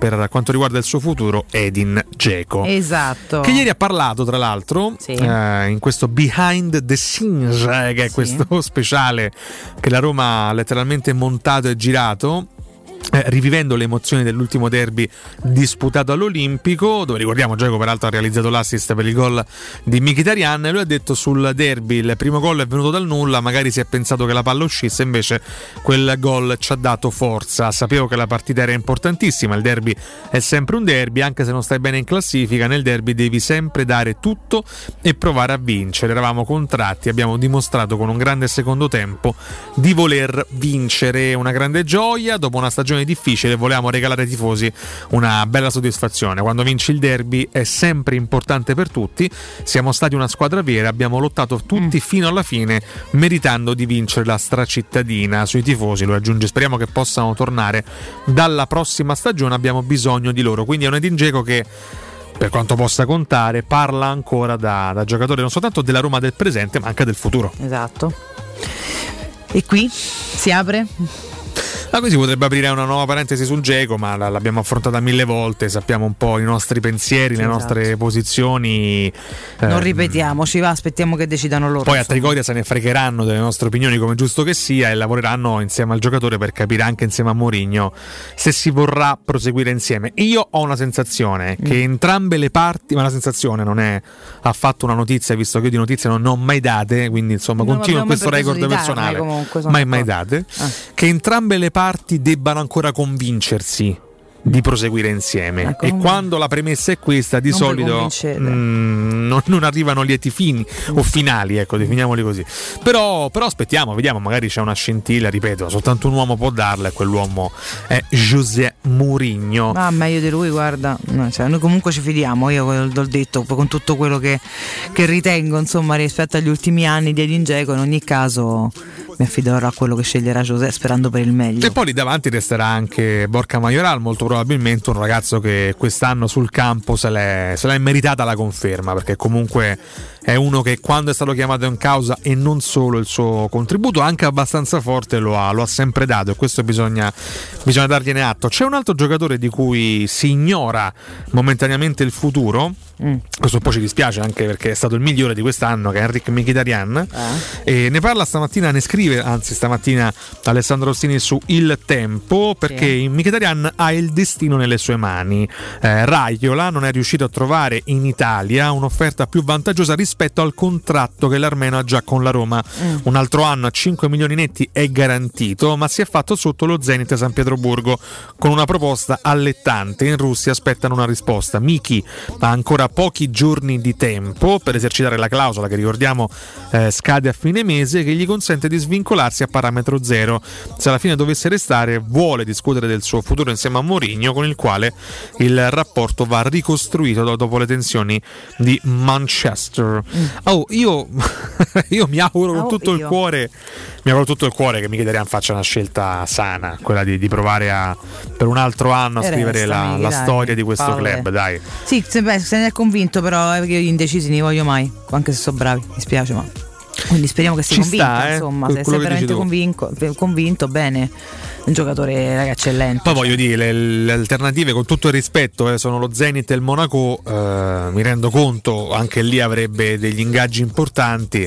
per quanto riguarda il suo futuro Edin Dzeko. Esatto. Che ieri ha parlato, tra l'altro, sì. eh, in questo Behind the Scenes, eh, che è sì. questo speciale che la Roma ha letteralmente montato e girato. Eh, rivivendo le emozioni dell'ultimo derby disputato all'Olimpico, dove ricordiamo Dzeko peraltro ha realizzato l'assist per il gol di Mkhitaryan, e lui ha detto sul derby il primo gol è venuto dal nulla, magari si è pensato che la palla uscisse, invece quel gol ci ha dato forza, sapevo che la partita era importantissima, il derby è sempre un derby, anche se non stai bene in classifica, nel derby devi sempre dare tutto e provare a vincere, eravamo contratti, abbiamo dimostrato con un grande secondo tempo di voler vincere, una grande gioia dopo una stagione difficile, volevamo regalare ai tifosi una bella soddisfazione. Quando vinci il derby è sempre importante per tutti, siamo stati una squadra vera, abbiamo lottato tutti mm. fino alla fine, meritando di vincere la stracittadina. Sui tifosi lo aggiunge, speriamo che possano tornare dalla prossima stagione, abbiamo bisogno di loro. Quindi è un Edin Dzeko che, per quanto possa contare, parla ancora da, da giocatore non soltanto della Roma del presente ma anche del futuro. Esatto. E qui si apre Ah, qui si potrebbe aprire una nuova parentesi sul Dzeko, ma l'abbiamo affrontata mille volte, sappiamo un po' i nostri pensieri, sì, le esatto. nostre posizioni. Non eh, ripetiamoci, va, aspettiamo che decidano loro. Poi a Trigoria se ne fregheranno delle nostre opinioni, come giusto che sia, e lavoreranno insieme al giocatore per capire anche insieme a Mourinho se si vorrà proseguire insieme. Io ho una sensazione mm. che entrambe le parti, ma la sensazione non è affatto una notizia, visto che io di notizie non ne ho mai date, quindi insomma non continuo in questo record personale, comunque, mai mai date, ah. che entrambe le parti parti debbano ancora convincersi di proseguire insieme, ecco, e quando la premessa è questa di solito mh, non, non arrivano lieti fini mm. o finali, ecco, definiamoli così. Però, però aspettiamo, vediamo, magari c'è una scintilla, ripeto, soltanto un uomo può darla e quell'uomo è José Mourinho. Ah, meglio di lui, guarda, no, cioè, noi comunque ci fidiamo, io l'ho detto, con tutto quello che, che ritengo, insomma, rispetto agli ultimi anni di Edin Dzeko, in ogni caso mi affiderò a quello che sceglierà José, sperando per il meglio. E poi lì davanti resterà anche Borja Mayoral, molto probabilmente un ragazzo che quest'anno sul campo se l'è, se l'è meritata la conferma, perché comunque è uno che quando è stato chiamato in causa, e non solo, il suo contributo anche abbastanza forte lo ha, lo ha sempre dato, e questo bisogna, bisogna dargliene atto. C'è un altro giocatore di cui si ignora momentaneamente il futuro, mm. questo un po' ci dispiace anche perché è stato il migliore di quest'anno, che è Henrik Mkhitaryan, eh. e ne parla stamattina, ne scrive anzi stamattina Alessandro Ostini su Il Tempo, perché sì. Mkhitaryan ha il destino nelle sue mani. eh, Raiola non è riuscito a trovare in Italia un'offerta più vantaggiosa rispetto al contratto che l'armeno ha già con la Roma. mm. Un altro anno a cinque milioni netti è garantito, ma si è fatto sotto lo Zenit San Pietroburgo con una proposta allettante. In Russia aspettano una risposta. Miki ha ancora pochi giorni di tempo per esercitare la clausola che, ricordiamo, eh, scade a fine mese, che gli consente di svincolarsi a parametro zero. Se alla fine dovesse restare, vuole discutere del suo futuro insieme a Mourinho, con il quale il rapporto va ricostruito dopo le tensioni di Manchester. mm. oh, io, io mi auguro con oh, tutto io. il cuore mi auguro tutto il cuore che Mkhitaryan faccia una scelta sana, quella di, di provare a per un altro anno a e scrivere la, la storia di questo Paolo. club, dai. Sì, se, beh, se ne è convinto, però io gli indecisi non li voglio mai, anche se sono bravi, mi spiace, ma quindi speriamo che sia Ci convinto, sta, eh? insomma, se sei veramente convinto, convinto, bene, un giocatore, raga, eccellente. Poi cioè. voglio dire, le, le alternative, con tutto il rispetto, eh, sono lo Zenit e il Monaco, eh, mi rendo conto, anche lì avrebbe degli ingaggi importanti,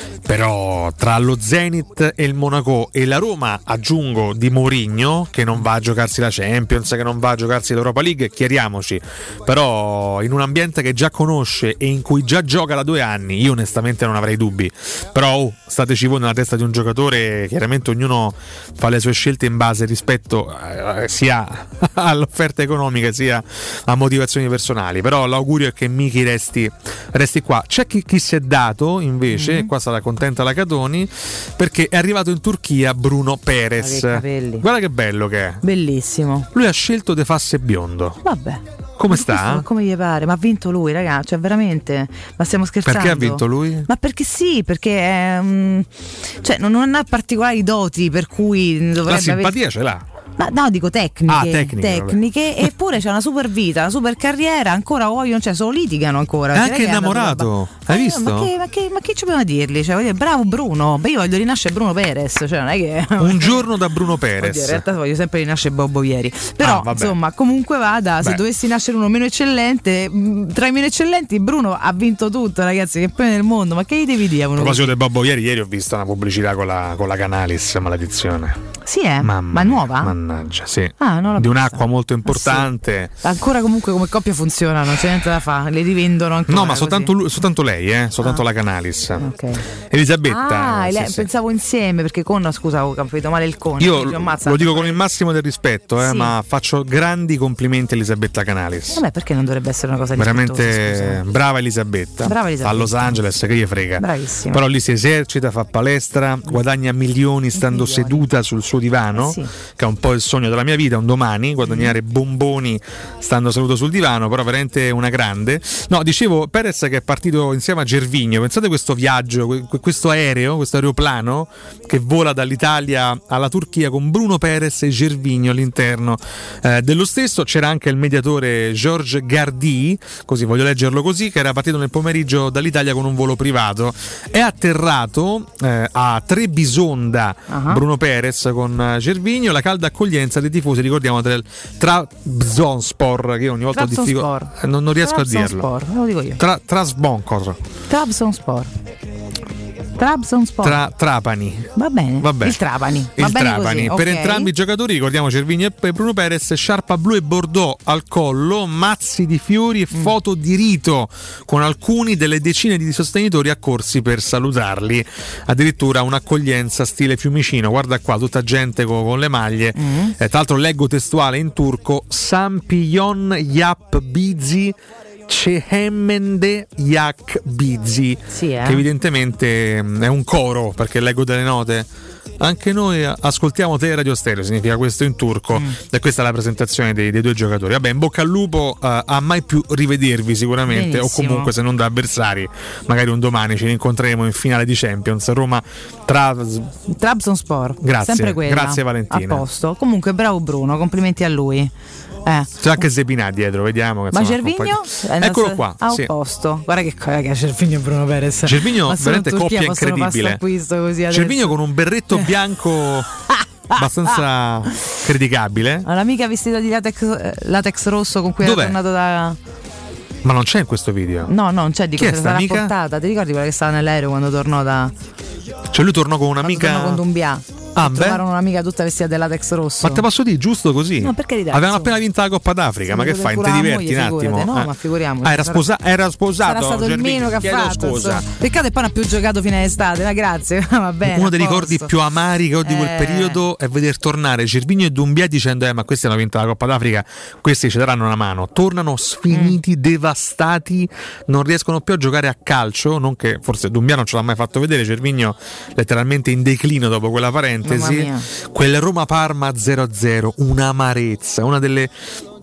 però tra lo Zenit e il Monaco e la Roma, aggiungo, di Mourinho, che non va a giocarsi la Champions, che non va a giocarsi l'Europa League, chiariamoci, però in un ambiente che già conosce e in cui già gioca da due anni, io onestamente non avrei dubbi. Però oh, stateci voi nella testa di un giocatore, chiaramente ognuno fa le sue scelte in base rispetto eh, sia all'offerta economica sia a motivazioni personali, però l'augurio è che Miki resti, resti qua. C'è chi, chi si è dato invece, mm-hmm. qua sarà contenta la Catoni, perché è arrivato in Turchia Bruno Perez. Guarda che bello che è, bellissimo. Lui ha scelto de fasse biondo. Vabbè, come sta? Ma come gli pare? Ma ha vinto lui, ragazzi, cioè veramente, ma stiamo scherzando? Perché ha vinto lui? Ma perché sì, perché è, um, cioè non, non ha particolari doti per cui dovrebbe la simpatia aver... ce l'ha. Ma no, dico tecniche, Ah, tecniche, tecniche eppure c'è una super vita, una super carriera, ancora vogliono, cioè solo litigano ancora. È Cioè, anche lei è andata innamorato, sulla ba- hai Eh, visto? Ma che, ma che, ma che ci dobbiamo dirgli? Cioè, voglio dire, bravo Bruno, beh, io voglio rinascere Bruno Perez, cioè non è che Un giorno da Bruno Perez. Oddio, in realtà voglio sempre rinascere Bobo ieri. Però Ah, vabbè. insomma, comunque vada, se Beh. dovessi nascere uno meno eccellente, mh, tra i meno eccellenti Bruno ha vinto tutto, ragazzi, che poi nel mondo, ma che gli devi dire a A uno proposito del Babbo ieri, ieri ho visto una pubblicità con la, con la Canalis, maledizione. Sì, eh? Mamma Ma è nuova? Mannaggia, sì. Ah, non l'ho Di vista. un'acqua molto importante. Ancora comunque come coppia funzionano, c'è niente da fare, le rivendono ancora. No, ma così. soltanto, lui- soltanto lei, eh? soltanto la Canalis. Elisabetta. Ah, sì, lei- sì. pensavo insieme perché con scusa, ho capito male il con. Io Dico, ammazza. lo dico con il massimo del rispetto, eh, Sì. ma faccio grandi complimenti a Elisabetta Canalis. Vabbè, perché non dovrebbe essere una cosa rispettosa, Veramente scusa? brava Elisabetta. Brava Elisabetta. A Los Angeles, che gli frega. Bravissima. Però lì si esercita, fa palestra, guadagna milioni stando seduta sul suo divano, Eh sì. che è un po' il sogno della mia vita, un domani, guadagnare bomboni stando seduto sul divano, però veramente una grande. No, dicevo, Perez che è partito insieme a Gervinho, pensate questo viaggio, que- questo aereo, questo aeroplano che vola dall'Italia alla Turchia con Bruno Perez e Gervinho all'interno eh, dello stesso. C'era anche il mediatore Georges Gardy, così voglio leggerlo così, che era partito nel pomeriggio dall'Italia con un volo privato. È atterrato eh, a Trebisonda Ah. Bruno Perez con eh, Gervinho, la calda accoglienza dei tifosi, ricordiamo, del Trabzonspor, che io ogni volta ho difficoltà, Trabzonspor. eh, non, non riesco a dirlo. Trabzonspor, lo dico io. Tra, Trasbonkor, Trabzonspor. Trabzonspor. tra, Trapani. Va bene. Vabbè. Il Trapani. Va Il bene Trapani. così, Per ok. entrambi i giocatori, ricordiamo Cervini e Bruno Perez, sciarpa blu e bordeaux al collo, mazzi di fiori e Mm. foto di rito con alcuni delle decine di sostenitori accorsi per salutarli. Addirittura un'accoglienza stile Fiumicino. Guarda qua, tutta gente co- con le maglie. Mm. Eh, tra l'altro leggo testuale in turco: Sampiyon Yap Bizi Cehemmende Yak Bizi, Sì, eh. che evidentemente mh, è un coro, perché leggo delle note. Anche noi ascoltiamo Teleradio Stereo, significa questo in turco, Mm. e questa è la presentazione dei, dei due giocatori. Vabbè, in bocca al lupo, eh, a mai più rivedervi sicuramente, Benissimo. o comunque se non da avversari, magari un domani ci rincontreremo in finale di Champions. Roma tra... Trabzonspor. Grazie, Sempre quella. grazie Valentina. A posto. Comunque bravo Bruno, complimenti a lui. Eh. C'è anche Zepinà dietro, vediamo. Che, Ma insomma, Gervinho? accompagna- Eccolo qua. A sì. posto. Guarda che cosa che ha Gervinho e Bruno Perez. Gervinho Ma solo in veramente Turchia coppia possono fare incredibile. sto acquisto così adesso. Gervinho con un berretto bianco abbastanza criticabile. Ha un'amica vestita di latex, eh, latex rosso con cui Dov'è? era tornato da. Ma non c'è in questo video. No, no, non c'è, dico, Chi è se sta sarà amica? portata. Ti ricordi quella che stava nell'aereo quando tornò da. Cioè lui tornò con Quando un'amica. tornò con Dumbia. Ah, beh. Trovarono un'amica tutta vestita di latex rosso. Ma te posso dire giusto così? No, per carità, Avevano insomma. appena vinto la Coppa d'Africa, Se ma mi che deve fai? Te curare la diverti moglie, un attimo? figurati. No, Eh. ma figuriamoci. Ah, era, Sarà- sposa- era sposato. Sarà stato il Gervinho. meno che ha Chiedo fatto. scusa. insomma. Peccato che poi non ha più giocato fino all'estate, ma grazie. Va bene. Uno a dei posto. ricordi più amari che ho di quel Eh. periodo è veder tornare Gervinho e Dumbia dicendo: Eh, ma questi hanno vinto la Coppa d'Africa, questi ci daranno una mano. Tornano sfiniti, Mm. devastati, non riescono più a giocare a calcio. Non che forse Dumbia non ce l'ha mai fatto vedere. Gervinho letteralmente in declino dopo quella parentesi. Mamma mia. Quel Roma-Parma zero a zero, un'amarezza, una delle.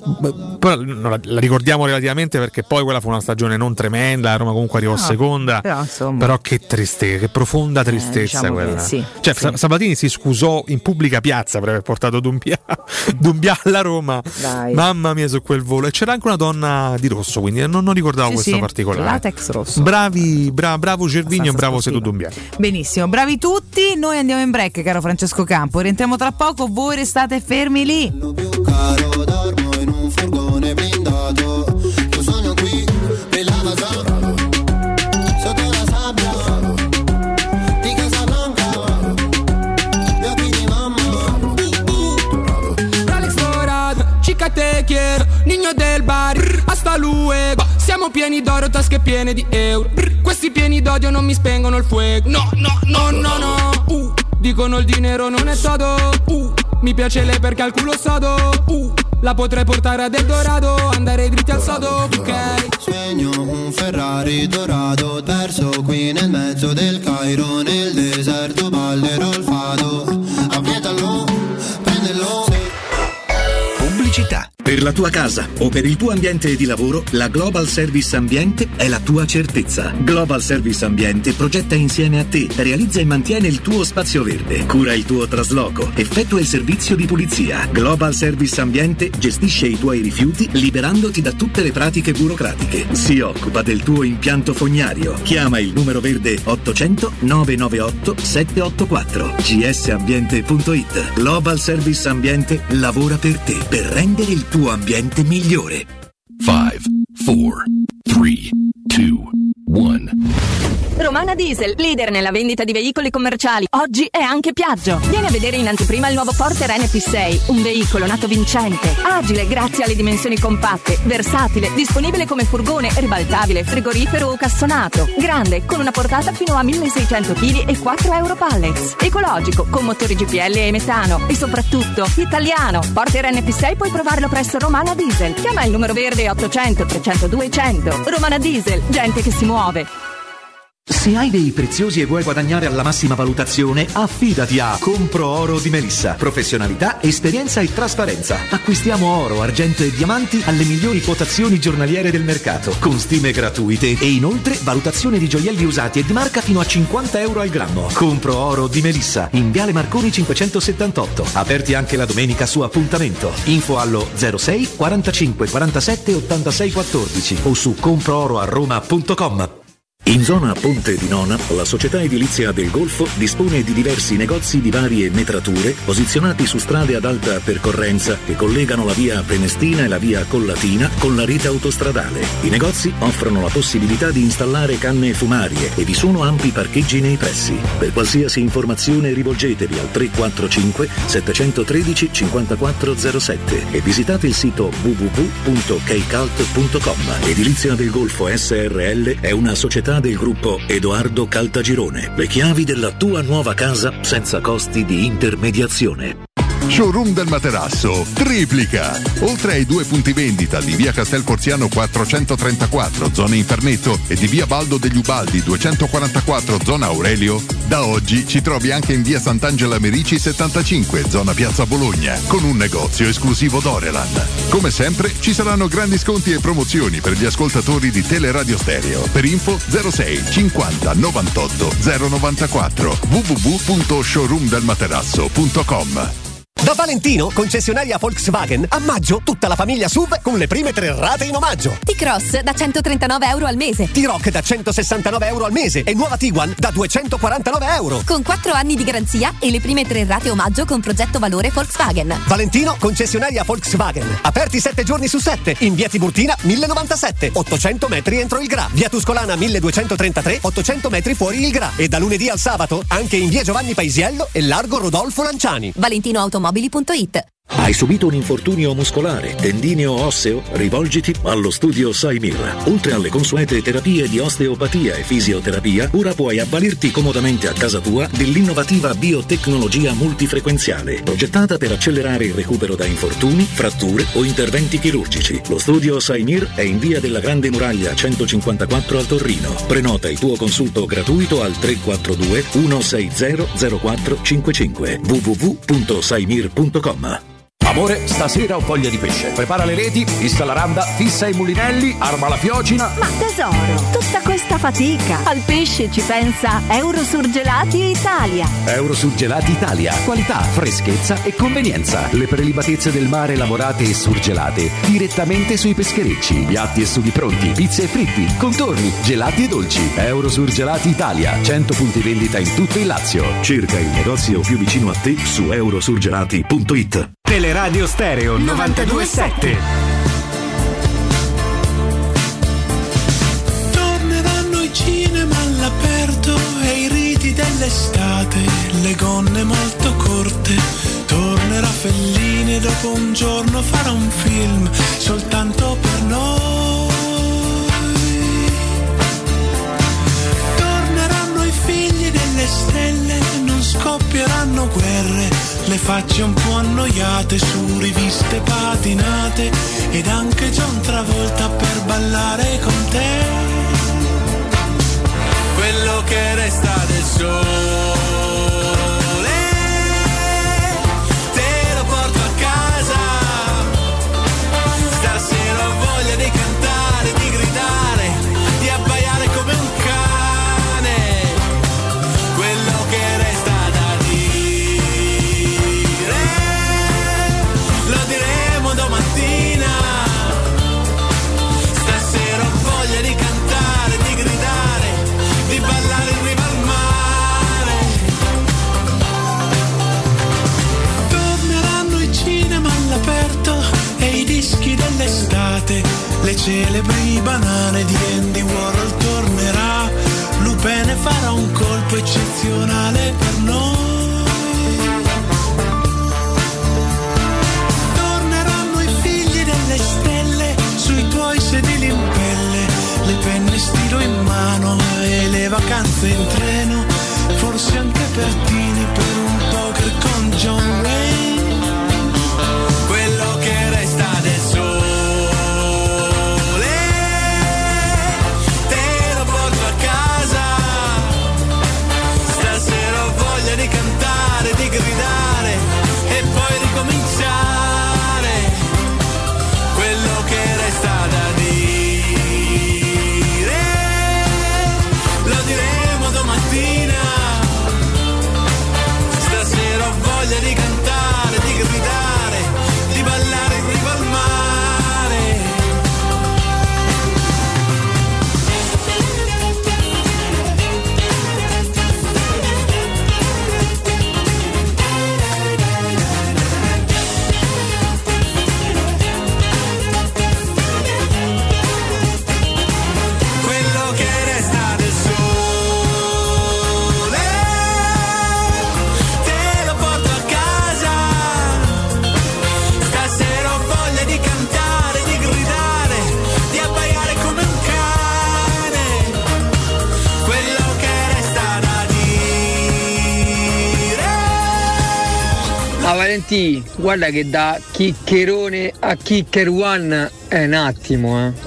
Però no, la la ricordiamo relativamente perché poi quella fu una stagione non tremenda, la Roma comunque arrivò No, seconda, però, insomma. però che tristezza, che profonda tristezza diciamo che quella. sì, cioè sì. Sa- Sabatini si scusò in pubblica piazza per aver portato Dumbia, Dumbia alla Roma. Dai. Mamma mia, su quel volo. E c'era anche una donna di rosso, quindi non, non ricordavo Sì, questo sì, particolare. latex rosso. Bravi, bra- bravo Gervinho e Abbastanza bravo Sedu sportivo. Dumbia. Benissimo, bravi tutti. Noi andiamo in break, caro Francesco Campo. Rientriamo tra poco. Voi restate fermi lì. Caro, dormo in un furgone blindato. Io sono qui per la casa sotto la sabbia di Casablanca. Gli occhi di mamma. Rolex Dorado, chica te quiero, niño del bar, hasta luego. Siamo pieni d'oro, tasche piene di euro. Questi pieni d'odio non mi spengono il fuoco. No, no, no, no, no. Uh, dicono il dinero non è todo. Uh, mi piace lei perché al culo sodo. Uh, la potrei portare ad Eldorado, andare dritti al sodo, ok. Sogno un Ferrari dorato, perso qui nel mezzo del Cairo, nel deserto ballerò il fado. Appietalo, prendelo. Pubblicità. Per la tua casa o per il tuo ambiente di lavoro, la Global Service Ambiente è la tua certezza. Global Service Ambiente progetta insieme a te, realizza e mantiene il tuo spazio verde, cura il tuo trasloco, effettua il servizio di pulizia. Global Service Ambiente gestisce i tuoi rifiuti liberandoti da tutte le pratiche burocratiche. Si occupa del tuo impianto fognario. Chiama il numero verde ottocento nove nove otto sette otto quattro g s ambiente punto i t. Global Service Ambiente lavora per te, per rendere il tuo ambiente migliore. five, four, three, two, one. Romana Diesel, leader nella vendita di veicoli commerciali. Oggi è anche Piaggio. Vieni a vedere in anteprima il nuovo Porter N P sei, un veicolo nato vincente, agile grazie alle dimensioni compatte, versatile, disponibile come furgone, ribaltabile, frigorifero o cassonato, grande, con una portata fino a milleseicento chili e quattro euro pallets, ecologico, con motori G P L e metano e soprattutto italiano. Porter N P sei puoi provarlo presso Romana Diesel. Chiama il numero verde ottocento trecento duecento. Romana Diesel, gente che si muove. Se hai dei preziosi e vuoi guadagnare alla massima valutazione, affidati a Compro Oro di Melissa. Professionalità, esperienza e trasparenza. Acquistiamo oro, argento e diamanti alle migliori quotazioni giornaliere del mercato, con stime gratuite e inoltre valutazione di gioielli usati e di marca fino a cinquanta euro al grammo. Compro Oro di Melissa, in Viale Marconi cinquecentosettantotto. Aperti anche la domenica su appuntamento. Info allo zero sei quarantacinque quarantasette ottantasei quattordici o su compro oro a roma punto com. In zona Ponte di Nona, la società edilizia del Golfo dispone di diversi negozi di varie metrature posizionati su strade ad alta percorrenza che collegano la via Prenestina e la via Collatina con la rete autostradale. I negozi offrono la possibilità di installare canne fumarie e vi sono ampi parcheggi nei pressi. Per qualsiasi informazione rivolgetevi al tre quattro cinque sette uno tre cinque quattro zero sette e visitate il sito w w w punto keicalt punto com. Edilizia del Golfo S R L è una società del gruppo Edoardo Caltagirone. Le chiavi della tua nuova casa senza costi di intermediazione. Showroom del Materasso triplica. Oltre ai due punti vendita di via Castel Porziano quattrocentotrentaquattro, zona Infernetto, e di via Baldo degli Ubaldi duecentoquarantaquattro, zona Aurelio, da oggi ci trovi anche in via Sant'Angela Merici settantacinque, zona Piazza Bologna, con un negozio esclusivo Dorelan. Come sempre ci saranno grandi sconti e promozioni per gli ascoltatori di Teleradio Stereo. Per info zero sei cinquanta novantotto zero novantaquattro w w w punto showroom del materasso punto com. Da Valentino, concessionaria Volkswagen, a maggio tutta la famiglia S U V con le prime tre rate in omaggio. T-Cross da centotrentanove euro al mese. T-Roc da centosessantanove euro al mese e nuova Tiguan da duecentoquarantanove euro. Con quattro anni di garanzia e le prime tre rate omaggio con progetto valore Volkswagen. Valentino, concessionaria Volkswagen. Aperti sette giorni su sette. In via Tiburtina mille novantasette, ottocento metri entro il Gra. Via Tuscolana milleduecentotrentatré, ottocento metri fuori il Gra. E da lunedì al sabato anche in via Giovanni Paisiello e largo Rodolfo Lanciani. Valentino Automobili punto it. Hai subito un infortunio muscolare, tendineo o osseo? Rivolgiti allo studio Saimir. Oltre alle consuete terapie di osteopatia e fisioterapia, ora puoi avvalerti comodamente a casa tua dell'innovativa biotecnologia multifrequenziale, progettata per accelerare il recupero da infortuni, fratture o interventi chirurgici. Lo studio Saimir è in via della Grande Muraglia centocinquantaquattro a Torino. Prenota il tuo consulto gratuito al tre quattro due uno sei zero zero quattro cinque cinque w w w punto saimir punto com. Amore, stasera ho voglia di pesce. Prepara le reti, fissa la randa, fissa i mulinelli, arma la fiocina. Ma tesoro, tutta questa fatica. Al pesce ci pensa Eurosurgelati Italia. Eurosurgelati Italia. Qualità, freschezza e convenienza. Le prelibatezze del mare lavorate e surgelate direttamente sui pescherecci. Piatti e sughi pronti, pizze e fritti, contorni, gelati e dolci. Eurosurgelati Italia. cento punti vendita in tutto il Lazio. Cerca il negozio più vicino a te su eurosurgelati punto it. Teleradio Stereo novantadue sette. Torneranno i cinema all'aperto e i riti dell'estate, le gonne molto corte. Tornerà Fellini e dopo un giorno farà un film soltanto per noi. Torneranno i figli delle stelle, non scoppieranno guerre, le facce un po' annoiate su riviste patinate ed anche John Travolta per ballare con te. Quello che resta del sole te lo porto a casa celebri banane di Andy Warhol tornerà, Lupene farà un colpo eccezionale per noi. Torneranno i figli delle stelle sui tuoi sedili in pelle, le penne stilo in mano e le vacanze in treno, forse anche Pertini per un poker con John Wayne. Quello che resta del sole te lo porto a casa, stasera ho voglia di cantare, di gridare e poi ricominciare. Quello che resta da dire lo diremo domattina, stasera ho voglia di cantare, di gridare, di ballare in riva al mare. Quello che resta del sole te lo porto a casa, stasera ho voglia di cantare, di gridare, di abbaiare come un cane. Quello che resta da dire. Ah Valentì, guarda che da chiccherone a kicker one è un attimo, eh.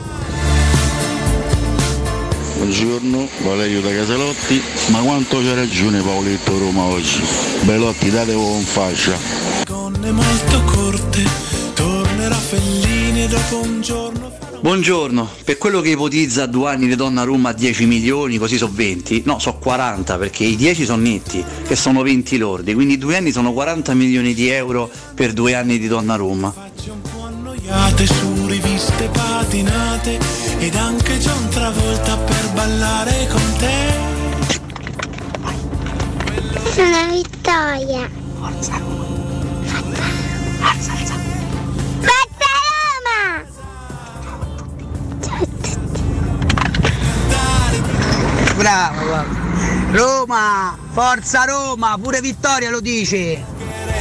Buongiorno, Valerio da Casalotti. Ma quanto c'ha ragione Paoletto Roma oggi? Belotti, date un fascia. Gonne molto corte, tornerà Fellini dopo un giorno. Buongiorno, per quello che ipotizza due anni di Donnarumma a dieci milioni, così so venti, no, so quaranta, perché i dieci sono netti, che sono venti lordi, quindi due anni sono quaranta milioni di euro per due anni di Donnarumma. Annoiate su riviste patinate ed anche John Travolta per ballare con te. Sono Vittoria. Forza Roma. Forza Roma. Forza Roma. Bravo, guarda. Roma, forza Roma, pure Vittoria lo dice.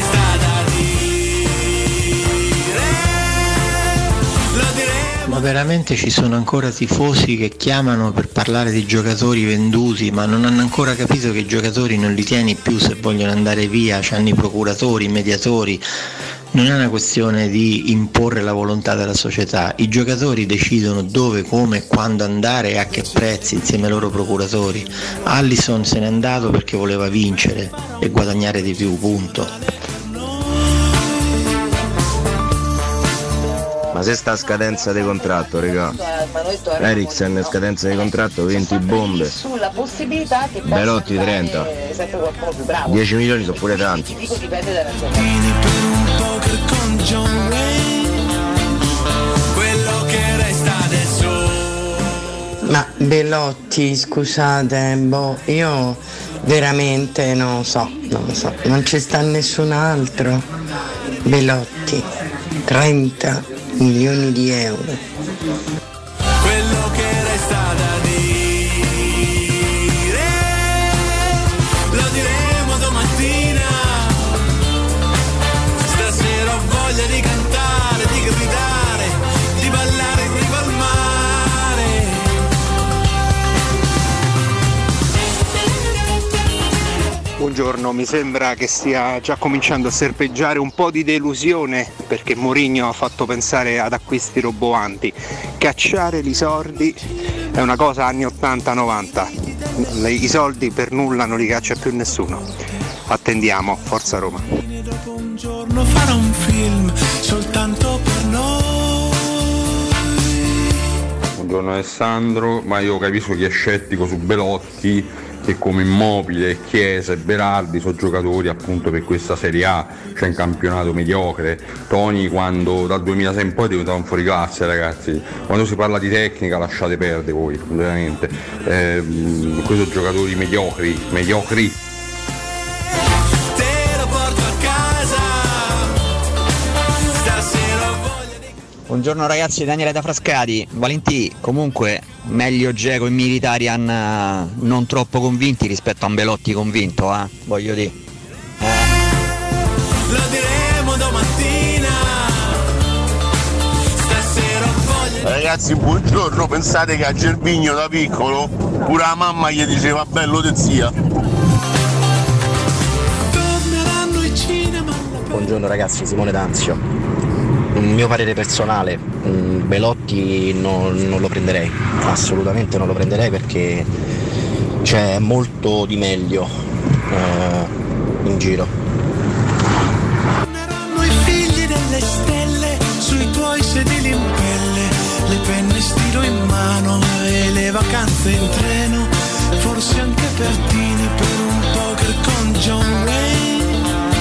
Ma veramente ci sono ancora tifosi che chiamano per parlare di giocatori venduti, ma non hanno ancora capito che i giocatori non li tieni più se vogliono andare via, c'hanno i procuratori, i mediatori. Non è una questione di imporre la volontà della società, i giocatori decidono dove, come e quando andare e a che prezzi insieme ai loro procuratori. Alisson se n'è andato perché voleva vincere e guadagnare di più, punto. Ma se sta a scadenza di contratto, regà. Eriksen è scadenza di contratto, venti bombe. Belotti trenta. dieci milioni sono pure tanti. Ma Belotti, scusate, boh, io veramente non so, non lo so, non ci sta nessun altro. Belotti, trenta milioni di euro. Quello che resta da dire lo diremo domattina, stasera ho voglia di cantare, di gridare, di ballare in riva al mare. Buongiorno, mi sembra che stia già cominciando a serpeggiare un po' di delusione perché Mourinho ha fatto pensare ad acquisti roboanti. Cacciare i soldi è una cosa anni ottanta novanta, i soldi per nulla non li caccia più nessuno. Attendiamo, forza Roma. Dopo un giorno farò un film soltanto per noi. Buongiorno Alessandro, ma io capisco chi è scettico su Belotti, che come Immobile, Chiesa e Berardi sono giocatori appunto per questa Serie A, c'è un campionato mediocre. Toni quando dal duemilasei in poi diventava un fuoriclasse, ragazzi, quando si parla di tecnica lasciate perdere voi, veramente, eh, questi sono giocatori mediocri, mediocri. Buongiorno ragazzi, Daniele da Frascati. Valentì, comunque meglio Dzeko e Mkhitaryan non troppo convinti rispetto a un Belotti convinto, eh? Voglio dire. Eh. Lo diremo domattina. Stasera voglio. Ragazzi, buongiorno. Pensate che a Gervigno da piccolo pure la mamma gli diceva bello de zia. Torneranno i cinema. Buongiorno ragazzi, Simone D'Anzio. Un mio parere personale, mh, Belotti non, non lo prenderei, assolutamente non lo prenderei perché c'è molto di meglio eh, in giro. Torneranno i figli delle stelle sui tuoi sedili in pelle, le penne stilo in mano e le vacanze in treno, forse anche Pertini per un poker con John Wayne.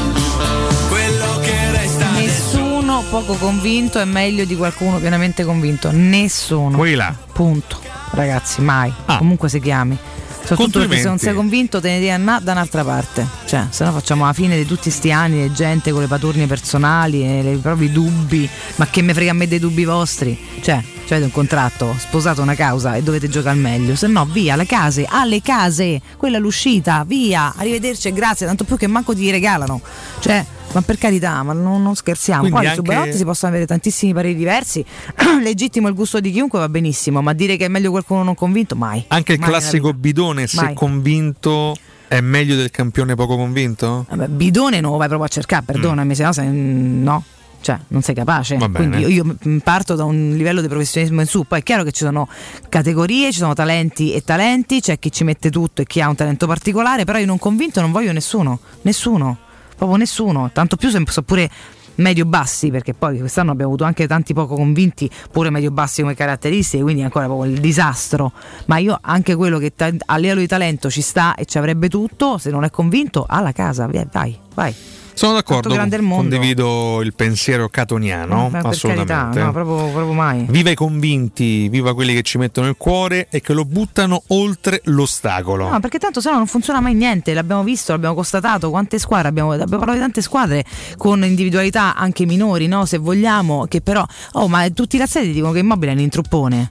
Quello che resta. Nessuno poco convinto è meglio di qualcuno pienamente convinto. Nessuno. Quella. Punto. Ragazzi, mai. Ah. Comunque si chiami. Soprattutto perché se non sei convinto te ne devi andare da un'altra parte. Cioè, se no facciamo la fine di tutti sti anni di gente con le paturnie personali e i propri dubbi. Ma che me frega a me dei dubbi vostri? Cioè, avete un contratto, sposate una causa e dovete giocare al meglio. Se no, via, alle case, alle case. Quella è l'uscita, via. Arrivederci e grazie. Tanto più che manco ti regalano. Cioè, ma per carità, ma non, non scherziamo. Quindi poi anche... su Belotti si possono avere tantissimi pareri diversi. Legittimo il gusto di chiunque, va benissimo, ma dire che è meglio qualcuno non convinto, mai. Anche il mai classico bidone, se mai. Convinto è meglio del campione poco convinto? Vabbè, bidone non lo vai proprio a cercare, perdonami, mm. se no sei, no. Cioè, non sei capace. Quindi io, io parto da un livello di professionismo in su. Poi è chiaro che ci sono categorie, ci sono talenti e talenti, c'è chi ci mette tutto e chi ha un talento particolare, però io non convinto non voglio nessuno, nessuno, proprio nessuno, tanto più se so pure medio bassi, perché poi quest'anno abbiamo avuto anche tanti poco convinti, pure medio bassi come caratteristiche, quindi ancora proprio il disastro. Ma io anche quello che ta- a livello di talento ci sta e ci avrebbe tutto, se non è convinto, alla casa, vai, vai, vai. Sono d'accordo, condivido il pensiero catoniano, no, assolutamente. Carità, no, proprio, proprio mai. Viva i convinti, viva quelli che ci mettono il cuore e che lo buttano oltre l'ostacolo. No, perché tanto se no non funziona mai niente, l'abbiamo visto, l'abbiamo constatato, quante squadre abbiamo, abbiamo parlato di tante squadre con individualità anche minori, no, se vogliamo, che però, oh, ma tutti i razzetti dicono che Immobile è un intruppone.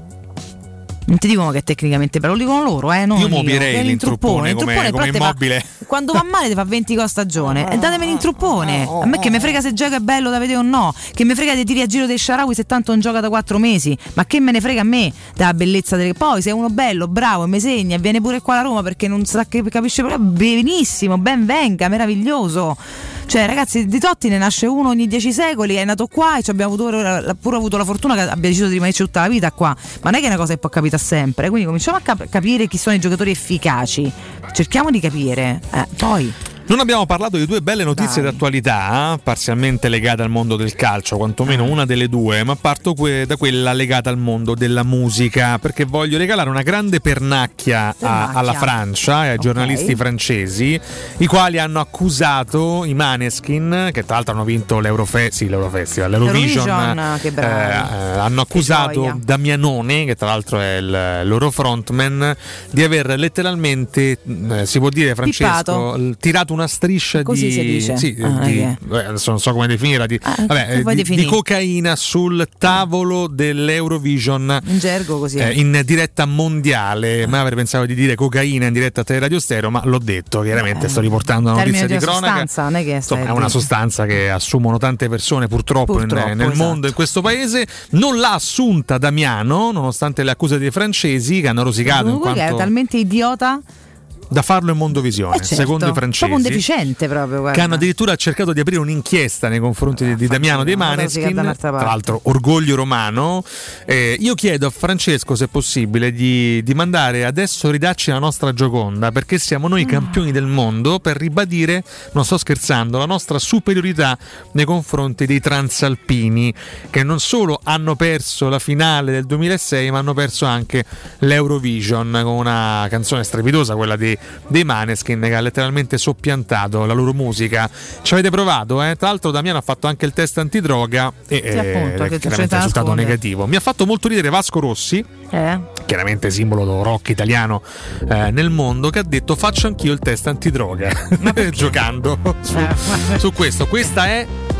Non ti dicono che è tecnicamente bravo, lo dicono loro, eh? Non io muoverei l'intruppone come, come Immobile. Fa, quando va male ti fa venti gol a stagione e datemi l'intruppone. A me che mi frega se gioca è bello da vedere o no, che mi frega dei tiri a giro dei Shaarawy se tanto non gioca da quattro mesi, ma che me ne frega a me della bellezza delle... Poi se è uno bello, bravo e mi segna e viene pure qua alla Roma perché non sa che capisce benissimo, ben venga, meraviglioso. Cioè ragazzi, di Totti ne nasce uno ogni dieci secoli, è nato qua e ci abbiamo pure, pure avuto la fortuna che abbia deciso di rimanerci tutta la vita qua, ma non è che è una cosa che può capitare sempre, quindi cominciamo a cap- capire chi sono i giocatori efficaci, cerchiamo di capire, eh, poi... Non abbiamo parlato di due belle notizie Dai. d'attualità, eh, parzialmente legate al mondo del calcio, quantomeno una delle due, ma parto que- da quella legata al mondo della musica, perché voglio regalare una grande pernacchia, a- alla Francia e ai giornalisti okay. francesi, i quali hanno accusato i Maneskin, che tra l'altro hanno vinto l'Eurofe- sì, l'Eurofestival, l'Eurovision, L'Eurovision che bravi. eh, hanno accusato Damianone, che tra l'altro è il loro frontman, di aver letteralmente, eh, si può dire Francesco, Pippato. tirato una striscia così di, si dice. Sì, Ah, di okay. eh, adesso non so come definirla di, Ah, vabbè, puoi di, definire. di cocaina sul tavolo dell'Eurovision in gergo così eh, in diretta mondiale. Ma avrei pensato di dire cocaina in diretta a Teleradio Stereo, ma l'ho detto chiaramente, eh, sto riportando una notizia di, di cronaca. Sostanza, non è che Insomma, è una sostanza che assumono tante persone purtroppo, purtroppo nel, nel esatto. mondo, in questo paese. Non l'ha assunta Damiano, nonostante le accuse dei francesi che hanno rosicato in quanto è talmente idiota da farlo in Mondovisione, eh certo, secondo i francesi, proprio un deficiente proprio, guarda. che hanno addirittura cercato di aprire un'inchiesta nei confronti di, di Damiano dei Maneskin, tra l'altro orgoglio romano. Eh, io chiedo a Francesco, se è possibile, di, di mandare adesso ridacci la nostra Gioconda, perché siamo noi mm. campioni del mondo, per ribadire, non sto scherzando, la nostra superiorità nei confronti dei transalpini, che non solo hanno perso la finale del duemilasei, ma hanno perso anche l'Eurovision con una canzone strepitosa, quella di dei Maneskin, che ha letteralmente soppiantato la loro musica. Ci avete provato, eh? Tra l'altro Damiano ha fatto anche il test antidroga e sì, appunto, eh, che chiaramente è risultato negativo. Mi ha fatto molto ridere Vasco Rossi, eh? chiaramente simbolo del rock italiano eh, nel mondo, che ha detto faccio anch'io il test antidroga giocando su, eh. su questo. Questa è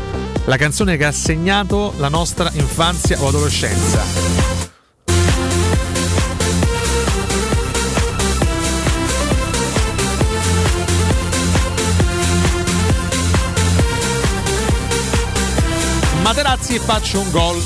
la canzone che ha segnato la nostra infanzia o adolescenza. Materazzi e faccio un gol.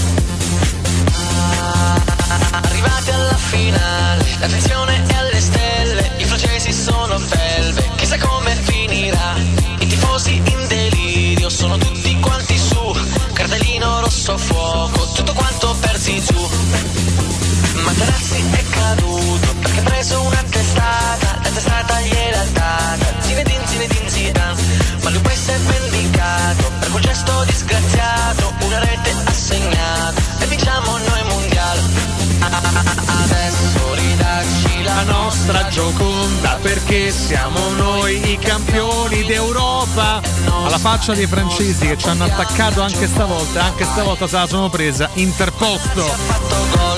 Arrivati alla finale, la tensione è alle stelle, i francesi sono belve, chissà come finirà, i tifosi in delirio sono tutti quanti su, cartellino rosso fuoco, tutto quanto persi giù. Materazzi è caduto perché ha preso una testata, la testata gliel'ha data, Zinedine Zinedine Zidane, ma lui poi si è vendicato per quel gesto disgraziato, una rete ha segnato e vinciamo noi mondiale. Adesso ridacci la nostra Gioconda perché siamo noi i campioni d'Europa. Alla faccia dei francesi che ci hanno attaccato anche stavolta, anche stavolta se la sono presa interposto.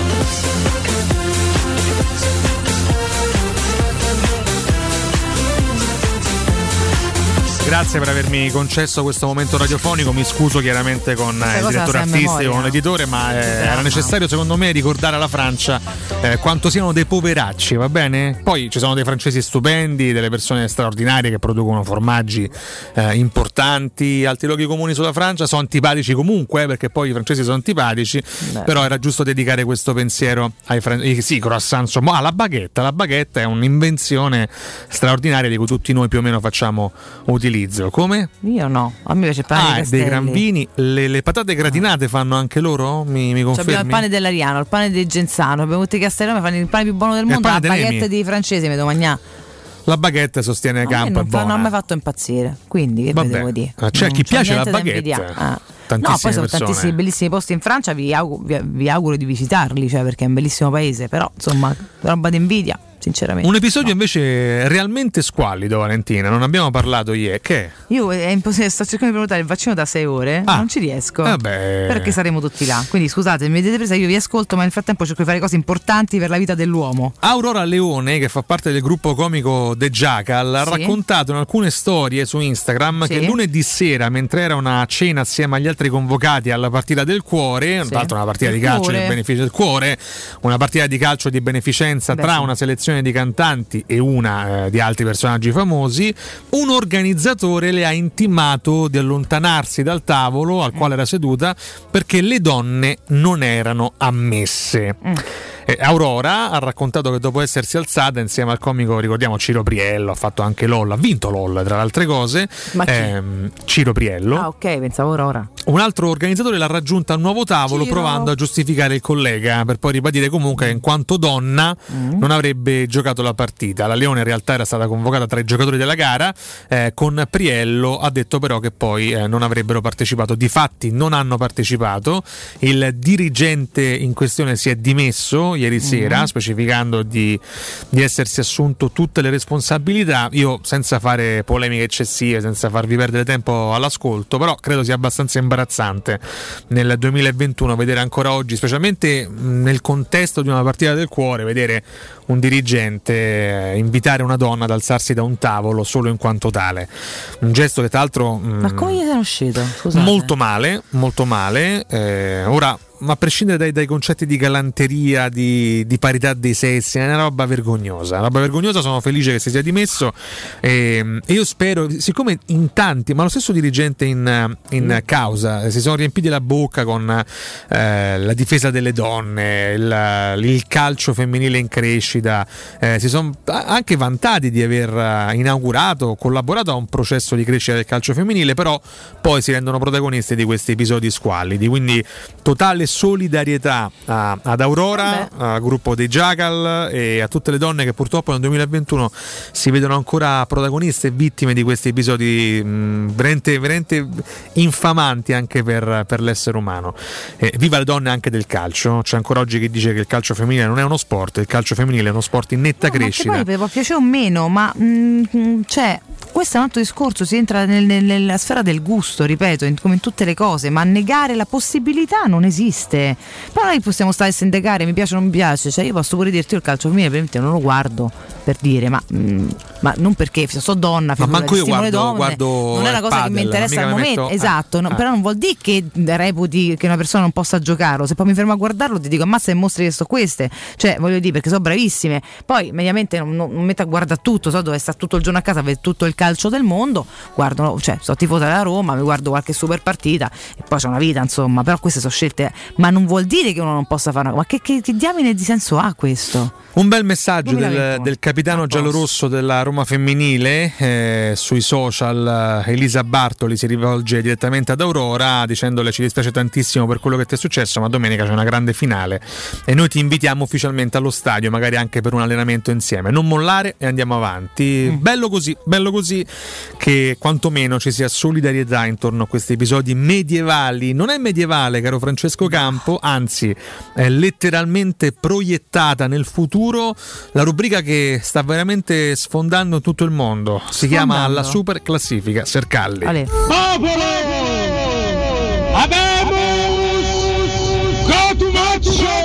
Grazie per avermi concesso questo momento radiofonico, mi scuso chiaramente con il direttore artistico, con l'editore, ma eh, era necessario secondo me ricordare alla Francia eh, quanto siano dei poveracci, va bene? Poi ci sono dei francesi stupendi, delle persone straordinarie che producono formaggi eh, importanti, altri luoghi comuni sulla Francia, sono antipatici comunque, eh, perché poi i francesi sono antipatici, Beh. però era giusto dedicare questo pensiero ai francesi. Sì, croissant, insomma, ah, la baguette, la baguette è un'invenzione straordinaria di cui tutti noi più o meno facciamo utilizzo. Come? Io no, a me piace il pane ah, dei castelli. Dei gran vini, le, le patate gratinate fanno anche loro? Mi, mi confermi? Abbiamo il pane dell'Ariano, il pane del Genzano, abbiamo tutti i castellani, fanno il pane più buono del mondo, la baguette dei francesi mi devo mangiare. La baguette sostiene no, campo, è buona. Non ha mai fatto impazzire, quindi che Vabbè. devo dire? C'è non chi piace la baguette. Ah. No, poi sono persone. tantissimi bellissimi posti in Francia, vi auguro, vi, vi auguro di visitarli, cioè, perché è un bellissimo paese, però insomma, roba d'invidia. Sinceramente. Un episodio no. invece realmente squallido, Valentina, non abbiamo parlato ieri. Che? Io è impossibile, sto cercando di prenotare il vaccino da sei ore, ah. non ci riesco. Vabbè. Perché saremo tutti là. Quindi scusate, mi vedete presa, io vi ascolto, ma nel frattempo cerco di fare cose importanti per la vita dell'uomo. Aurora Leone, che fa parte del gruppo comico The Jackal, ha sì. raccontato in alcune storie su Instagram sì. che lunedì sera, mentre era una cena assieme agli altri convocati alla partita del cuore, sì. tra l'altro una partita il di calcio di beneficenza del cuore, una partita di calcio di beneficenza Beh, tra sì. una selezione di cantanti e una eh, di altri personaggi famosi, un organizzatore le ha intimato di allontanarsi dal tavolo al quale era seduta perché le donne non erano ammesse. Mm. Eh, Aurora ha raccontato che dopo essersi alzata insieme al comico, ricordiamo Ciro Priello, ha fatto anche LOL, ha vinto LOL tra le altre cose, Ma chi? Ehm, Ciro Priello. Ah, ok, pensavo Aurora. Un altro organizzatore l'ha raggiunta al nuovo tavolo Ciro. provando a giustificare il collega, per poi ribadire comunque che in quanto donna mm. non avrebbe giocato la partita. La Leone in realtà era stata convocata tra i giocatori della gara, eh, con Priello ha detto però che poi eh, non avrebbero partecipato. Difatti non hanno partecipato, il dirigente in questione si è dimesso ieri sera, mm-hmm. specificando di, di essersi assunto tutte le responsabilità. Io, senza fare polemiche eccessive, senza farvi perdere tempo all'ascolto, però credo sia abbastanza imbarazzante nel duemilaventuno vedere ancora oggi, specialmente nel contesto di una partita del cuore, vedere un dirigente eh, invitare una donna ad alzarsi da un tavolo solo in quanto tale. Un gesto che tra l'altro mh, ma come gli sei uscito? Scusate. molto male, molto male. Eh, ora, ma a prescindere dai, dai concetti di galanteria, di, di parità dei sessi, è una roba vergognosa, una roba vergognosa. Sono felice che si sia dimesso e, e io spero, siccome in tanti, ma lo stesso dirigente in, in causa si sono riempiti la bocca con eh, la difesa delle donne, il, il calcio femminile in crescita, eh, si sono anche vantati di aver inaugurato, collaborato a un processo di crescita del calcio femminile, però poi si rendono protagonisti di questi episodi squallidi, quindi totale solidarietà a, ad Aurora, Vabbè. al gruppo dei Jackal e a tutte le donne che purtroppo nel duemilaventuno si vedono ancora protagoniste e vittime di questi episodi mh, veramente, veramente infamanti anche per, per l'essere umano. Eh, viva le donne anche del calcio, c'è ancora oggi chi dice che il calcio femminile non è uno sport, il calcio femminile è uno sport in netta no, crescita. Ma poi può piacere o meno, ma mh, c'è questo è un altro discorso, si entra nel, nel, nella sfera del gusto, ripeto, in, come in tutte le cose, ma negare la possibilità non esiste. Però noi possiamo stare a sindacare, mi piace o non mi piace, cioè io posso pure dirti io il calcio femminile veramente non lo guardo, per dire, ma, mh, ma non perché so donna, ma manco io guardo, donne, guardo non è una cosa padel, che mi interessa al momento, metto, esatto, eh, no, eh. però non vuol dire che reputi che una persona non possa giocarlo, se poi mi fermo a guardarlo ti dico ammazza e mostri che so queste, cioè voglio dire, perché sono bravissime, poi mediamente non, non, non metto a guardare tutto, so dove sta tutto il giorno a casa, vede tutto il calcio del mondo, guardo, cioè sono tifosa della Roma, mi guardo qualche super partita e poi c'è una vita, insomma, però queste sono scelte, ma non vuol dire che uno non possa fare una, ma che, che, che diamine di senso ha questo? Un bel messaggio del, del capitano giallorosso della Roma femminile, eh, sui social. Elisa Bartoli si rivolge direttamente ad Aurora dicendole ci dispiace tantissimo per quello che ti è successo, ma domenica c'è una grande finale e noi ti invitiamo ufficialmente allo stadio, magari anche per un allenamento insieme, non mollare e andiamo avanti. Mm. Bello così, bello così che quantomeno ci sia solidarietà intorno a questi episodi medievali. Non è medievale, caro Francesco Campo, anzi è letteralmente proiettata nel futuro, la rubrica che sta veramente sfondando tutto il mondo. Si Sfondando. chiama La Super Classifica Sercalli. Ale. Popolo! Abemus Cotumaccio!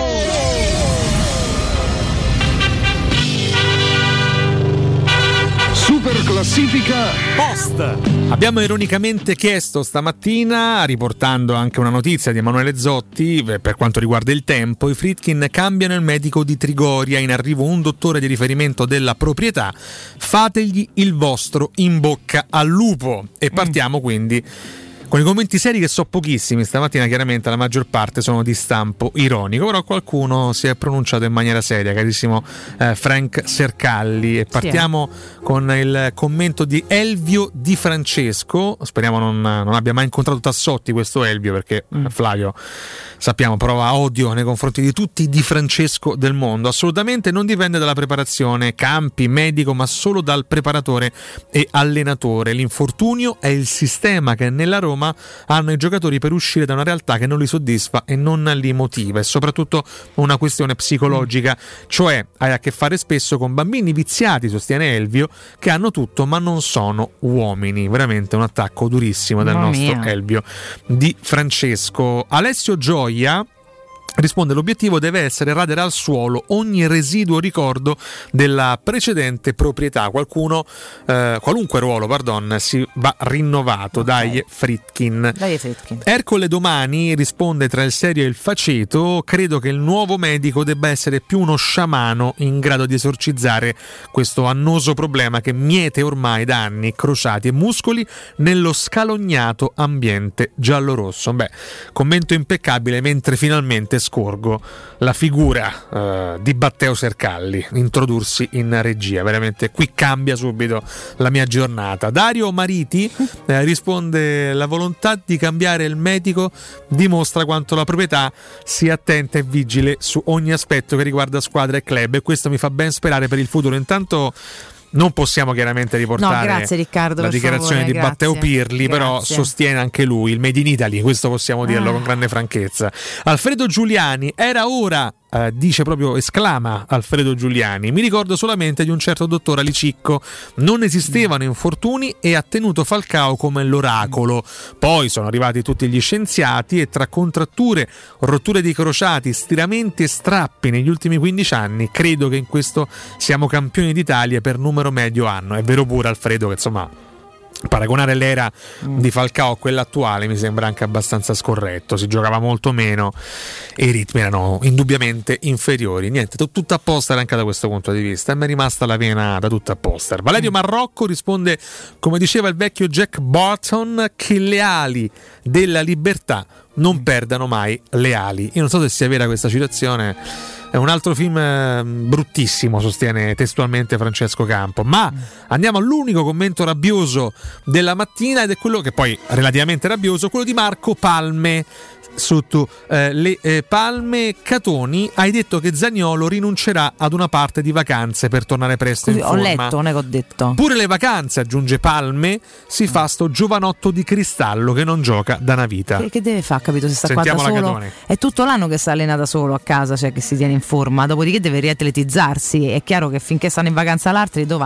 Super Classifica Post. Abbiamo ironicamente chiesto stamattina, riportando anche una notizia di Emanuele Zotti per quanto riguarda il tempo, i Friedkin cambiano il medico di Trigoria, in arrivo un dottore di riferimento della proprietà, fategli il vostro in bocca al lupo. E partiamo mm. quindi con i commenti seri, che so pochissimi stamattina, chiaramente la maggior parte sono di stampo ironico, però qualcuno si è pronunciato in maniera seria, carissimo eh, Frank Sercalli, e partiamo sì. con il commento di Elvio Di Francesco. Speriamo non, non abbia mai incontrato Tassotti questo Elvio, perché mm. Flavio sappiamo prova odio nei confronti di tutti i Di Francesco del mondo. Assolutamente non dipende dalla preparazione campi, medico, ma solo dal preparatore e allenatore. L'infortunio è il sistema che nella Roma hanno i giocatori per uscire da una realtà che non li soddisfa e non li motiva, e soprattutto una questione psicologica, mm. cioè hai a che fare spesso con bambini viziati, sostiene Elvio, che hanno tutto ma non sono uomini. Veramente un attacco durissimo del Mamma nostro mia. Elvio Di Francesco. Alessio Gioia risponde: l'obiettivo deve essere radere al suolo ogni residuo ricordo della precedente proprietà. Qualcuno, eh, qualunque ruolo, pardon, si va rinnovato. Okay. Dai Friedkin. Dai Friedkin. Ercole Domani risponde tra il serio e il faceto: credo che il nuovo medico debba essere più uno sciamano in grado di esorcizzare questo annoso problema che miete ormai da anni crociati e muscoli nello scalognato ambiente giallorosso. Beh, commento impeccabile, mentre finalmente scorgo la figura uh, di Matteo Sercalli introdursi in regia. Veramente qui cambia subito la mia giornata. Dario Mariti eh, risponde: la volontà di cambiare il medico dimostra quanto la proprietà sia attenta e vigile su ogni aspetto che riguarda squadra e club, e questo mi fa ben sperare per il futuro. Intanto non possiamo chiaramente riportare no, grazie, Riccardo, la dichiarazione favore, di Matteo Pirli, grazie. però sostiene anche lui il Made in Italy, questo possiamo dirlo ah. con grande franchezza. Alfredo Giuliani: era ora, eh, dice proprio, esclama Alfredo Giuliani, mi ricordo solamente di un certo dottor Alicicco, non esistevano infortuni e ha tenuto Falcao come l'oracolo. Poi sono arrivati tutti gli scienziati e tra contratture, rotture di crociati, stiramenti e strappi negli ultimi quindici anni credo che in questo siamo campioni d'Italia per numero medio anno. È vero pure, Alfredo, che insomma paragonare l'era mm. di Falcao a quella attuale mi sembra anche abbastanza scorretto. Si giocava molto meno e i ritmi erano indubbiamente inferiori. Niente, t- tutto a poster anche da questo punto di vista, e mi è rimasta la pena da tutto a poster. Valerio mm. Marrocco risponde, come diceva il vecchio Jack Barton, che le ali della libertà non mm. perdano mai le ali. Io non so se sia vera questa citazione. È un altro film eh, bruttissimo, sostiene testualmente Francesco Campo. Ma andiamo all'unico commento rabbioso della mattina, ed è quello che poi relativamente rabbioso, quello di Marco Palme. Sotto eh, le eh, palme Catoni: hai detto che Zaniolo rinuncerà ad una parte di vacanze per tornare presto. Così, in forma. Ho letto, non è che ho detto. Pure le vacanze, aggiunge Palme, si fa sto giovanotto di cristallo che non gioca da una vita. Che, che deve fare, capito? Se sta Sentiamo qua da solo. Catoni. È tutto l'anno che sta allenata solo a casa, cioè che si tiene in forma. Dopodiché deve riatletizzarsi. È chiaro che finché stanno in vacanza l'altri, dove va?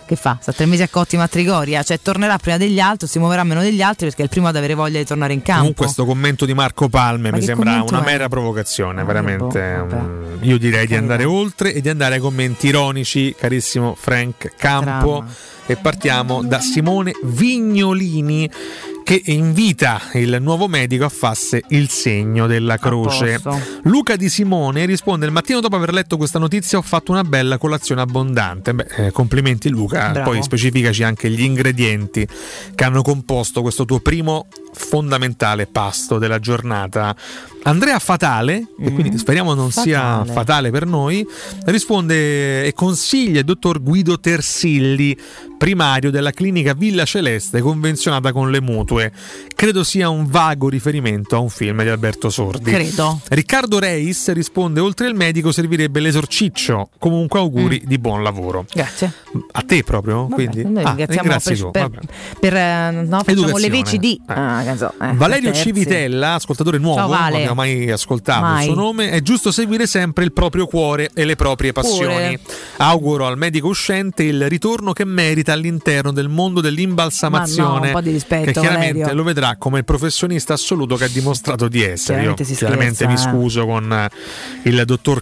che fa? Sta tre mesi a Cotti ma Trigoria, cioè tornerà prima degli altri, si muoverà meno degli altri perché è il primo ad avere voglia di tornare in campo. Comunque questo commento di Marco Palme Ma mi che sembra una commento è? mera provocazione, Ah, veramente. boh, um, io direi di andare oltre e di andare ai commenti ironici, carissimo Frank Campo. Trama. E partiamo da Simone Vignolini, che invita il nuovo medico a farsi il segno della croce. Luca Di Simone risponde: il mattino dopo aver letto questa notizia ho fatto una bella colazione abbondante. Beh, eh, complimenti Luca. Bravo. Poi specificaci anche gli ingredienti che hanno composto questo tuo primo fondamentale pasto della giornata. Andrea Fatale, e quindi speriamo non Fatale. sia fatale per noi, risponde e consiglia il dottor Guido Tersilli, primario della clinica Villa Celeste, convenzionata con le mutue. Credo sia un vago riferimento a un film di Alberto Sordi. Credo. Riccardo Reis risponde: oltre il medico servirebbe l'esorciccio. Comunque auguri Mm. di buon lavoro. Grazie. A te proprio? Vabbè, Quindi noi Ah, ringraziamo ringrazi per, tu, per, vabbè. per, eh, no, facciamo le Educazione. veci di Eh. ah, che so, eh, Valerio terzi. Civitella, ascoltatore nuovo, Ciao, Vale. non abbiamo mai ascoltato Mai. il suo nome. È giusto seguire sempre il proprio cuore e le proprie passioni. Pure. Auguro al medico uscente il ritorno che merita all'interno del mondo dell'imbalsamazione, Ma no, un po' di rispetto, che chiaramente Valerio. lo vedrà come il professionista assoluto che ha dimostrato di essere. Io Chiaramente si chiaramente scherza, mi eh. scuso con eh, il dottor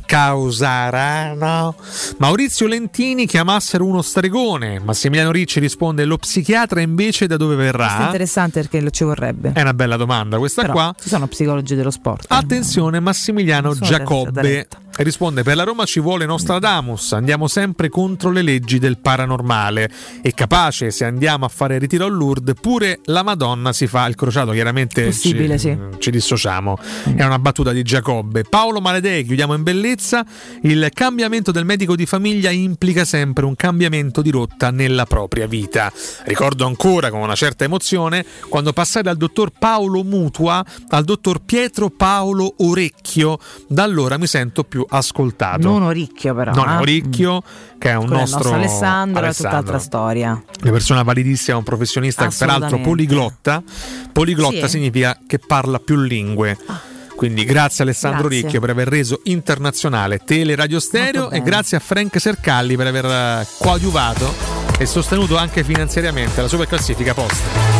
Causarano. Maurizio Lentini: chiamassero uno stregone. Massimiliano Ricci risponde: lo psichiatra invece da dove Questo è verrà? interessante perché lo ci vorrebbe. È una bella domanda questa Però qua. ci sono psicologi dello sport. Attenzione, Massimiliano Nessuno Giacobbe resta risponde: per la Roma ci vuole Nostradamus, andiamo sempre contro le leggi del paranormale, è capace se andiamo a fare ritiro a Lourdes pure la Madonna si fa il crociato. Chiaramente Possibile, ci, sì. ci dissociamo, è una battuta di Giacobbe. Paolo Maledei, chiudiamo in bellezza: il cambiamento del medico di famiglia implica sempre un cambiamento di rotta nella propria vita. Ricordo ancora con una certa emozione quando passai dal dottor Paolo Mutua al dottor Pietro Paolo Orecchio, da allora mi sento più ascoltato. Non Oricchio però. Non è eh. Oricchio, che è un Quello è il nostro, nostro Alessandro, è Alessandro. tutt'altra storia. Una persona validissima, un professionista, peraltro Assolutamente. poliglotta. Poliglotta Sì, eh. significa che parla più lingue. Quindi grazie Alessandro Grazie. Ricchio per aver reso internazionale Tele Radio Stereo, Molto e bene. grazie a Frank Sercalli per aver eh, coadiuvato e sostenuto anche finanziariamente la superclassifica posta.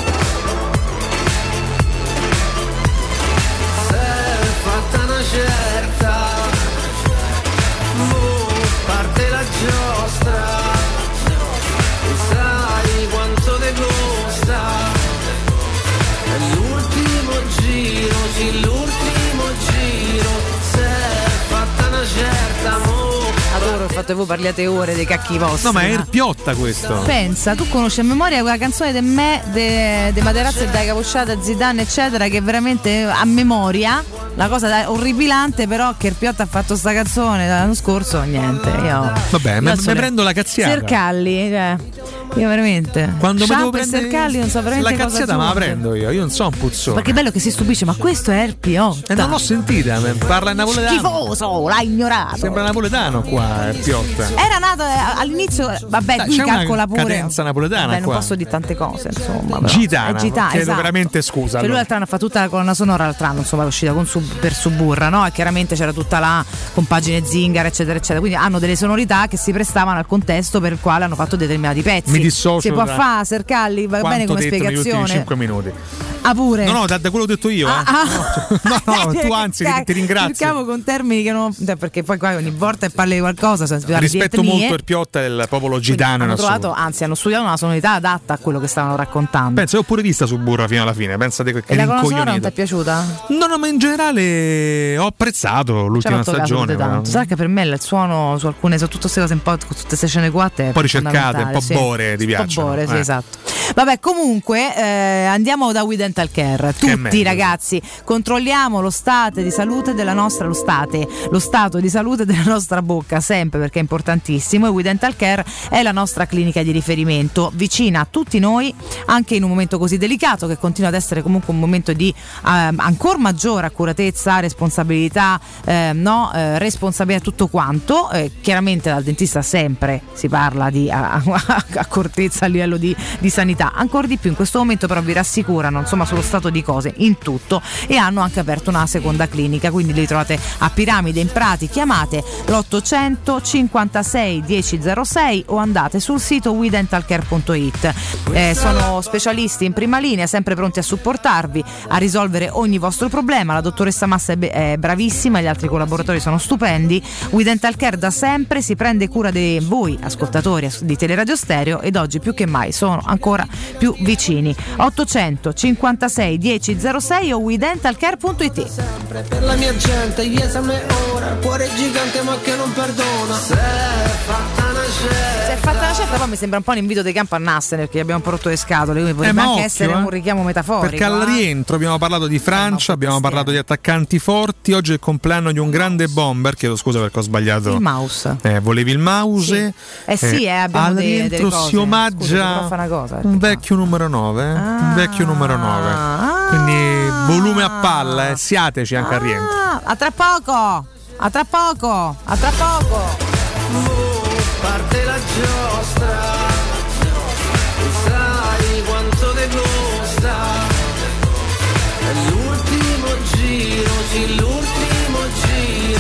Fatta una certa, mo parte la giostra, e sai quanto te costa, è l'ultimo giro, sì l'ultimo giro, se è fatta una certa, mo. Adoro il fatto che voi parliate ore dei cacchi vostri. No, ma è eh. Erpiotta questo. Pensa, tu conosci a memoria quella canzone de me, de, de Materazzi e dai Capocciata, Zidane eccetera, che veramente a memoria, la cosa da- orripilante, però che Erpiotta ha fatto sta canzone l'anno scorso, niente. Io, Vabbè, io me, adesso me le- prendo la cazziata. Sercalli, cioè, io veramente. Quando mi Sciampa devo e prendere Sercalli non so veramente la cosa cazziata me la aggiungere. prendo io, io non so un puzzone. Ma che bello che si stupisce, ma questo è Erpiotta. E non l'ho sentita, me- parla in napoletano. Schifoso, l'ha ignorato. Sembra napoletano qua, Erpiotta. Era nato eh, all'inizio, vabbè, Dai, qui c'è una calcola pure. cadenza napoletana Vabbè, non qua. posso dire tante cose, insomma. Però. Gitana, È gitana, chiedo esatto. veramente scusa. Cioè, lui allora. l'altro anno fa tutta la colonna sonora, l'altro anno insomma è uscita con Sub- per Suburra, no? E chiaramente c'era tutta la compagine Zingara, eccetera, eccetera. Quindi hanno delle sonorità che si prestavano al contesto per il quale hanno fatto determinati pezzi. Mi dissocio Si può da fare, Sercalli, va Quanto bene come detto negli ultimi spiegazione. cinque minuti. Ah, pure. No, no, da, da quello che ho detto io. Ah, eh. No, no, tu anzi ti, ti ringrazio. Cercavo con termini che non. Perché poi qua ogni volta che parli di qualcosa sono spiegati di Rispetto etnie. molto Erpiotta e il popolo gitano in Hanno trovato, assoluto. anzi, hanno studiato una sonorità adatta a quello che stavano raccontando. Pensa, io ho pure vista su Burra fino alla fine. Pensate che E la colonna sonora non ti rincoglionito. è piaciuta? No, no, ma in generale ho apprezzato Ci ha l'ultima fatto caso stagione. pure tanto. ma- Sai che per me il suono su alcune, su tutte queste cose un po', con tutte queste scene qua è Un po' ricercate, fondamentale, un po' sì. bore, ti Un po' piacciono, bore, sì, eh. esatto. Vabbè, comunque eh, andiamo da We Dental Care. Tutti meglio. ragazzi, controlliamo lo stato di salute della nostra lo state, lo stato di salute della nostra bocca, sempre, perché è importantissimo. E We Dental Care è la nostra clinica di riferimento, vicina a tutti noi, anche in un momento così delicato, che continua ad essere comunque un momento di eh, ancora maggiore accuratezza, responsabilità, eh, no, eh, responsabilità, tutto quanto. Eh, chiaramente dal dentista sempre si parla di a- a- accortezza a livello di, di sanità possibilità. Ancora di più in questo momento però vi rassicurano insomma sullo stato di cose in tutto, e hanno anche aperto una seconda clinica, quindi li trovate a Piramide in Prati. Chiamate l'ottocento cinquantasei dieci zero sei o andate sul sito we dental care punto it. Eh, sono specialisti in prima linea, sempre pronti a supportarvi, a risolvere ogni vostro problema. La dottoressa Massa è, be- è bravissima, gli altri collaboratori sono stupendi. We Dental Care da sempre si prende cura di voi ascoltatori di Teleradio Stereo, ed oggi più che mai sono ancora più vicini. Ottocento cinquantasei dieci zero sei o we dental care punto it. Sempre per la mia gente, gli esame ora, cuore gigante ma che non perdona. Se è fatta una scelta. Se è fatta una scelta, poi mi sembra un po' un invito dei Campo a Nassene, perché abbiamo un po' rotto le scatole, quindi potrebbe eh, anche occhio, essere eh. un richiamo metaforico. Perché al rientro abbiamo parlato di Francia, abbiamo parlato di attaccanti forti. Oggi è il compleanno di un grande bomber. Chiedo scusa perché ho sbagliato. Il mouse. Eh, volevi il mouse? Sì. Eh sì, eh, abbiamo al dei, rientro delle cose. si omaggia Scusa, una cosa, un vecchio numero nove. Eh? Ah. Un vecchio numero nove. Ah. Quindi volume a palla, eh. Siateci anche ah. al rientro. A tra poco! A tra poco! A tra poco! Parte la giostra, sai quanto te costa, è l'ultimo giro, sì l'ultimo giro.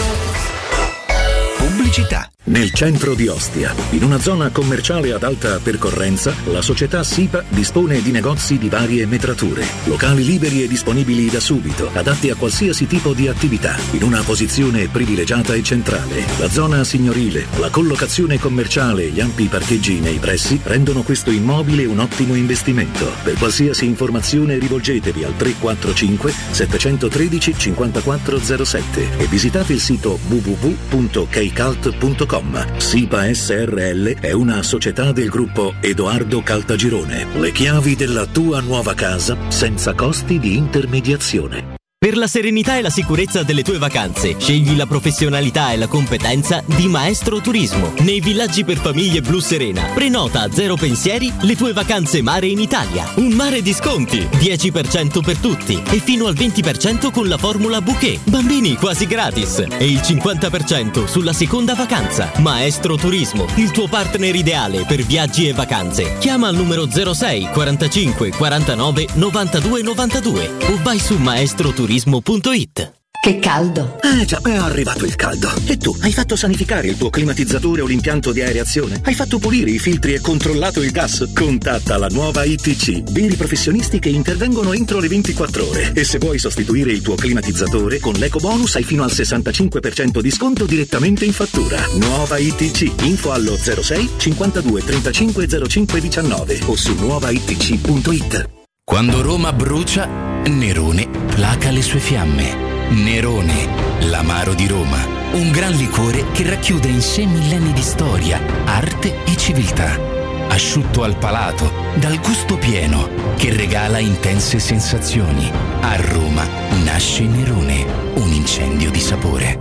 Pubblicità. Nel centro di Ostia, in una zona commerciale ad alta percorrenza, la società SIPA dispone di negozi di varie metrature, locali liberi e disponibili da subito, adatti a qualsiasi tipo di attività, in una posizione privilegiata e centrale. La zona signorile, la collocazione commerciale e gli ampi parcheggi nei pressi rendono questo immobile un ottimo investimento. Per qualsiasi informazione rivolgetevi al tre quattro cinque sette uno tre cinque zero sette e visitate il sito w w w punto keycult punto com. SIPA S R L è una società del gruppo Edoardo Caltagirone. Le chiavi della tua nuova casa senza costi di intermediazione. Per la serenità e la sicurezza delle tue vacanze, scegli la professionalità e la competenza di Maestro Turismo. Nei villaggi per famiglie Blu Serena, prenota a zero pensieri le tue vacanze mare in Italia. Un mare di sconti, dieci per cento per tutti e fino al venti per cento con la formula bouquet. Bambini quasi gratis e il cinquanta per cento sulla seconda vacanza. Maestro Turismo, il tuo partner ideale per viaggi e vacanze. Chiama al numero zero sei quarantacinque quarantanove novantadue novantadue o vai su maestro turismo punto it. Che caldo! Eh già, è arrivato il caldo. E tu, hai fatto sanificare il tuo climatizzatore o l'impianto di areazione? Hai fatto pulire i filtri e controllato il gas? Contatta la nuova I T C, veri professionisti che intervengono entro le ventiquattro ore. E se vuoi sostituire il tuo climatizzatore, con l'eco bonus hai fino al sessantacinque per cento di sconto direttamente in fattura. Nuova I T C, info allo zero sei cinquantadue trentacinque zero cinque diciannove o su nuova i t c punto it. Quando Roma brucia, Nerone placa le sue fiamme. Nerone, l'amaro di Roma, un gran liquore che racchiude in sé millenni di storia, arte e civiltà. Asciutto al palato, dal gusto pieno, che regala intense sensazioni. A Roma nasce Nerone, un incendio di sapore.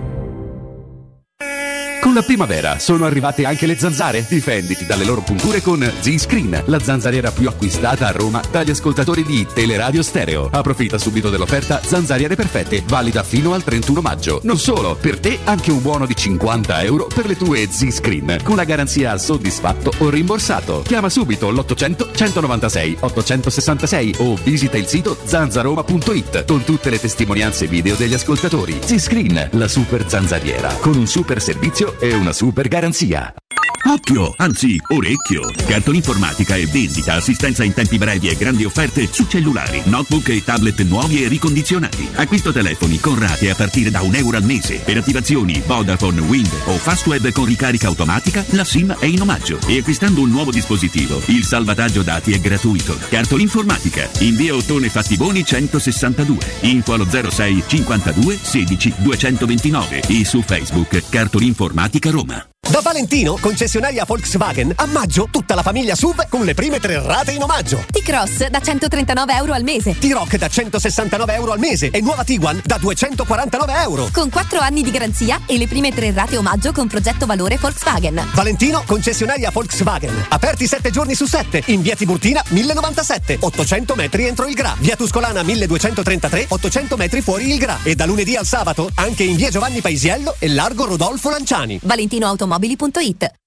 Con la primavera sono arrivate anche le zanzare. Difenditi dalle loro punture con Z-Screen, la zanzariera più acquistata a Roma dagli ascoltatori di Teleradio Stereo. Approfitta subito dell'offerta Zanzariere Perfette, valida fino al trentuno maggio. Non solo, per te anche un buono di cinquanta euro per le tue Z-Screen, con la garanzia soddisfatto o rimborsato. Chiama subito l'ottocento centonovantasei ottocentosessantasei o visita il sito zanzaroma punto it con tutte le testimonianze video degli ascoltatori. Z-Screen, la super zanzariera, con un super servizio e una super garanzia. Occhio, anzi orecchio! Cartolinformatica e vendita, assistenza in tempi brevi e grandi offerte su cellulari, notebook e tablet nuovi e ricondizionati. Acquisto telefoni con rate a partire da un euro al mese. Per attivazioni Vodafone, Wind o Fastweb con ricarica automatica, la SIM è in omaggio. E acquistando un nuovo dispositivo, il salvataggio dati è gratuito. Cartolinformatica, in via Ottone Fattiboni centosessantadue. Info allo zero sei cinquantadue sedici duecentoventinove e su Facebook Cartolinformatica Roma. Da Valentino, concessionaria Volkswagen, a maggio tutta la famiglia S U V con le prime tre rate in omaggio. T-Cross da centotrentanove euro al mese. T-Rock da centosessantanove euro al mese e nuova Tiguan da duecentoquarantanove euro. Con quattro anni di garanzia e le prime tre rate omaggio con progetto valore Volkswagen. Valentino, concessionaria Volkswagen. Aperti sette giorni su sette. In via Tiburtina mille novantasette, ottocento metri entro il Gra. Via Tuscolana milleduecentotrentatré, ottocento metri fuori il Gra. E da lunedì al sabato anche in via Giovanni Paisiello e largo Rodolfo Lanciani. valentino automobili punto it.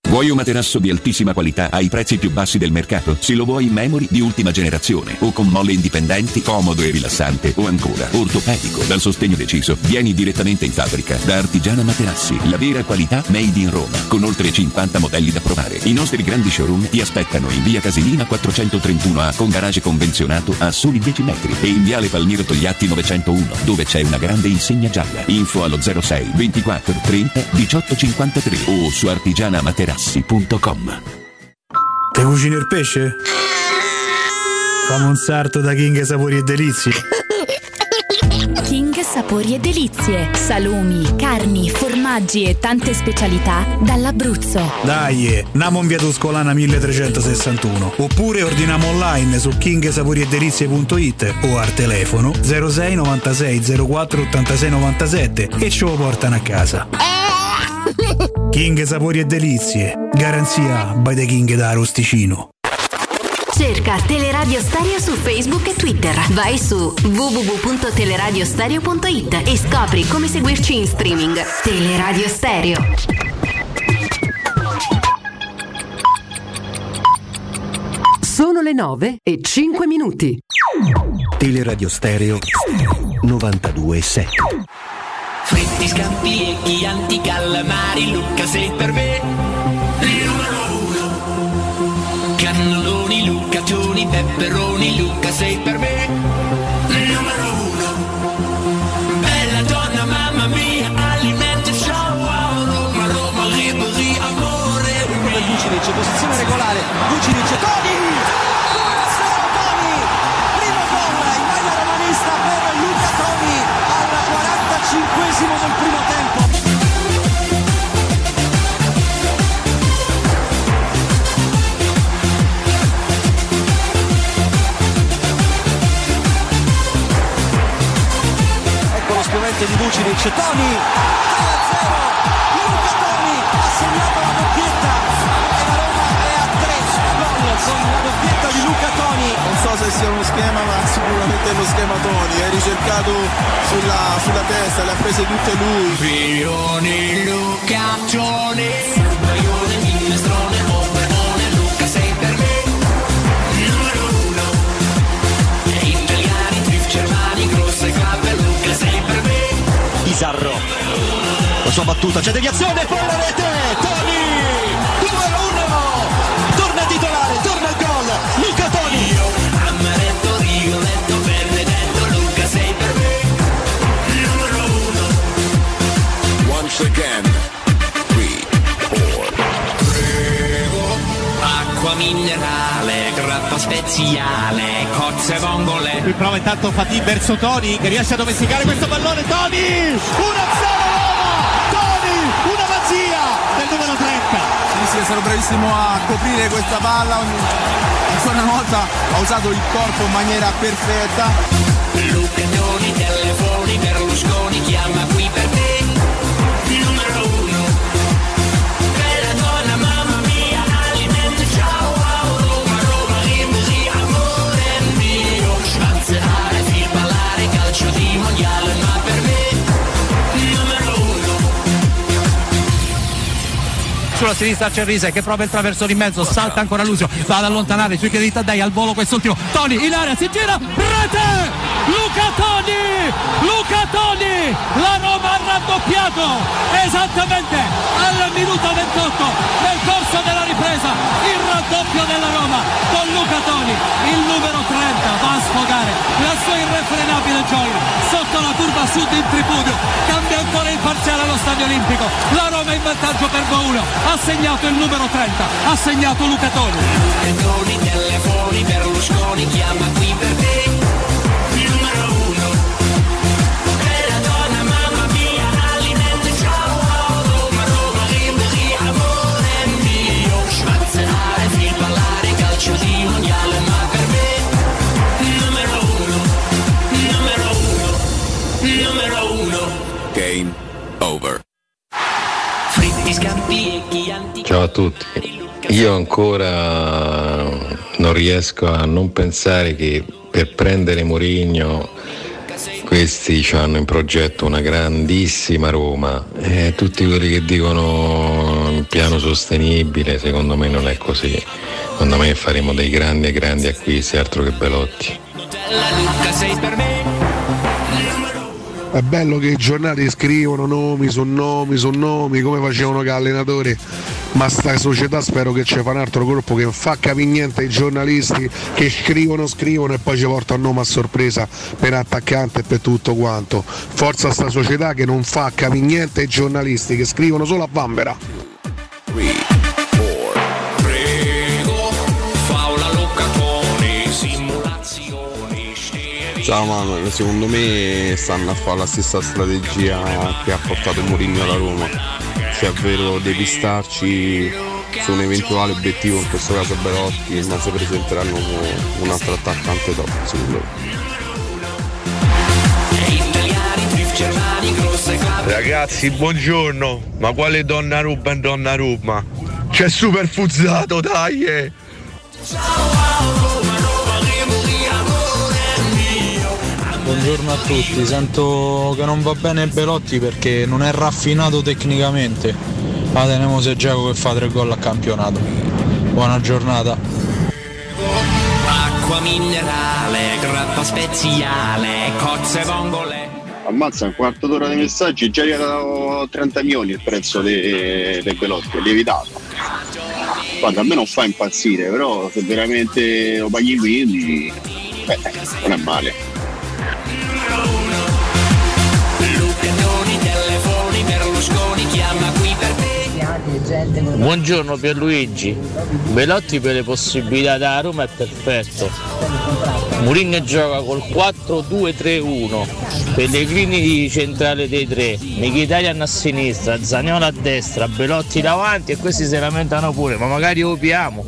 Vuoi un materasso di altissima qualità ai prezzi più bassi del mercato? Se lo vuoi in memory di ultima generazione o con molle indipendenti, comodo e rilassante, o ancora ortopedico dal sostegno deciso, vieni direttamente in fabbrica da Artigiana Materassi, la vera qualità made in Roma, con oltre cinquanta modelli da provare. I nostri grandi showroom ti aspettano in via Casilina quattrocentotrentuno A con garage convenzionato a soli dieci metri e in viale Palmiro Togliatti novecentouno, dove c'è una grande insegna gialla. Info allo zero sei ventiquattro trenta diciotto cinquantatré o su artigiana materassi punto com. Te cucini il pesce? Fammi un sarto da King Sapori e Delizie. King Sapori e Delizie, salumi, carni, formaggi e tante specialità dall'Abruzzo. Dai, namo in via Tuscolana milletrecentosessantuno oppure ordiniamo online su king sapori e delizie punto it o al telefono zero sei novantasei zero quattro ottantasei novantasette e ce lo portano a casa. King Sapori e Delizie, garanzia by the King da Arosticino. Cerca Teleradio Stereo su Facebook e Twitter. Vai su w w w punto teleradiostereo punto it e scopri come seguirci in streaming. Teleradio Stereo. Sono le nove e cinque minuti. Teleradio Stereo novantadue sette. Fritti, scampi e chianti, calamari, Luca sei per me il numero uno. Cannelloni, lucaccioni, pepperoni, Luca sei per me il numero uno. Bella donna, mamma mia, alimenti, ciao, Roma, Roma, liberi, amore. Per Vucinic, posizione regolare, Vucinic, Toni! Cinquesimo del primo tempo. Ecco lo spiovente di Vucinic, Toni, tre a zero, Luca Toni ha segnato la doppietta e la Roma è a tre gol con la doppietta di Luca Toni. Non so se sia uno schema, ma sicuramente è lo schema Toni, è ricercato sulla, sulla testa, le ha prese tutte lui. Figlioni, lucaccioni, Baione, minestrone, operone, Luca sei per me il numero uno. E italiani, Trif, Germani, grosse clave, Luca sei per me. Pizarro, la sua battuta, c'è deviazione, poi la rete, Toni, due a uno, torna titolare, torna al gol, Luca Toni. Amaretto, Rigoletto, Benedetto, Luca sei per me il numero uno. Once again, three, four. Prego, acqua minerale, grappa speziale, cozze vongole. Qui prova intanto Fatih verso Toni che riesce a domesticare questo pallone, Toni, uno a zero Roma, Toni, una magia del numero trenta. Sì, sì, è stato bravissimo a coprire questa palla, ancora una volta ha usato il corpo in maniera perfetta. Luccagnoni, telefoni, Berlusconi, chiama qui per te il numero uno. Bella donna, mamma mia, alimenti, ciao, Roma, Roma, liberi, amore mio. Schwanzerare, fil ballare, calcio di mondiale, ma per me il numero uno. Sulla sinistra c'è Rise che prova il traversone in mezzo, salta ancora Lucio, va ad allontanare sui piedi di Taddei, al volo quest'ultimo, Toni in area, si gira, rete! Luca Toni! Luca Toni! La Roma ha raddoppiato esattamente al minuto ventotto nel corso della ripresa, il raddoppio della Roma con Luca Toni, il numero trenta va a sfogare la sua irrefrenabile gioia sotto la curva sud in tripudio, cambia ancora il parziale allo Stadio Olimpico, la Roma in vantaggio per due a uno, ha segnato il numero trenta, ha segnato Luca Toni. Luccagnoni, telefoni, Berlusconi, chiama qui per te il numero uno. Bella donna, mamma mia, alimenti, ciao, Roma, Roma, liberi, amore mio. Schwanzerare, fil ballare, calcio di mondiale, ma per me il numero uno, il numero uno, il numero uno. Game over. Fritti, scampi e chianti. Ciao a tutti, io ancora non riesco a non pensare che per prendere Mourinho Questi hanno in progetto una grandissima Roma e tutti quelli che dicono un piano sostenibile, secondo me non è così. Secondo me faremo dei grandi grandi acquisti, altro che Belotti. È bello che i giornali scrivono nomi su nomi su nomi come facevano che allenatori, ma sta società spero che ci fa un altro gruppo che non fa capire niente ai giornalisti che scrivono scrivono e poi ci porta un nome a sorpresa per attaccante e per tutto quanto. Forza sta società che non fa capire niente ai giornalisti che scrivono solo a vanvera. Ciao Manuel, secondo me stanno a fare la stessa strategia che ha portato Mourinho alla Roma, cioè ovvero depistarci su un eventuale obiettivo, in questo caso Belotti, ma si presenteranno come un altro attaccante top, secondo me. Ragazzi, buongiorno, ma quale Donnarumma e Donnarumma? C'è super fuzzato, dai! Eh. Buongiorno a tutti, sento che non va bene Belotti perché non è raffinato tecnicamente, ma teniamo se Dzeko che fa tre gol a campionato. Buona giornata. Acqua minerale, grappa speziale, cozze vongole. Ammazza, un quarto d'ora di messaggi, già gli ha dato trenta milioni il prezzo dei de Belotti, è lievitato. Guarda, a me non fa impazzire, però se veramente lo paghi quindi, beh, non è male. Buongiorno Pierluigi, Belotti per le possibilità da Roma è perfetto. Mourinho gioca col quattro due tre uno, Pellegrini centrale dei tre, Mkhitaryan a sinistra, Zaniolo a destra, Belotti davanti e questi si lamentano pure, ma magari opiamo.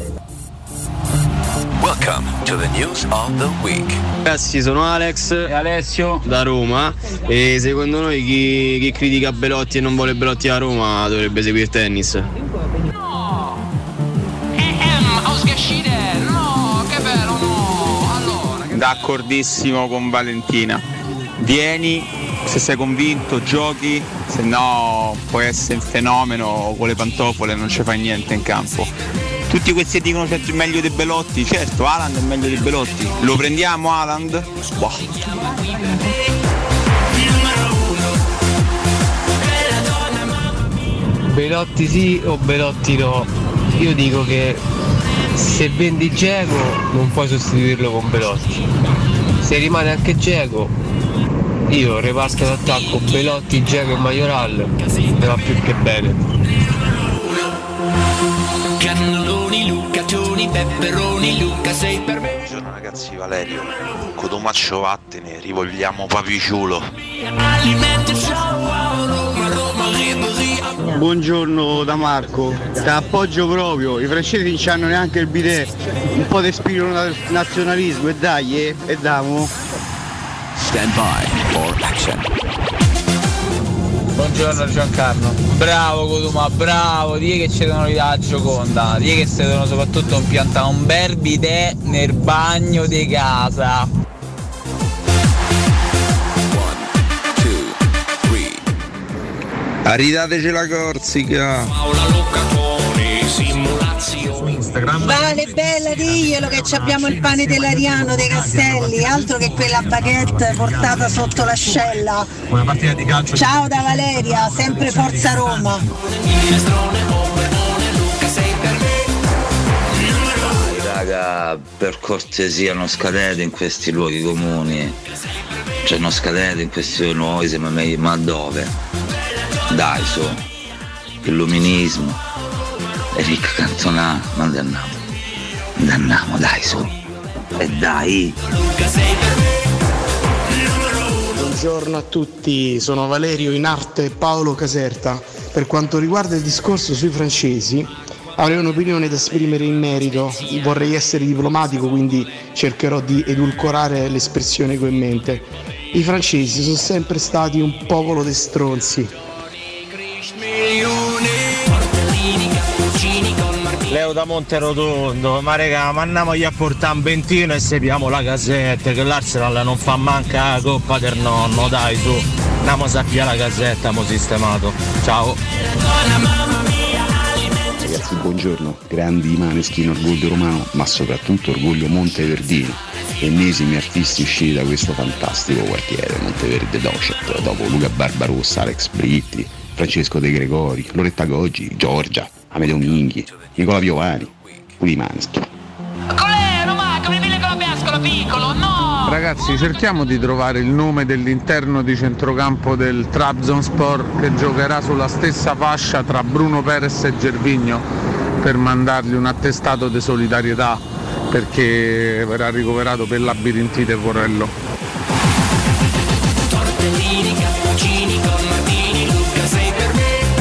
Welcome to the news of the week. Ragazzi, sono Alex e Alessio da Roma e secondo noi chi, chi critica Belotti e non vuole Belotti a Roma dovrebbe seguire il tennis. No! Ehm, ausgeschieden! No, che bello, no! Allora, che... D'accordissimo con Valentina. Vieni, se sei convinto, giochi, se no puoi essere un fenomeno con le pantofole, non ci fai niente in campo. Tutti questi dicono che è meglio di Belotti, certo, Haaland è meglio di Belotti. Lo prendiamo Haaland? Boh. Belotti sì o Belotti no? Io dico che se vendi Dzeko non puoi sostituirlo con Belotti. Se rimane anche Dzeko, io reparto d'attacco Belotti, Dzeko e Majoral, ne va più che bene. Cannelloni, Lucatoni, Pepperoni, Luca sei per me. Buongiorno ragazzi, Valerio, Codomaccio vattene, rivogliamo Papiciulo. Buongiorno da Marco, ti appoggio proprio, i francesi non hanno neanche il bidet, un po' di spirito nazionalismo e dai, eh, e damo. Stand by for action. Buongiorno Giancarlo, bravo Coduma, bravo, di che ci devono ridare la Gioconda, di che si devono soprattutto impiantare un bel bidet nel bagno di casa. Aridateci la Corsica. Vale bella diglielo che abbiamo il pane dell'Ariano dei Castelli, altro che quella baguette portata sotto l'ascella. Una partita di calcio. Ciao da Valeria, sempre Forza Roma. Raga, per cortesia non scadete in questi luoghi comuni, cioè non scadete in questi luoghi, sembra meglio, ma dove? Dai su, illuminismo. Eric Cantona, non andiamo, andiamo, dai su, e dai. Buongiorno a tutti, sono Valerio in arte Paolo Caserta. Per quanto riguarda il discorso sui francesi, avrei un'opinione da esprimere in merito, vorrei essere diplomatico, quindi cercherò di edulcorare l'espressione che ho in mente. I francesi sono sempre stati un popolo di stronzi. Leo da Monterotondo, ma raga, ma andiamogli a portare un ventino e seguiamo la casetta, che l'Arsenal non fa manca la coppa del nonno, dai su, andiamo a via la casetta, mo sistemato, ciao. Ragazzi, buongiorno, grandi Maneskin, orgoglio romano, ma soprattutto orgoglio monteverdino, ennesimi artisti usciti da questo fantastico quartiere, Monteverde Docet, dopo Luca Barbarossa, Alex Britti, Francesco De Gregori, Loretta Goggi, Giorgia, Amedeo Minghi, Nicola Piovani, pure i Maneskin. Ragazzi, cerchiamo di trovare il nome dell'interno di centrocampo del Trabzonspor che giocherà sulla stessa fascia tra Bruno Perez e Gervinho per mandargli un attestato di solidarietà perché verrà ricoverato per labirintite Porello. Tortellini, cappuccini con Martini, Luca sei per me.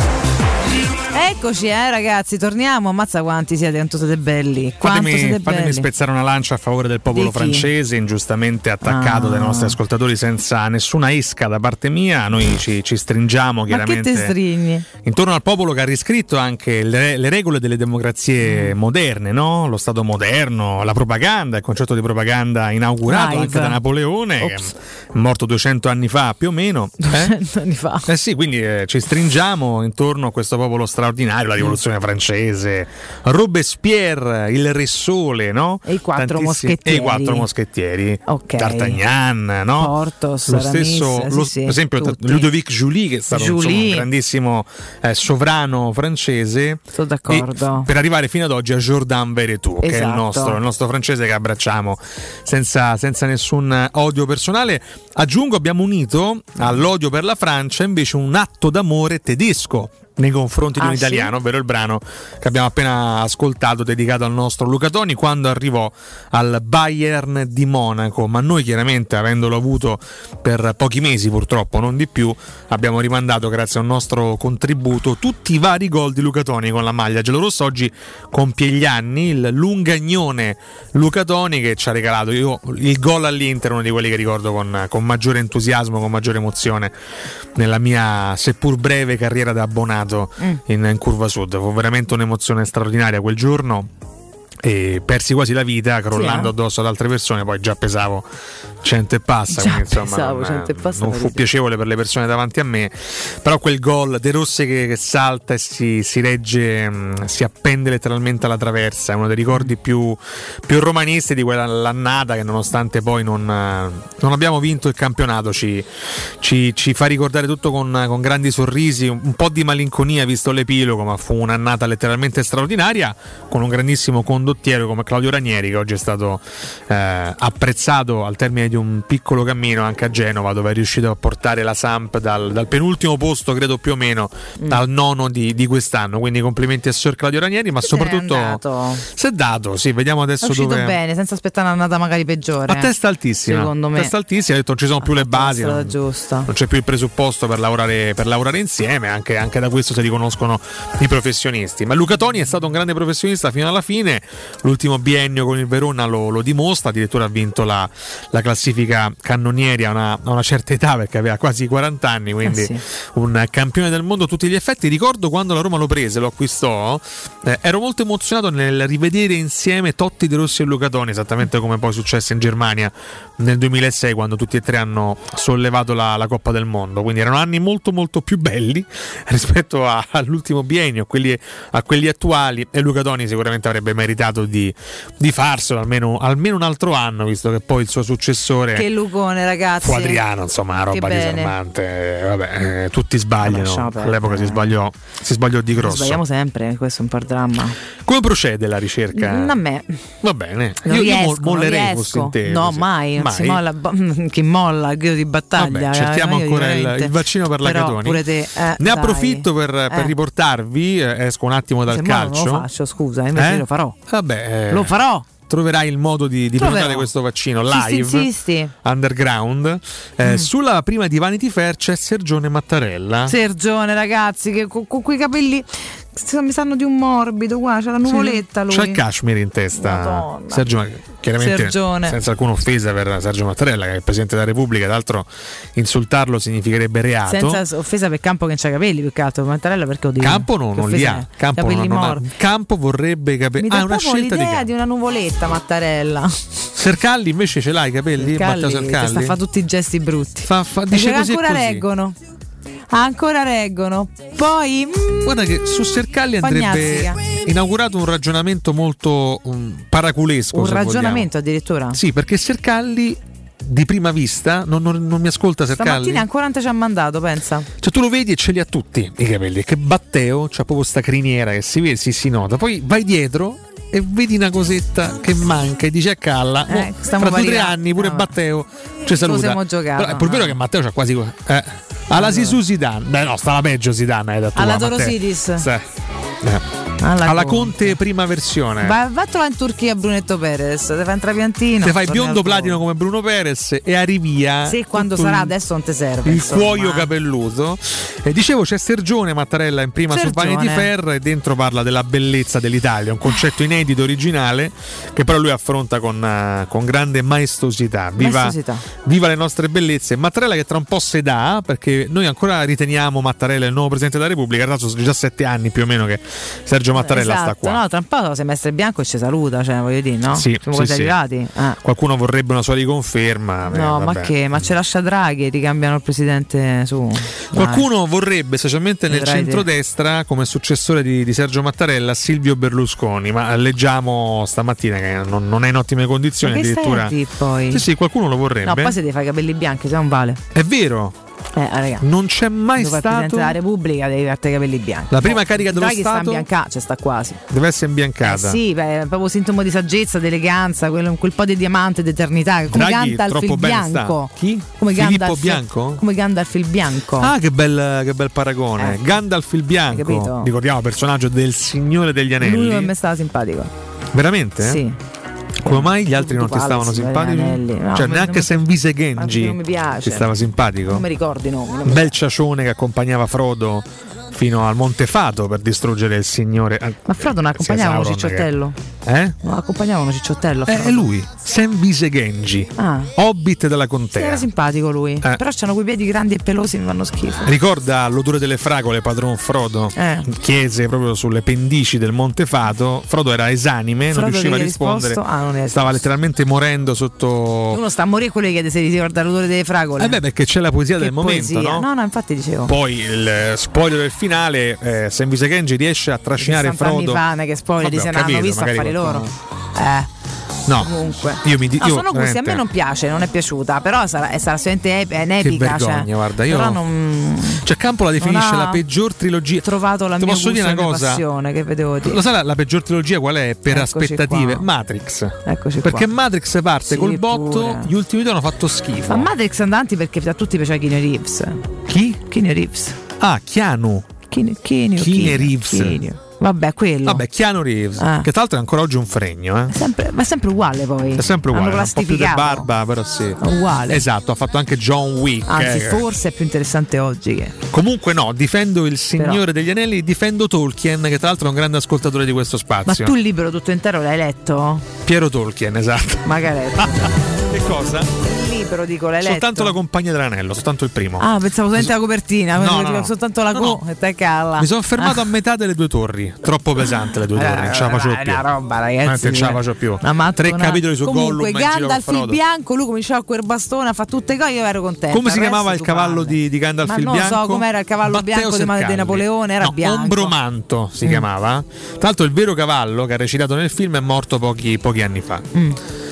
Eccoci, eh ragazzi, torniamo. Ammazza quanti siete, quanto siete belli. Quanto fatemi, siete fatemi belli. spezzare una lancia a favore del popolo francese, ingiustamente attaccato ah. dai nostri ascoltatori senza nessuna esca da parte mia. Noi ci, ci stringiamo chiaramente. Ma che te stringi? Intorno al popolo che ha riscritto anche le, le regole delle democrazie mm. moderne, no? Lo Stato moderno, la propaganda, il concetto di propaganda inaugurato Live. anche da Napoleone, Ops. che è morto duecento anni fa più o meno. duecento anni fa. Eh sì, quindi eh, ci stringiamo intorno a questo popolo straordinario, la rivoluzione francese, Robespierre, il Re Sole, no? E i quattro Tantissimi... moschettieri. E i quattro moschettieri, okay. D'Artagnan, no? Portos, lo Aramis, stesso, sì, lo, sì, per esempio tutti. Ludovic Julie, che è stato insomma, un grandissimo eh, sovrano francese. Sono d'accordo. E per arrivare fino ad oggi a Jourdan Veretout, esatto. che è il nostro, il nostro francese che abbracciamo senza, senza nessun odio personale. Aggiungo, abbiamo unito all'odio per la Francia invece un atto d'amore tedesco nei confronti di un ah, italiano, sì? ovvero il brano che abbiamo appena ascoltato dedicato al nostro Luca Toni quando arrivò al Bayern di Monaco, ma noi chiaramente avendolo avuto per pochi mesi purtroppo, non di più, abbiamo rimandato grazie a un nostro contributo tutti i vari gol di Luca Toni con la maglia giallorossa. Oggi compie gli anni il lungagnone Luca Toni che ci ha regalato io il gol all'Inter, uno di quelli che ricordo con, con maggiore entusiasmo, con maggiore emozione nella mia seppur breve carriera da abbonato Mm. In, in Curva Sud. Fu veramente un'emozione straordinaria quel giorno e persi quasi la vita crollando sì, eh? addosso ad altre persone, poi già pesavo cento e passa, già quindi insomma pesavo, non, e passa non fu piacevole per le persone davanti a me, però quel gol De Rossi che, che salta e si, si regge, mh, si appende letteralmente alla traversa, è uno dei ricordi più, più romanisti di quell'annata che nonostante poi non, non abbiamo vinto il campionato ci, ci, ci fa ricordare tutto con, con grandi sorrisi, un, un po' di malinconia visto l'epilogo, ma fu un'annata letteralmente straordinaria con un grandissimo condottiero come Claudio Ranieri che oggi è stato eh, apprezzato al termine di un piccolo cammino anche a Genova, dove è riuscito a portare la Samp dal, dal penultimo posto credo più o meno mm. al nono di, di quest'anno, quindi complimenti a Sir Claudio Ranieri, ma che soprattutto si è dato, sì, vediamo adesso è uscito dove bene senza aspettare un'annata magari peggiore, a testa altissima, secondo me testa altissima, ha detto non ci sono più le basi, non, giusta. non c'è più il presupposto per lavorare, per lavorare insieme, anche, anche da questo si riconoscono i professionisti, ma Luca Toni è stato un grande professionista fino alla fine. L'ultimo biennio con il Verona lo, lo dimostra, addirittura ha vinto la, la classifica cannonieri a una, a una certa età perché aveva quasi quaranta anni, quindi eh sì. un campione del mondo a tutti gli effetti. Ricordo quando la Roma lo prese, lo acquistò, eh, ero molto emozionato nel rivedere insieme Totti, De Rossi e Luca Toni, esattamente come poi è successo in Germania nel duemilasei quando tutti e tre hanno sollevato la, la Coppa del Mondo, quindi erano anni molto molto più belli rispetto a, all'ultimo biennio, a quelli, a quelli attuali, e Luca Toni sicuramente avrebbe meritato di, di farselo almeno, almeno un altro anno, visto che poi il suo successore che Lucone, ragazzi, fu Adriano, insomma una roba disarmante. Vabbè, eh, tutti sbagliano, all'epoca si sbagliò si sbagliò di grosso, sbagliamo sempre, questo è un po' il dramma. Come procede la ricerca? Mm, a me va bene, non io, riesco, io mollerei non inteso, no sì. mai, non mai? si molla, chi molla il grido di battaglia. Vabbè, cerchiamo ancora il, il vaccino per la Catoni. Te, eh, ne approfitto per, eh. per riportarvi, eh, esco un attimo dal Se calcio. Non lo faccio, scusa, invece eh? lo farò. Vabbè, eh. lo farò. Troverai il modo di, di prenotare questo vaccino live, insisti. underground. Eh, mm. Sulla prima di Vanity Fair c'è Sergione Mattarella. Sergione, ragazzi, che con, con quei capelli Mi sanno di un morbido, qua c'è la nuvoletta sì, lui. C'è il cashmere in testa. Madonna. Sergio, chiaramente Sergione. senza alcuna offesa per Sergio Mattarella, che è il Presidente della Repubblica, tra l'altro insultarlo significherebbe reato. Senza offesa per Campo che non c'ha capelli, più che altro Mattarella perché odio. Campo no, non li ha. Campo, capelli non, non ha. Campo vorrebbe capelli. Ah, è una scelta l'idea di, di una nuvoletta Mattarella. Sercalli invece ce l'ha i capelli? Sercalli, Matteo Sercalli sta fa tutti i gesti brutti. Fa, fa, dice così così ancora così. reggono. Ancora reggono. Poi mm, guarda che su Sercalli andrebbe Pagnazzica. inaugurato un ragionamento molto um, paraculesco. Un se ragionamento vogliamo. addirittura. Sì, perché Sercalli di prima vista non, non, non mi ascolta Sercalli. Stamattina ancora non ti ci ha mandato, pensa. Cioè tu lo vedi e ce li ha tutti i capelli. Che Matteo c'ha proprio sta criniera che si vede, si, si nota. Poi vai dietro e vedi una cosetta che manca e dice a Calla eh, oh, fra due o tre anni pure no. Matteo ci saluta. Siamo giocato, però è pur vero no. che Matteo c'ha quasi eh, alla allora. Sisu Zidane. Beh no, stava peggio Zidane, hai detto alla qua, Dorosidis sì. eh. Alla, alla Conte. Conte prima versione. Va, vattela in Turchia Brunetto Perez, te fai un trapiantino. Te fai biondo platino come Bruno Perez e arrivi via. Sì, quando sarà, il, adesso non ti serve. Il insomma. cuoio capelluto. E dicevo c'è Sergione Mattarella in prima Sergione. su Pani di Ferro e dentro parla della bellezza dell'Italia, un concetto inedito, originale, che però lui affronta con, uh, con grande maestosità. Viva, maestosità. Viva le nostre bellezze. Mattarella che tra un po' se dà, perché noi ancora riteniamo Mattarella il nuovo Presidente della Repubblica, tra l'altro sono già sette anni più o meno che Sergio Mattarella esatto. sta qua. No, tra un po' semestre bianco e ci saluta, cioè voglio dire, no? Sì, siamo sì, quasi sì. arrivati. Ah. Qualcuno vorrebbe una sua riconferma. No, eh, ma che? Ma ce lascia Draghi e ricambiano il presidente su. Qualcuno Dai. vorrebbe, specialmente nel Vedrai centrodestra, come successore di, di Sergio Mattarella, Silvio Berlusconi. Ma leggiamo stamattina che non, non è in ottime condizioni. Ma che addirittura. stai poi? Sì, sì, qualcuno lo vorrebbe. No, poi se devi fare i capelli bianchi, se non vale. È vero. Eh, raga, non c'è mai stato. Il Presidente della Repubblica devi farti i capelli bianchi. La prima oh, carica dello Draghi Stato sta imbiancata, cioè sta quasi. Deve essere imbiancata. Eh sì, beh, è proprio sintomo di saggezza, di eleganza, quel, quel po' di diamante d'eternità. Come Draghi, Gandalf il bianco. Sta. Chi? Come Filippo Gandalf, Bianco? Come Gandalf il bianco. Ah, che bel, che bel paragone. Eh. Gandalf il bianco. Ricordiamo il personaggio del Signore degli Anelli. Lui non mi stava simpatico. Veramente? Sì. Come mai gli altri non ti stavano simpatici? No, cioè, neanche Senvise Genji non mi piace. ti stava simpatico? Non mi ricordi, no. Non Bel ciacione che accompagnava Frodo fino al Montefato per distruggere il signore. Ma Frodo non accompagnava uno cicciottello? Che... Eh? Non accompagnava uno cicciottello? Eh, è lui, Senvise Genji, ah. Hobbit della contea. Sì, era simpatico lui, eh. però c'hanno quei piedi grandi e pelosi, mi fanno schifo. Ricorda l'odore delle fragole, padron Frodo? Eh. Chiese proprio sulle pendici del Montefato. Frodo era esanime, Frodo non riusciva a rispondere. Ah, non stava letteralmente morendo sotto. Uno sta a morire quello che chiede se ricorda l'odore delle fragole. Eh beh, perché c'è la poesia che del poesia. momento, no? No, no, infatti dicevo. Poi il spoiler del finale, eh, Senvise Genji riesce a trascinare Frodo. Anni fa, che spoiler di se ne hanno visto a fare loro. Eh. No, comunque io mi dico. No, sono gusti, a me non piace, non è piaciuta, però sarà, sarà sicuramente un'epica. Che vergogna, cioè, guarda, io. Però non, cioè, Campo la definisce la peggior trilogia. Ho trovato la Ti mia posso dire una cosa? Passione, che vedevo dire. Lo sai la, la peggior trilogia qual è? Per Eccoci aspettative? qua. Matrix. Eccoci Perché qua. Matrix parte sì, col botto, pure. Gli ultimi due hanno fatto schifo. Ma Matrix andanti perché a tutti piaceva Keanu Reeves. Chi? Keanu Reeves. Ah, Keanu. Keanu, Keanu, Keanu Reeves. Keanu. Vabbè, quello. Vabbè, Keanu Reeves, ah. che tra l'altro è ancora oggi un fregno, eh? È sempre, ma è sempre uguale poi. È sempre uguale, hanno un po' più di barba, però sì. È uguale. Esatto, ha fatto anche John Wick. Anzi, eh. forse è più interessante oggi che. Comunque no, difendo il Signore però. degli Anelli, difendo Tolkien, che tra l'altro è un grande ascoltatore di questo spazio. Ma tu il libro tutto intero l'hai letto? Piero Tolkien, esatto. Magari. Che cosa? Il libro, dico, l'hai letto? Soltanto la Compagnia dell'Anello, soltanto il primo. Ah, pensavo solamente la copertina, no, no, no. soltanto la no, co no. e te calla. Mi sono fermato ah. a metà delle due torri, troppo pesante le due torri, non ce la facevo più. È una roba, ragazzi. Non ce la facevo più. Tre una... capitoli su Comunque, Gollum. Gandalf il bianco, lui cominciava a quel bastone a fare tutte cose, io ero contento. Come si chiamava il cavallo di, di Gandalf Ma il non bianco? Non so com'era il cavallo Matteo bianco di, di Napoleone, era no, bianco. Ombromanto si mm. chiamava. Tra l'altro il vero cavallo che ha recitato nel film è morto pochi, pochi anni fa. Mm.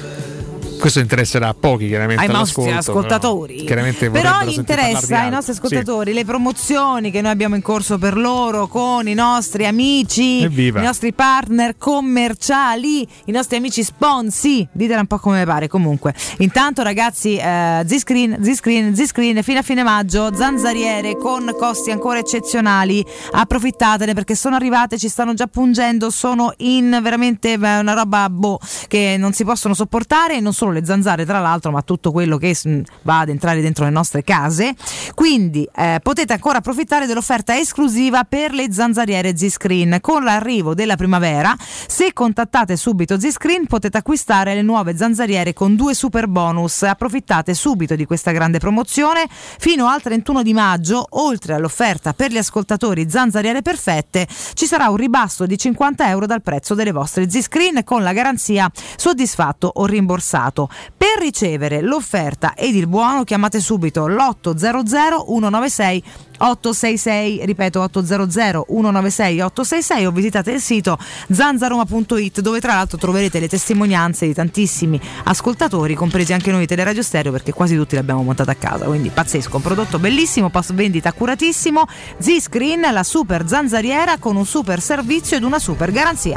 Questo interesserà a pochi, chiaramente, ai nostri ascoltatori. Però, però gli interessa ai nostri ascoltatori sì. le promozioni che noi abbiamo in corso per loro con i nostri amici, Evviva. i nostri partner commerciali, i nostri amici sponsi. Ditela un po' come pare. Comunque, intanto, ragazzi, eh, Z-Screen, Z-Screen, Z-Screen fino a fine maggio, zanzariere con costi ancora eccezionali. Approfittatene perché sono arrivate, ci stanno già pungendo, sono in veramente una roba boh, che non si possono sopportare. E non solo solo le zanzare tra l'altro, ma tutto quello che mh, va ad entrare dentro le nostre case. Quindi eh, potete ancora approfittare dell'offerta esclusiva per le zanzariere Z-Screen. Con l'arrivo della primavera, se contattate subito Z-Screen potete acquistare le nuove zanzariere con due super bonus. Approfittate subito di questa grande promozione fino al trentuno di maggio. Oltre all'offerta per gli ascoltatori zanzariere perfette, ci sarà un ribasso di cinquanta euro dal prezzo delle vostre Z-Screen con la garanzia soddisfatto o rimborsato. Per ricevere l'offerta ed il buono chiamate subito l'otto zero zero uno nove sei otto sei sei, ripeto otto zero zero uno nove sei otto sei sei, o visitate il sito zanzaroma punto it, dove tra l'altro troverete le testimonianze di tantissimi ascoltatori, compresi anche noi Teleradio Stereo, perché quasi tutti l'abbiamo montata a casa, quindi pazzesco, un prodotto bellissimo, post vendita accuratissimo. Z-Screen, la super zanzariera con un super servizio ed una super garanzia.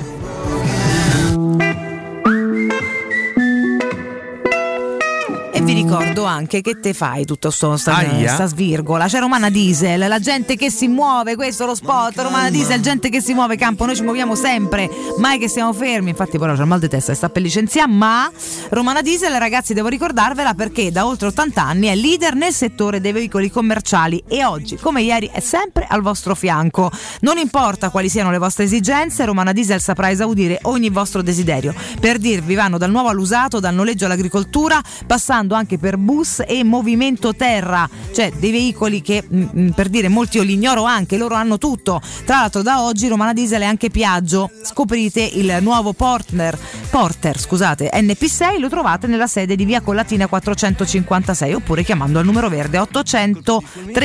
E vi ricordo anche che te fai tutto sto sta, sta svirgola. C'è Romana Diesel, la gente che si muove, questo è lo spot. Romana Diesel, gente che si muove, campo. Noi ci muoviamo sempre, mai che siamo fermi. Infatti poi c'è il mal di testa e sta per licenziare. Ma Romana Diesel, ragazzi, devo ricordarvela perché da oltre ottanta anni è leader nel settore dei veicoli commerciali e oggi, come ieri, è sempre al vostro fianco. Non importa quali siano le vostre esigenze, Romana Diesel saprà esaudire ogni vostro desiderio. Per dirvi, vanno dal nuovo all'usato, dal noleggio all'agricoltura, passando anche per bus e movimento terra, cioè dei veicoli che mh, per dire molti io li ignoro, anche loro hanno tutto. Tra l'altro da oggi Romana Diesel è anche Piaggio. Scoprite il nuovo Porter, Porter scusate, N P sei, lo trovate nella sede di via Collatina quattrocentocinquantasei oppure chiamando al numero verde ottocento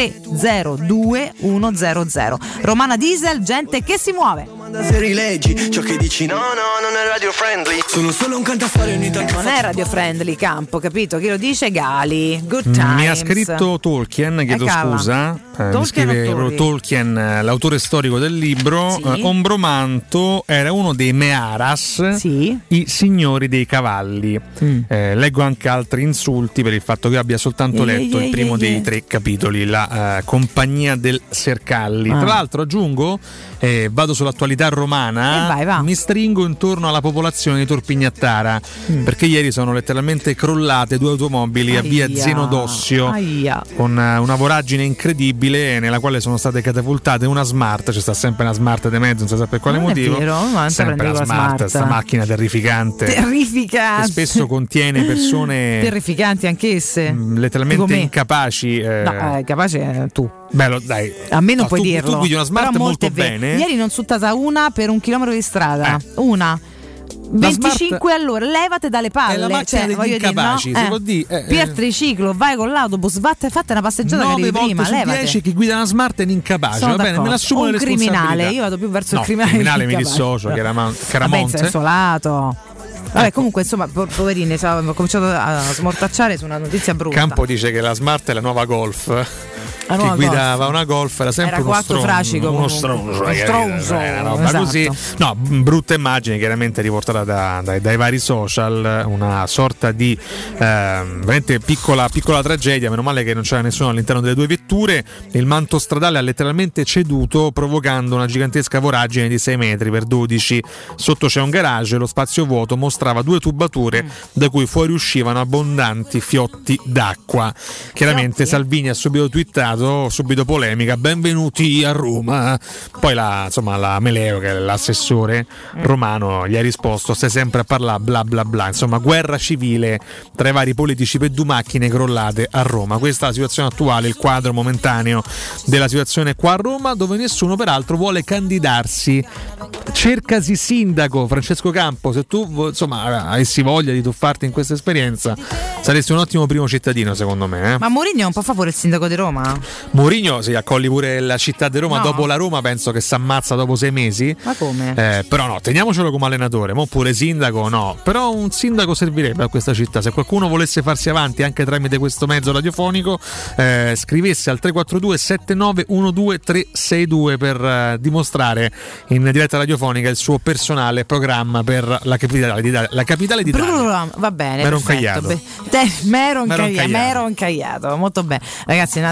trecentodue centodue. Romana Diesel, gente che si muove. Se rileggi ciò che dici, no no non è radio friendly, sono solo un cantastorie ogni tanto. Non è radio friendly, campo, capito? Chi lo dice? Gali. Good times. Mi ha scritto Tolkien, chiedo eh, scusa, eh, mi scrive Tolkien, l'autore storico del libro. Sì. eh, Ombromanto era uno dei Mearas, sì. i signori dei cavalli. mm. eh, leggo anche altri insulti per il fatto che abbia soltanto yeah, letto yeah, il primo yeah, dei yeah. tre capitoli, la uh, compagnia del Sercalli. ah. Tra l'altro aggiungo, eh, vado sull'attualità romana, eh vai, va. mi stringo intorno alla popolazione di Torpignattara, mm. perché ieri sono letteralmente crollate due automobili Aia. a via Zenodossio Aia. con una voragine incredibile nella quale sono state catapultate una Smart. C'è sta sempre una Smart di mezzo, non si sa per quale non motivo. È vero, no, sempre la Smart, Smart, questa macchina terrificante, terrificante, che spesso contiene persone terrificanti anch'esse, mh, letteralmente incapaci. Eh... No, eh, capace tu. Bello, dai. A me non no, puoi tu, dirlo. Tu guidi una Smart molto bene. Ieri non sono stata una per un chilometro di strada. Eh. Una. venticinque Smart... all'ora, levate dalle palle. È la macchina cioè, degli voglio incapaci, dire, no? si eh. può dire. Eh, per triciclo, vai con l'autobus, vatte, fate una passeggiata che arrivi prima, su levate. dieci chi guida una Smart è un incapace, Sono va bene, me l'assumo le responsabilità. Un criminale, io vado più verso no, il criminale. criminale mi dissocio, che era man- Caramonte. Vabbè, lato. Vabbè, ecco. Comunque, insomma, po- poverini, ho cominciato a smortacciare su una notizia brutta. Campo dice che la Smart è la nuova Golf. La chi guidava golf. Una Golf era sempre era uno stronzo, fracico, uno stronzo, uno stronzo, una roba esatto. così. No, brutta immagine, chiaramente riportata da, dai, dai vari social, una sorta di eh, veramente piccola, piccola tragedia. Meno male che non c'era nessuno all'interno delle due vetture. Il manto stradale ha letteralmente ceduto, provocando una gigantesca voragine di sei metri per dodici. Sotto c'è un garage, lo spazio vuoto mostrava due tubature mm. da cui fuoriuscivano abbondanti fiotti d'acqua. Chiaramente fiotti. Salvini ha subito twittato, subito polemica, benvenuti a Roma. Poi la, insomma, la Meleo, che è l'assessore romano, gli ha risposto: stai sempre a parlare bla bla bla. Insomma, guerra civile tra i vari politici per due macchine crollate a Roma. Questa è la situazione attuale, il quadro momentaneo della situazione qua a Roma, dove nessuno peraltro vuole candidarsi. Cercasi sindaco, Francesco Campo. Se tu insomma avessi voglia di tuffarti in questa esperienza, saresti un ottimo primo cittadino, secondo me. Eh? Ma Mourinho non può fare pure il sindaco di Roma? Mourinho si accogli pure la città di Roma, no. Dopo la Roma penso che si ammazza dopo sei mesi. Ma come? Eh, però no, teniamocelo come allenatore, ma pure sindaco no. Però un sindaco servirebbe a questa città. Se qualcuno volesse farsi avanti anche tramite questo mezzo radiofonico, eh, scrivesse al tre quattro due sette nove uno due tre sei due per eh, dimostrare in diretta radiofonica il suo personale programma per la capitale d'Italia. La capitale d'Italia. Va bene, Mero perfetto. Incagliato. Be- te- mero, incaglia- mero incaiato, molto bene. Ragazzi, è una tragedia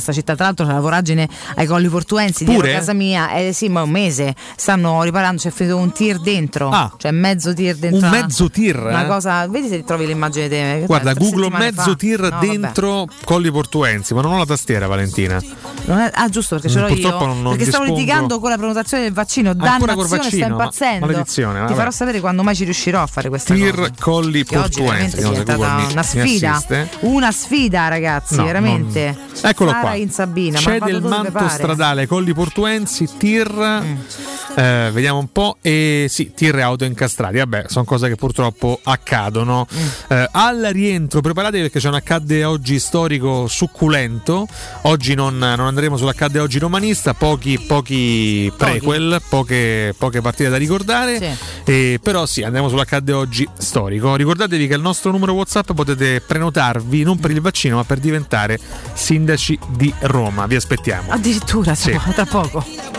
sta città. Tra l'altro c'è la voragine ai Colli Portuensi dietro casa mia, eh sì, ma è un mese stanno riparando, c'è finito un tir dentro, ah, cioè mezzo tir dentro, un una, mezzo tir, una eh? cosa, vedi se trovi l'immagine te. Guarda, Google mezzo fa. tir no, dentro vabbè. Colli Portuensi, ma non ho la tastiera, Valentina. Non è, ah giusto, perché ce l'ho Purtroppo io non, non perché stavo rispondo. litigando con la prenotazione del vaccino. Dannazione, sto impazzendo. Maledizione, ti farò sapere quando mai ci riuscirò a fare questa tir cosa. Colli Portuensi, è diventata una sfida, una sfida ragazzi, no, veramente non... eccolo Sara qua in Sabina, c'è del manto stradale Colli Portuensi, tir mm. eh, vediamo un po', e sì, tir e auto incastrati, vabbè, sono cose che purtroppo accadono. mm. eh, al rientro preparatevi perché c'è un accadde oggi storico succulento. Oggi non, non andremo sull'accadde oggi romanista, pochi, pochi prequel, poche, poche partite da ricordare, sì. eh, però sì, andiamo sull'accadde oggi storico. Ricordatevi che il nostro numero WhatsApp potete prenotarvi non per il vaccino ma per diventare sindaci di Roma. Vi aspettiamo addirittura, sì. Tra poco.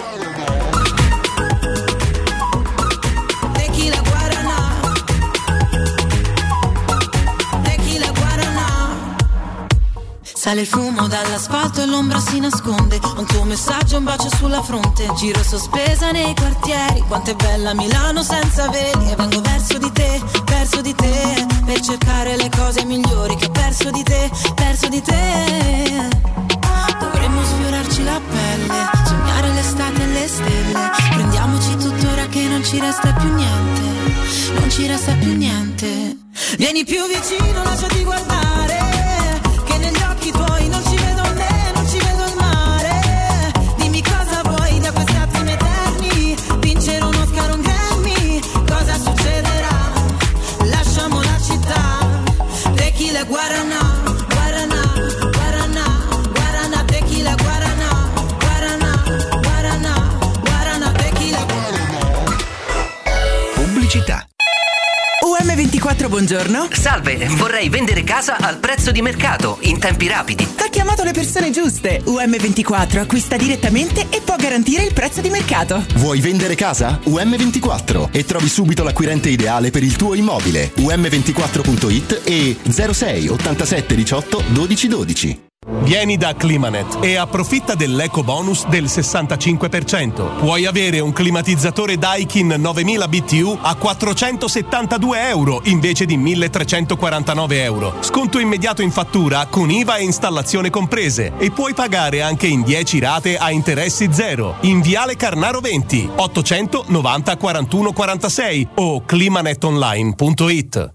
Sale il fumo dall'asfalto e l'ombra si nasconde. Un tuo messaggio, un bacio sulla fronte. Giro sospesa nei quartieri. Quanto è bella Milano senza veli. E vengo verso di te, verso di te, per cercare le cose migliori che ho perso di te, perso di te. Dovremmo sfiorarci la pelle, sognare l'estate e le stelle. Prendiamoci tutto ora che non ci resta più niente, non ci resta più niente. Vieni più vicino, lasciati guardare, che negli occhi tuoi non ci vedo me, non ci vedo il mare. Dimmi cosa vuoi da questi attimi eterni, vincere un Oscar, un Grammy, cosa succederà? Lasciamo la città, tequila guaraná, guaraná, guaraná, guaraná, tequila guaraná, guaraná, guaraná, guaraná, tequila guaraná. Pubblicità. U M ventiquattro, buongiorno. Salve, vorrei vendere casa al prezzo di mercato, in tempi rapidi. Ha chiamato le persone giuste. U M ventiquattro acquista direttamente e può garantire il prezzo di mercato. Vuoi vendere casa? U M ventiquattro e trovi subito l'acquirente ideale per il tuo immobile. U M ventiquattro punto it e zero sei ottantasette diciotto dodici dodici. Vieni da Climanet e approfitta dell'eco bonus del sessantacinque per cento. Puoi avere un climatizzatore Daikin novemila B T U a quattrocentosettantadue euro invece di milletrecentoquarantanove euro. Sconto immediato in fattura con I V A e installazione comprese e puoi pagare anche in dieci rate a interessi zero. In Viale Carnaro venti, ottocento novanta quarantuno quarantasei o climanetonline punto it.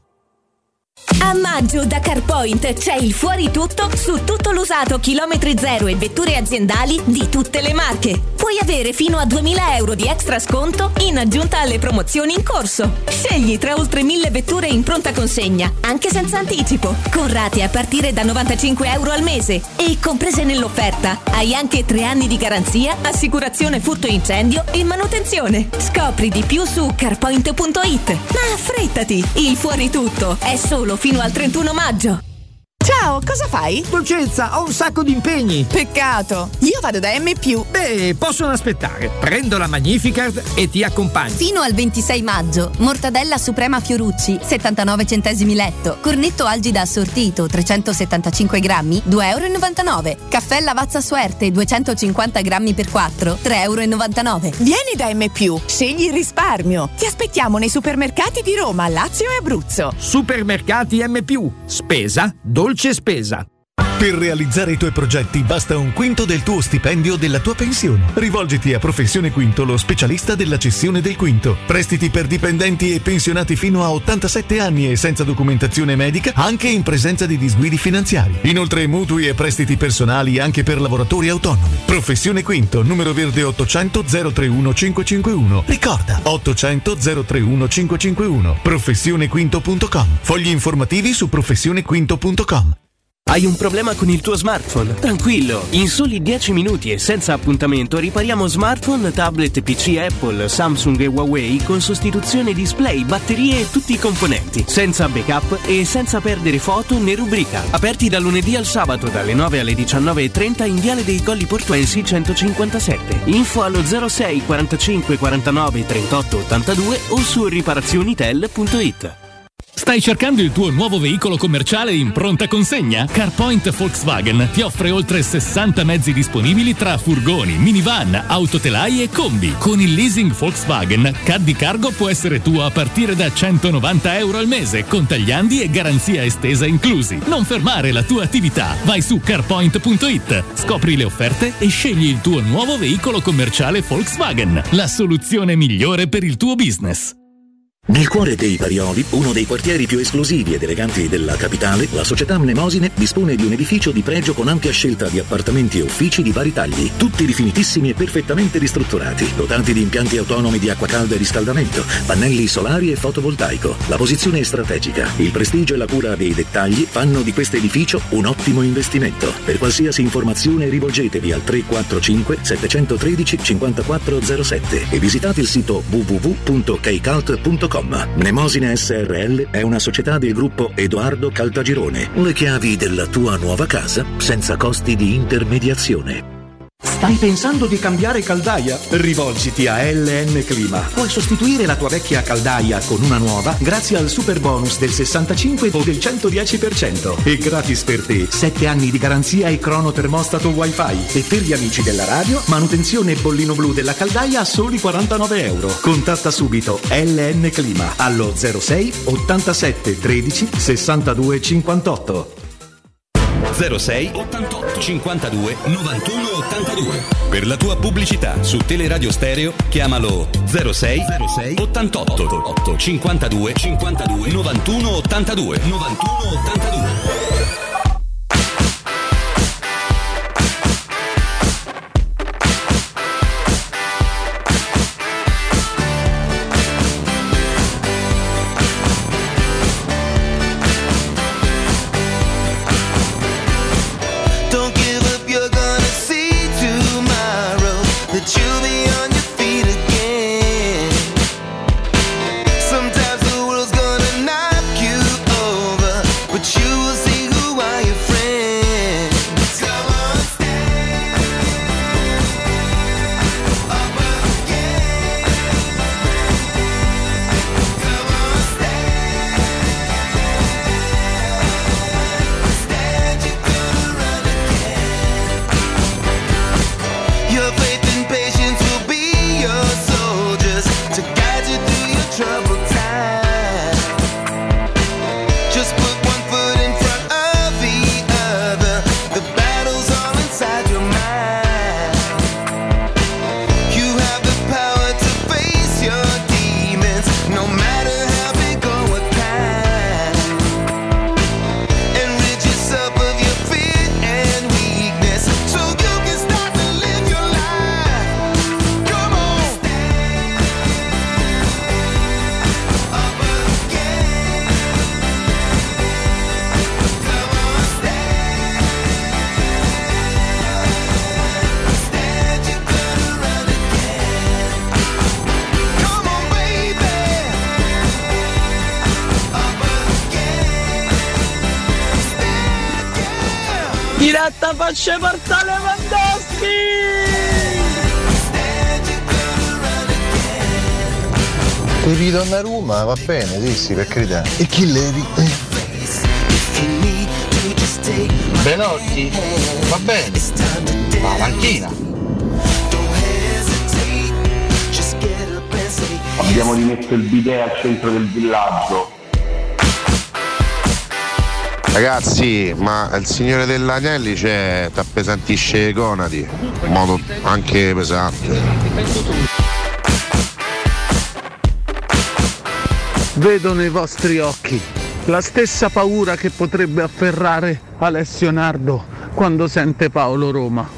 A maggio da CarPoint c'è il fuori tutto su tutto l'usato chilometri zero e vetture aziendali di tutte le marche. Puoi avere fino a duemila euro di extra sconto in aggiunta alle promozioni in corso. Scegli tra oltre mille vetture in pronta consegna, anche senza anticipo, con rate a partire da novantacinque euro al mese. E comprese nell'offerta hai anche tre anni di garanzia, assicurazione furto incendio e manutenzione. Scopri di più su carpoint punto it. Ma affrettati, il fuori tutto è solo fino al trentuno maggio. Ciao, cosa fai? Dolcezza, ho un sacco di impegni. Peccato, io vado da M più. Beh, possono aspettare. Prendo la Magnificard e ti accompagno. Fino al ventisei maggio, mortadella suprema Fiorucci, settantanove centesimi letto. Cornetto Algida assortito, trecentosettantacinque grammi, due e novantanove euro. Caffè Lavazza Suerte, duecentocinquanta grammi per quattro, tre e novantanove euro. Vieni da M più, scegli il risparmio. Ti aspettiamo nei supermercati di Roma, Lazio e Abruzzo. Supermercati M più. Spesa, dolce spesa. Per realizzare i tuoi progetti basta un quinto del tuo stipendio o della tua pensione. Rivolgiti a Professione Quinto, lo specialista della cessione del quinto. Prestiti per dipendenti e pensionati fino a ottantasette anni e senza documentazione medica, anche in presenza di disguidi finanziari. Inoltre mutui e prestiti personali anche per lavoratori autonomi. Professione Quinto, numero verde ottocento zero trentuno cinquecentocinquantuno. Ricorda, ottocento zero trentuno cinquecentocinquantuno. professione quinto punto com. Fogli informativi su professione quinto punto com. Hai un problema con il tuo smartphone? Tranquillo, in soli dieci minuti e senza appuntamento ripariamo smartphone, tablet, P C Apple, Samsung e Huawei con sostituzione display, batterie e tutti i componenti, senza backup e senza perdere foto né rubrica. Aperti dal lunedì al sabato dalle nove alle diciannove e trenta in Viale dei Colli Portuensi centocinquantasette. Info allo zero sei quarantacinque quarantanove trentotto ottantadue o su riparazionitel punto it. Stai cercando il tuo nuovo veicolo commerciale in pronta consegna? CarPoint Volkswagen ti offre oltre sessanta mezzi disponibili tra furgoni, minivan, autotelai e combi. Con il leasing Volkswagen, Caddy Cargo può essere tuo a partire da centonovanta euro al mese, con tagliandi e garanzia estesa inclusi. Non fermare la tua attività. Vai su carpoint punto it, scopri le offerte e scegli il tuo nuovo veicolo commerciale Volkswagen. La soluzione migliore per il tuo business. Nel cuore dei Parioli, uno dei quartieri più esclusivi ed eleganti della capitale, la società Mnemosine dispone di un edificio di pregio con ampia scelta di appartamenti e uffici di vari tagli, tutti rifinitissimi e perfettamente ristrutturati, dotati di impianti autonomi di acqua calda e riscaldamento, pannelli solari e fotovoltaico. La posizione è strategica, il prestigio e la cura dei dettagli fanno di questo edificio un ottimo investimento. Per qualsiasi informazione rivolgetevi al tre quattro cinque sette uno tre cinque zero sette e visitate il sito w w w punto keicalt punto com. Mnemosine S R L è una società del gruppo Edoardo Caltagirone. Le chiavi della tua nuova casa senza costi di intermediazione. Stai pensando di cambiare caldaia? Rivolgiti a L N Clima. Puoi sostituire la tua vecchia caldaia con una nuova grazie al super bonus del sessantacinque o del centodieci per cento. E gratis per te sette anni di garanzia e crono termostato wifi. E per gli amici della radio, manutenzione bollino blu della caldaia a soli quarantanove euro. Contatta subito L N Clima allo zero sei ottantasette tredici sessantadue cinquantotto. zero sei ottantotto cinquantadue novantuno ottantadue. Per la tua pubblicità su Teleradio Stereo chiamalo zero sei ottantotto cinquantadue cinquantadue novantuno ottantadue novantuno ottantadue. Diretta facce portale Lewandowski! Devi tornare a Roma, va bene, dissi, per carità. E chi levi? Belotti, va bene. Ma panchina. Abbiamo rimesso il bidet al centro del villaggio. Ragazzi, ma il signore dell'Agnelli c'è, t'appesantisce i gonadi, in modo anche pesante. Vedo nei vostri occhi la stessa paura che potrebbe afferrare Alessio Nardo quando sente Paolo Roma.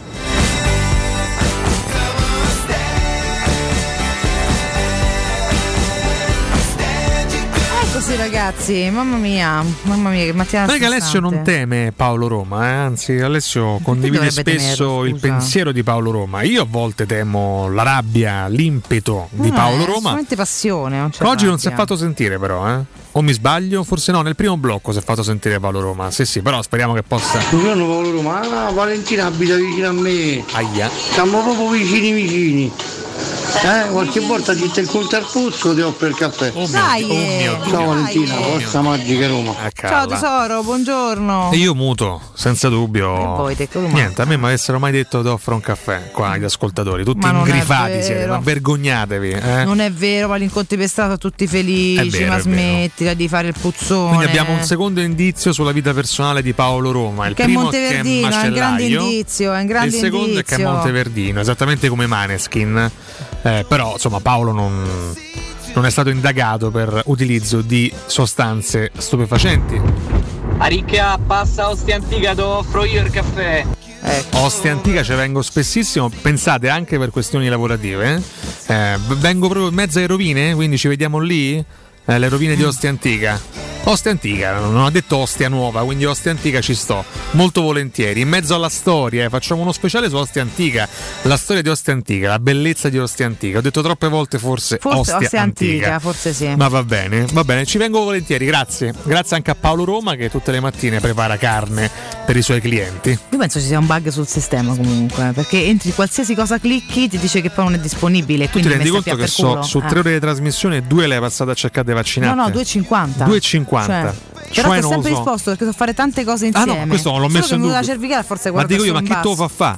Sì, ragazzi, mamma mia, mamma mia, che mattina. Non è che Alessio non teme Paolo Roma, eh? Anzi, Alessio condivide spesso tenerlo, il pensiero di Paolo Roma. Io a volte temo la rabbia, l'impeto di no, Paolo è Roma. Solamente passione. Non c'è Oggi rabbia. Non si è fatto sentire, però, eh? O mi sbaglio? Forse no, nel primo blocco si è fatto sentire Paolo Roma. Sì, sì, però speriamo che possa. Buongiorno Paolo Roma, ah, Valentina abita vicino a me. Aia. Siamo proprio vicini vicini. Eh, qualche volta chi te conta il puzzo ti offre il caffè. Oh dai, oh mio Dio. Ciao Valentina, forza magica Roma. Ciao tesoro, buongiorno. E io muto, senza dubbio. E voi, te, niente, a me mi avessero mai detto ti offro un caffè qua gli ascoltatori, tutti ingrifati siete, ma vergognatevi. Eh? Non è vero, ma l'incontri per strada tutti felici, vero, ma smettila di fare il puzzone. Quindi abbiamo un secondo indizio sulla vita personale di Paolo Roma. Il che primo è Monteverdino, che è, è un grande indizio, è un grande il secondo indizio. è che è Monteverdino, esattamente come Maneskin. Eh, però insomma Paolo non, non è stato indagato per utilizzo di sostanze stupefacenti. Aricchia, passa Ostia Antica, ti offro io il caffè. Ecco. Ostia Antica ci vengo spessissimo, pensate anche per questioni lavorative. Eh, vengo proprio in mezzo ai rovine, quindi ci vediamo lì. Eh, le rovine di Ostia Antica. Ostia Antica, non ha detto Ostia Nuova, quindi Ostia Antica ci sto molto volentieri. In mezzo alla storia, eh, facciamo uno speciale su Ostia Antica, la storia di Ostia Antica, la bellezza di Ostia Antica. Ho detto troppe volte forse, forse Ostia, Ostia Antica. Antica, forse sì. Ma va bene, va bene, ci vengo volentieri, grazie. Grazie anche a Paolo Roma che tutte le mattine prepara carne per i suoi clienti. Io penso ci sia un bug sul sistema comunque, perché entri qualsiasi cosa clicchi ti dice che poi non è disponibile. Tu ti rendi conto che so, su tre ore di trasmissione due le hai passate a cercare dei vaccinati? No, no, due e cinquanta. due e cinquanta. Cioè, Cioè, però ti ho sempre so. risposto perché so fare tante cose insieme. Ah no, questo non l'ho Solo messo in dubbio. la cervicale forse ma dico io, ma chi te lo fa fa?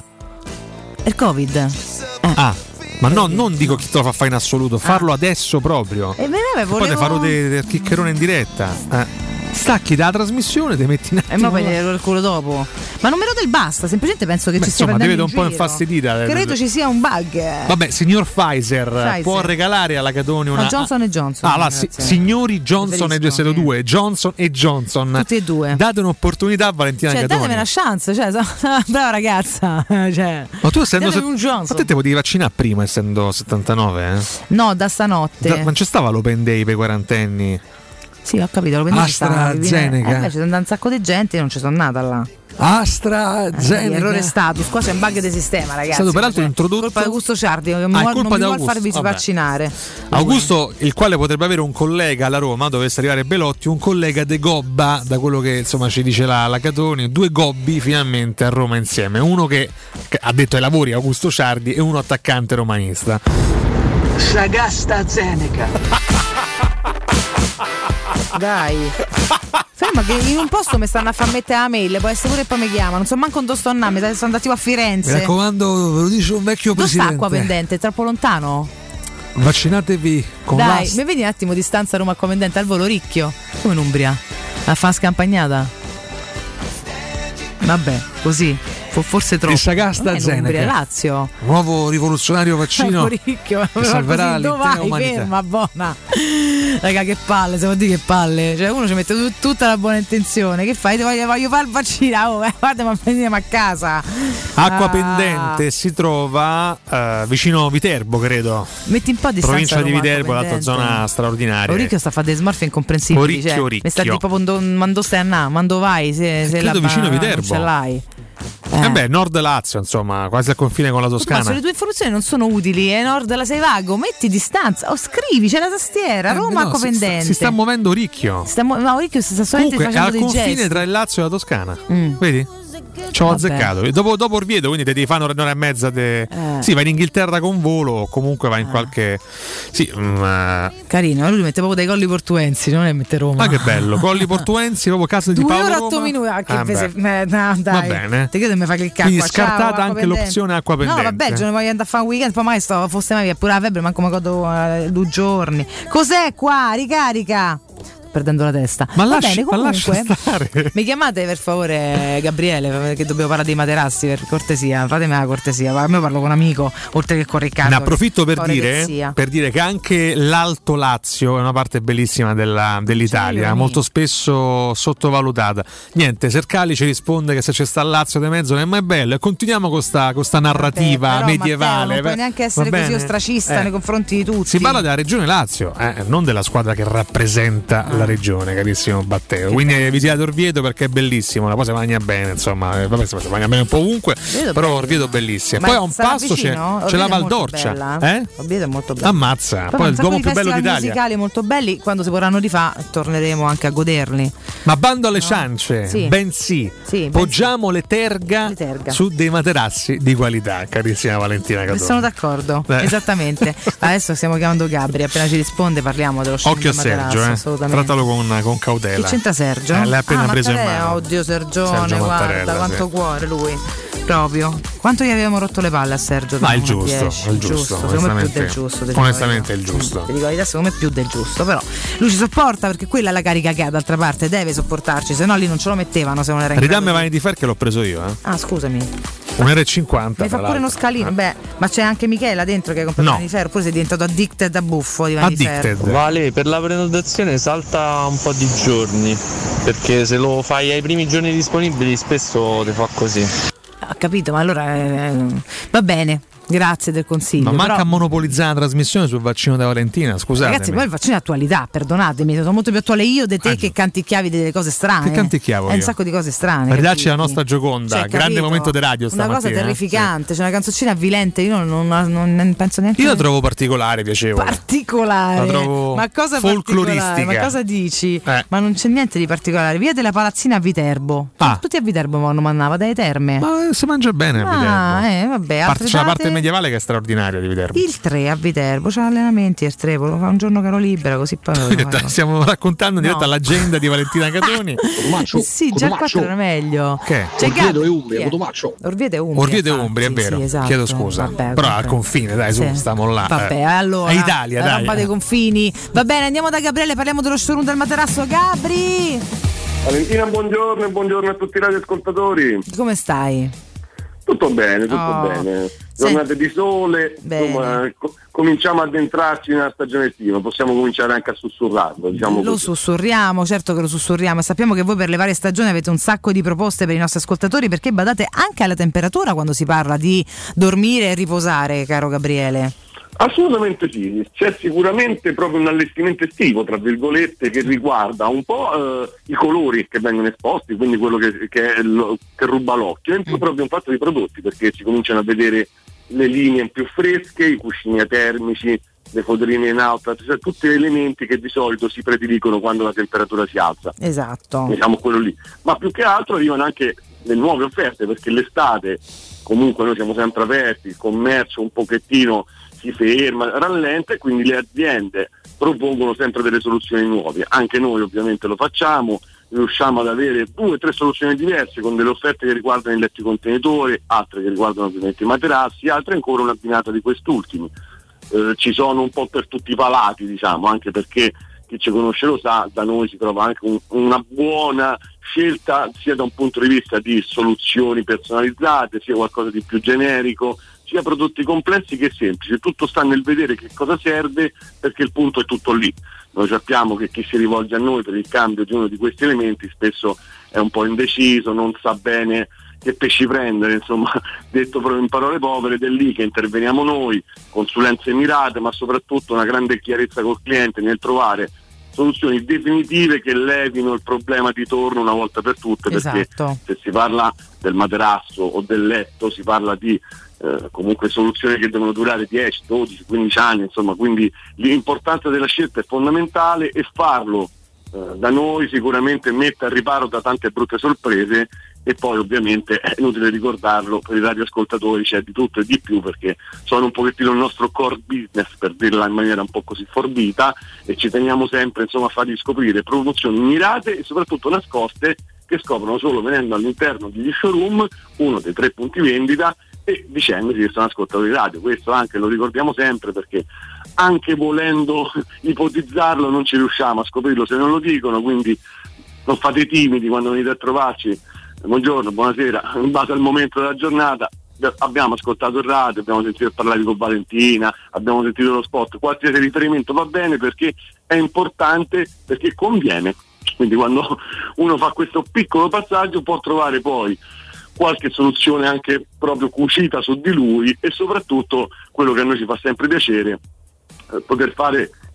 Il Covid. Eh. Ah, ma no, non dico chi te lo fa fa in assoluto, farlo ah. adesso proprio. E me ne volevo... Poi te farò del de chiccherone in diretta. Eh. Stacchi dalla trasmissione, ti metti in attimo. E poi vedrò il culo dopo. Ma non me lo del basta, semplicemente penso che Beh, ci sia insomma, ti vedo un po' infastidita. Credo ci sia un bug. Vabbè, signor Pfizer, Pfizer. può regalare alla Cadoni una. No, Johnson e Johnson. Ah, la, si, signori Johnson e Johnson, due, Johnson e Johnson. Tutti e due. Date un'opportunità a Valentina cioè, Cadoni. Datemi una chance, cioè, brava ragazza. Cioè, ma tu essendo se... un Johnson. Ma te te potevi vaccinare prima essendo settantanove, eh? No, da stanotte. Da, non c'è stava l'open day per i quarantenni? Sì, ho capito, lo AstraZeneca. Eh, invece c'è un sacco di gente e non ci sono nata là. AstraZeneca. Eh, errore status, qua c'è un bug di sistema, ragazzi. È stato peraltro cioè, introdotto. Colpa di Augusto Ciardi, che ah, non mi vuole farvi vaccinare. Augusto, il quale potrebbe avere un collega alla Roma, dovesse arrivare Belotti, un collega de Gobba, da quello che insomma ci dice la, la Catoni, due Gobbi finalmente a Roma insieme. Uno che, che ha detto ai lavori Augusto Ciardi e uno attaccante romanista. Sagasta Zeneca. Dai. Ferma che in un posto mi stanno a far mettere la mail, può essere pure che poi mi chiamano, non so manco dove sto andando, sono andati a Firenze. Mi raccomando, ve lo dice un vecchio dove presidente. Dove sta Acqua Pendente? È troppo lontano? Vaccinatevi con Dai, l'ast- mi vedi un attimo distanza Roma Acqua Pendente al volo Ricchio? Come in Umbria? A fa scampagnata? Vabbè, così. Forse troppo. Il Sagasta Zeneca. Lazio. Nuovo rivoluzionario vaccino Ricchio, che salverà l'intera umanità. Ferma, buona. Raga, che palle, se vuol dire che palle. Cioè, uno ci mette t- tutta la buona intenzione. Che fai? Voglio, voglio fare il vaccino. Oh, guarda, ma veniamo a casa. Acqua ah. Pendente si trova uh, vicino Viterbo, credo. Metti un po' di provincia di Viterbo, l'altra zona straordinaria. Oricchio sta a fare dei smorfie incomprensibili. Oricchio, cioè, Oricchio. Mi sta tipo quando, quando stai a na, quando vai, se, se credo la, vicino Viterbo. Ce l'hai. Eh. eh beh, Nord Lazio, insomma, quasi al confine con la Toscana. Ma se le tue informazioni non sono utili, e eh, Nord la sei vago, metti distanza o scrivi, c'è la tastiera, eh, Roma no, Acqua Pendente. Si, si sta muovendo Oricchio. Si sta mu- ma Oricchio si sta solamente Comunque, facendo dei gesti. è al confine tra il Lazio e la Toscana. Mm. Vedi? Ci ho azzeccato. Dopo, dopo Orvieto, quindi te devi fare un'ora e mezza. De... Eh. Sì, vai in Inghilterra con volo o comunque vai in eh. qualche. Sì, ma... carino, lui mette proprio dei colli portuensi, non è mette Roma. Ma che bello, colli portuensi, proprio casa di Due Paolo ore Roma. otto minuti. Ah, che ah, pese... eh, no, dai. Va bene. Ti credo che mi fa cliccare. Quindi qua. scartata Ciao, anche pendente. l'opzione acqua pendente. No, vabbè, giorno voglio andare a fare un weekend, poi mai sto, fosse mai via pure la febbre, manco mi godo uh, due giorni. Cos'è qua? Ricarica. Perdendo la testa. Ma, Va lasci, bene, comunque, ma lascia stare. Mi chiamate per favore Gabriele, che dobbiamo parlare dei materassi, per cortesia, fatemi la cortesia. A me parlo con un amico oltre che con Riccardo. Ne approfitto per dire, per dire che anche l'Alto Lazio è una parte bellissima della, dell'Italia, molto spesso sottovalutata. Niente, Sercali ci risponde che se c'è sta Lazio di mezzo non è mai bello, e continuiamo con sta, con sta narrativa Vabbè, però, medievale. Matteo, non puoi neanche essere così ostracista eh. nei confronti di tutti. Si parla della regione Lazio, eh, non della squadra che rappresenta la regione, carissimo Batteo. Quindi bello. Visitate Orvieto perché è bellissimo, la poi si mangia bene, insomma, eh, vabbè, si mangia bene un po' ovunque, Orvieto però bello. Orvieto è bellissimo. Ma poi a un passo vicino? c'è, c'è la Val d'Orcia, eh? Orvieto è molto bello. Ammazza, però poi il Duomo più bello d'Italia. Musicali molto belli, quando si vorranno rifare torneremo anche a goderli. Ma bando alle no? ciance, sì. bensì sì, poggiamo le terga, le terga su dei materassi di qualità, carissima Valentina Catoni. Sono d'accordo, eh. esattamente. Adesso stiamo chiamando Gabri, appena ci risponde parliamo dello show. Occhio a Sergio, eh. assolutamente. Trattalo con, con cautela. Che c'entra Sergio? Eh, l'hai appena ah, preso in mano. Oddio Sergione, Sergio guarda quanto sì. cuore lui. Proprio. Quanto gli avevamo rotto le palle a Sergio? Ma il giusto, il giusto, secondo me più del giusto. Onestamente è il giusto. Ti dico, secondo me più del giusto, però lui ci sopporta perché quella è la carica che ha, d'altra parte deve sopportarci, se no lì non ce lo mettevano se non era in Ridammi Vanity Fair che l'ho preso io, eh. Ah, scusami. un euro e cinquanta. Mi fa pure uno scalino. Beh, ma c'è anche Michela dentro che ha comprato no. Vanity Fair, oppure sei diventato addicted a buffo di Vanity Fair. Vale, per la prenotazione salta un po' di giorni, perché se lo fai ai primi giorni disponibili spesso ti fa così. Ho capito, ma allora eh, va bene. Grazie del consiglio. Ma manca però... a monopolizzare la trasmissione sul vaccino da Valentina, scusate. Ragazzi, poi il vaccino è attualità, perdonatemi, sono molto più attuale io di te ah, che canticchiavi delle cose strane. Che canticchiavo? È un sacco di cose strane. Ridacci la nostra Gioconda, cioè, grande momento di radio stamattina. Una cosa terrificante, eh? C'è una canzoncina avvilente, io non, non, non penso neanche. Io la trovo particolare, piacevole. Particolare. La trovo ma cosa folcloristica. Ma cosa dici? Eh. Ma non c'è niente di particolare. Via della Palazzina a Viterbo. Ah. Tutti a Viterbo vanno mandava dai terme. Ma si mangia bene a Viterbo. Ah, eh, vabbè, Part- c'è la parte medievale che è straordinaria. Di Viterbo. Il tre a Viterbo c'ha allenamenti il tre, lo fa un giorno che ero libera così poi stiamo raccontando in diretta no. l'agenda di Valentina Catoni. Sì, già il quattro era meglio. Che? C'è Orvieto e Umbria, Cotomaccio. Orvieto e Umbria. Orvieto e Umbria, è vero. Sì, esatto. Chiedo scusa. Vabbè, però vabbè. al confine, dai, su, sì. stiamo là. Vabbè, allora. È Italia, la dai. rampa dei confini. Va bene, andiamo da Gabriele, parliamo dello showroom del materasso. Gabri! Valentina, buongiorno e buongiorno a tutti i radioascoltatori. Come stai? Tutto bene, tutto oh. bene. Giornate sì. di sole, insomma, co- cominciamo ad entrarci nella stagione estiva, possiamo cominciare anche a sussurrarlo. Diciamo lo così. sussurriamo, certo che lo sussurriamo e sappiamo che voi per le varie stagioni avete un sacco di proposte per i nostri ascoltatori perché badate anche alla temperatura quando si parla di dormire e riposare, caro Gabriele. Assolutamente sì, c'è sicuramente proprio un allestimento estivo, tra virgolette, che riguarda un po' eh, i colori che vengono esposti, quindi quello che, che, è lo, che ruba l'occhio, e poi proprio un fatto di prodotti, perché si cominciano a vedere le linee più fresche, i cuscini atermici, le foderine in alta, cioè tutti elementi che di solito si prediligono quando la temperatura si alza. Esatto. Diciamo quello lì. Ma più che altro arrivano anche le nuove offerte, perché l'estate comunque noi siamo sempre aperti, il commercio un pochettino si ferma, rallenta e quindi le aziende propongono sempre delle soluzioni nuove. Anche noi ovviamente lo facciamo, riusciamo ad avere due o tre soluzioni diverse con delle offerte che riguardano i letti contenitori, altre che riguardano ovviamente i materassi, altre ancora un'abbinata di quest'ultimi. Eh, ci sono un po' per tutti i palati, diciamo, anche perché chi ci conosce lo sa, da noi si trova anche un, una buona scelta sia da un punto di vista di soluzioni personalizzate, sia qualcosa di più generico, sia prodotti complessi che semplici. Tutto sta nel vedere che cosa serve, perché il punto è tutto lì. Noi sappiamo che chi si rivolge a noi per il cambio di uno di questi elementi spesso è un po' indeciso, non sa bene che pesci prendere, insomma, detto proprio in parole povere, ed è lì che interveniamo noi, consulenze mirate, ma soprattutto una grande chiarezza col cliente nel trovare soluzioni definitive che levino il problema di torno una volta per tutte, perché esatto. se si parla del materasso o del letto si parla di eh, comunque soluzioni che devono durare dieci, dodici, quindici anni, insomma, quindi l'importanza della scelta è fondamentale e farlo eh, da noi sicuramente mette al riparo da tante brutte sorprese. E poi ovviamente è inutile ricordarlo, per i radioascoltatori c'è di tutto e di più, perché sono un pochettino il nostro core business, per dirla in maniera un po' così forbita, e ci teniamo sempre insomma a fargli scoprire promozioni mirate e soprattutto nascoste che scoprono solo venendo all'interno degli showroom, uno dei tre punti vendita, e dicendoci che sono ascoltatori radio. Questo anche lo ricordiamo sempre, perché anche volendo ipotizzarlo non ci riusciamo a scoprirlo se non lo dicono, quindi non fate i timidi quando venite a trovarci. Buongiorno, buonasera, in base al momento della giornata abbiamo ascoltato il radio, abbiamo sentito parlare con Valentina, abbiamo sentito lo spot, qualsiasi riferimento va bene perché è importante, perché conviene. Quindi quando uno fa questo piccolo passaggio può trovare poi qualche soluzione anche proprio cucita su di lui, e soprattutto quello che a noi ci fa sempre piacere, eh, poter fare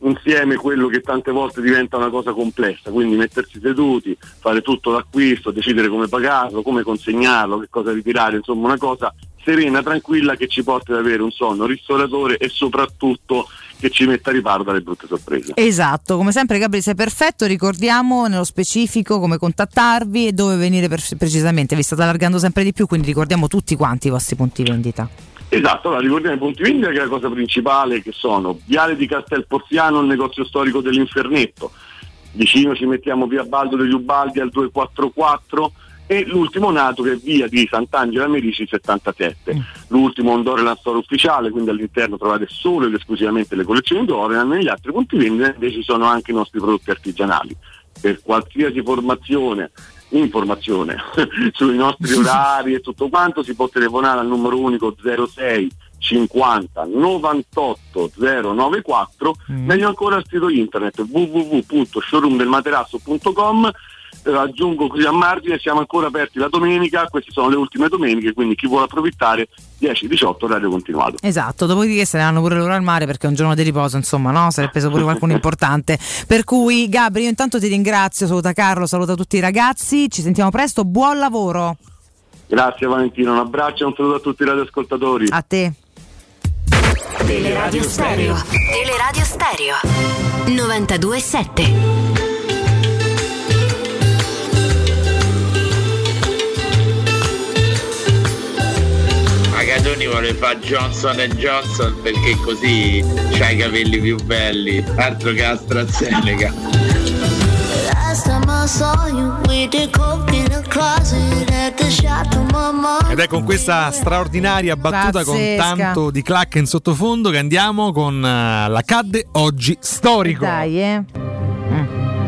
insieme quello che tante volte diventa una cosa complessa, quindi mettersi seduti, fare tutto l'acquisto, decidere come pagarlo, come consegnarlo, che cosa ritirare, insomma una cosa serena, tranquilla, che ci porta ad avere un sonno ristoratore e soprattutto che ci metta a riparo dalle brutte sorprese. Esatto, come sempre Gabri sei perfetto, ricordiamo nello specifico come contattarvi e dove venire per, precisamente, vi state allargando sempre di più, quindi ricordiamo tutti quanti i vostri punti vendita. Esatto, allora ricordiamo i punti vendita, che è la cosa principale, che sono Viale di Castel Porziano, il negozio storico dell'Infernetto, vicino ci mettiamo via Baldo degli Ubaldi al duecentoquarantaquattro, e l'ultimo nato che è via di Sant'Angela Merici settantasette. Mm. L'ultimo un Doreland Store ufficiale, quindi all'interno trovate solo ed esclusivamente le collezioni Doreland, negli altri punti vendita invece ci sono anche i nostri prodotti artigianali. Per qualsiasi formazione, informazione sui nostri orari e tutto quanto si può telefonare al numero unico zero sei cinquanta novantotto zero novantaquattro, mm. meglio ancora al sito internet w w w punto showroom del materasso punto com. Eh, aggiungo così a margine, siamo ancora aperti la domenica, queste sono le ultime domeniche, quindi chi vuole approfittare dieci diciotto orario continuato. Esatto, dopodiché se ne vanno pure loro al mare perché è un giorno di riposo, insomma, no? Se ne è preso pure qualcuno importante. Per cui Gabri, io intanto ti ringrazio, saluta Carlo, saluta tutti i ragazzi, ci sentiamo presto, buon lavoro. Grazie Valentina, un abbraccio e un saluto a tutti i radioascoltatori. A te. Teleradio Stereo. Teleradio Stereo novantadue sette. Magadoni vuole fare Johnson and Johnson perché così c'hai i capelli più belli, altro che AstraZeneca. Ed è con questa straordinaria battuta Pazzesca. con tanto di clac in sottofondo che andiamo con uh, l'Accadde Oggi Storico. Dai, eh. Mm.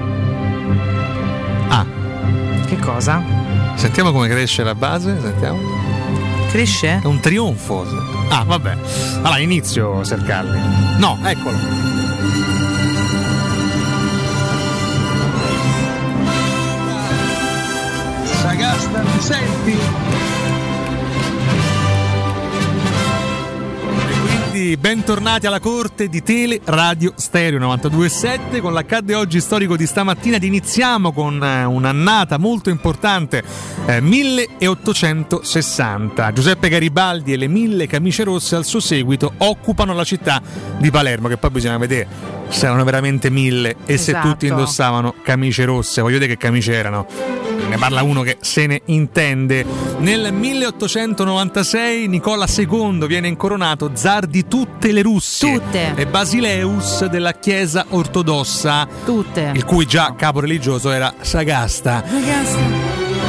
Ah. Che cosa? Sentiamo come cresce la base, sentiamo. Cresce? È un trionfo. Ah, vabbè. Allora inizio, Sercalli. No, eccolo. Sagasta, mi senti? Quindi bentornati alla corte di Tele Radio Stereo novantadue sette con l'Accadde Oggi Storico di stamattina ed iniziamo con eh, un'annata molto importante, eh, milleottocentosessanta. Giuseppe Garibaldi e le mille camicie rosse al suo seguito occupano la città di Palermo, che poi bisogna vedere se erano veramente mille e Esatto. se tutti indossavano camicie rosse. Voglio vedere che camicie erano. Ne parla uno che se ne intende. Nel milleottocentonovantasei Nicola secondo viene incoronato zar di tutte le Russie. Tutte. E Basileus della Chiesa ortodossa. Tutte. Il cui già capo religioso era Sagasta. Sagasta.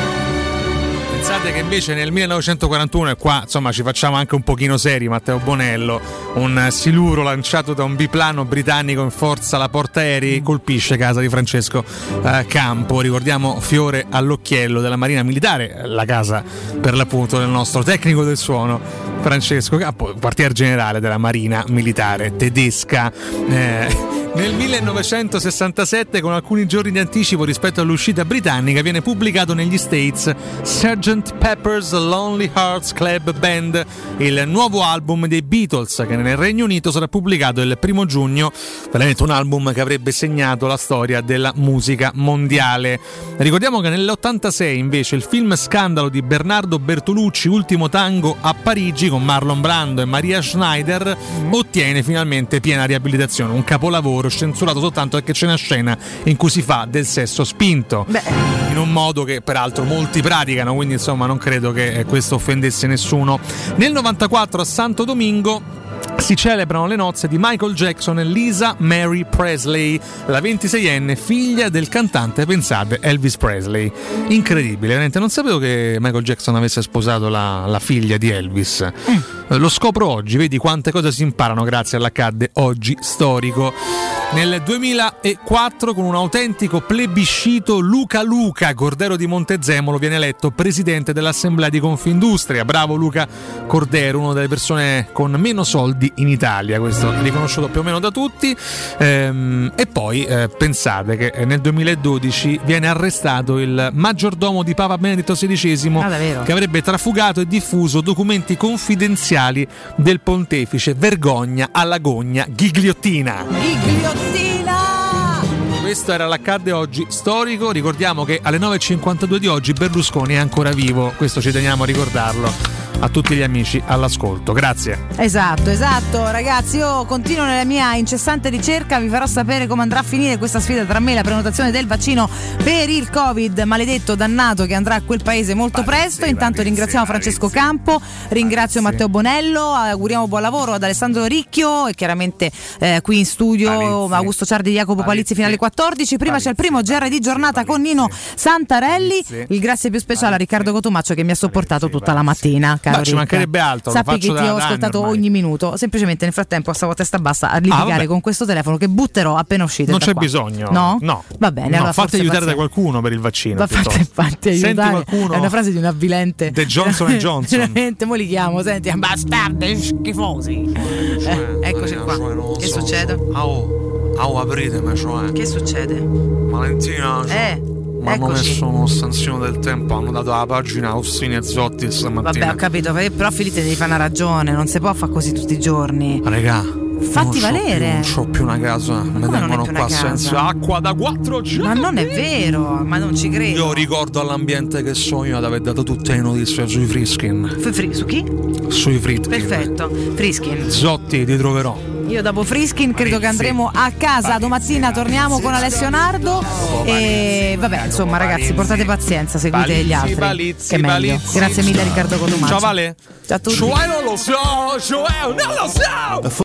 Pensate che invece nel millenovecentoquarantuno, e qua insomma ci facciamo anche un pochino seri, Matteo Bonello, un siluro lanciato da un biplano britannico in forza alla portaerei colpisce casa di Francesco eh, Campo. Ricordiamo fiore all'occhiello della Marina Militare, la casa per l'appunto del nostro tecnico del suono Francesco Campo, quartier generale della Marina Militare tedesca. Eh, Nel millenovecentosessantasette, con alcuni giorni di anticipo rispetto all'uscita britannica, viene pubblicato negli States sergeant Pepper's Lonely Hearts Club Band, il nuovo album dei Beatles, che nel Regno Unito sarà pubblicato il primo giugno, veramente un album che avrebbe segnato la storia della musica mondiale. Ricordiamo che nell'ottantasei invece il film scandalo di Bernardo Bertolucci, Ultimo tango a Parigi, con Marlon Brando e Maria Schneider, ottiene finalmente piena riabilitazione, un capolavoro censurato soltanto perché c'è una scena in cui si fa del sesso spinto. Beh. In un modo che peraltro molti praticano, quindi insomma non credo che questo offendesse nessuno. Nel novantaquattro a Santo Domingo si celebrano le nozze di Michael Jackson e Lisa Mary Presley, la ventiseienne figlia del cantante, pensate, Elvis Presley. Incredibile, veramente non sapevo che Michael Jackson avesse sposato la, la figlia di Elvis. Mm. Lo scopro oggi, vedi quante cose si imparano grazie all'Accadde Oggi Storico. Nel duemilaquattro, con un autentico plebiscito, Luca Luca, Cordero di Montezemolo, viene eletto presidente dell'Assemblea di Confindustria. Bravo Luca Cordero, una delle persone con meno soldi in Italia, questo è riconosciuto più o meno da tutti. Ehm, e poi eh, pensate che nel duemiladodici viene arrestato il maggiordomo di Papa Benedetto sedicesimo, ah, che avrebbe trafugato e diffuso documenti confidenziali iniziali del pontefice. Vergogna alla gogna ghigliottina. Ghigliottina! Questo era l'accadde oggi storico. Ricordiamo che alle nove e cinquantadue di oggi Berlusconi è ancora vivo, questo ci teniamo a ricordarlo a tutti gli amici all'ascolto. Grazie. Esatto, esatto, ragazzi, io continuo nella mia incessante ricerca, vi farò sapere come andrà a finire questa sfida tra me e la prenotazione del vaccino per il Covid maledetto dannato che andrà a quel paese molto presto. Intanto ringraziamo Francesco Campo, ringrazio Matteo Bonello, auguriamo buon lavoro ad Alessandro Ricchio e chiaramente eh, qui in studio Augusto Ciardi e Jacopo Palizzi fino alle quattordici. Prima c'è il primo G R di giornata con Nino Santarelli. Il grazie più speciale a Riccardo Cotumaccio che mi ha sopportato tutta la mattina. Ma ci mancherebbe altro. Sappi che ti ho ascoltato ogni minuto. Semplicemente nel frattempo stavo a testa bassa a litigare ah, con questo telefono che butterò appena uscite. Non da c'è qua. bisogno. No? No. Va bene. No, allora fatti aiutare pazienza. da qualcuno per il vaccino. Ma fatti, fatti aiutare. Senti qualcuno. È una frase di un avvilente. The Johnson and Johnson. Veramente, mo li chiamo. Senti, bastardi schifosi. Eh, eccoci qua. Che succede? Oh, oh, apritemi, cioè. Che succede? Valentina. Cioè. Eh. Ma hanno Eccoci. messo un'estensione del tempo, hanno dato la pagina a Ossini e Zotti stamattina. Vabbè, ho capito, però Filippo devi fare una ragione, non si può fare così tutti i giorni. Ma regà, fatti non valere. Non c'ho più una casa, mi tengono qua senza acqua da quattro giorni. Ma non è vero, ma non ci credo. Io ricordo all'ambiente che so io ad aver dato tutte le notizie sui Friskin. F- fri- su chi? Sui Friskin. Perfetto, Friskin. Zotti, ti troverò. Io dopo Friskin credo che andremo a casa. Domattina torniamo con Alessio Nardo. E vabbè, insomma, ragazzi, portate pazienza, seguite gli altri. Che è meglio. Grazie mille a Riccardo Cotumaccio. Ciao Vale. Ciao a tutti. Cioè non lo so, cioè non lo so.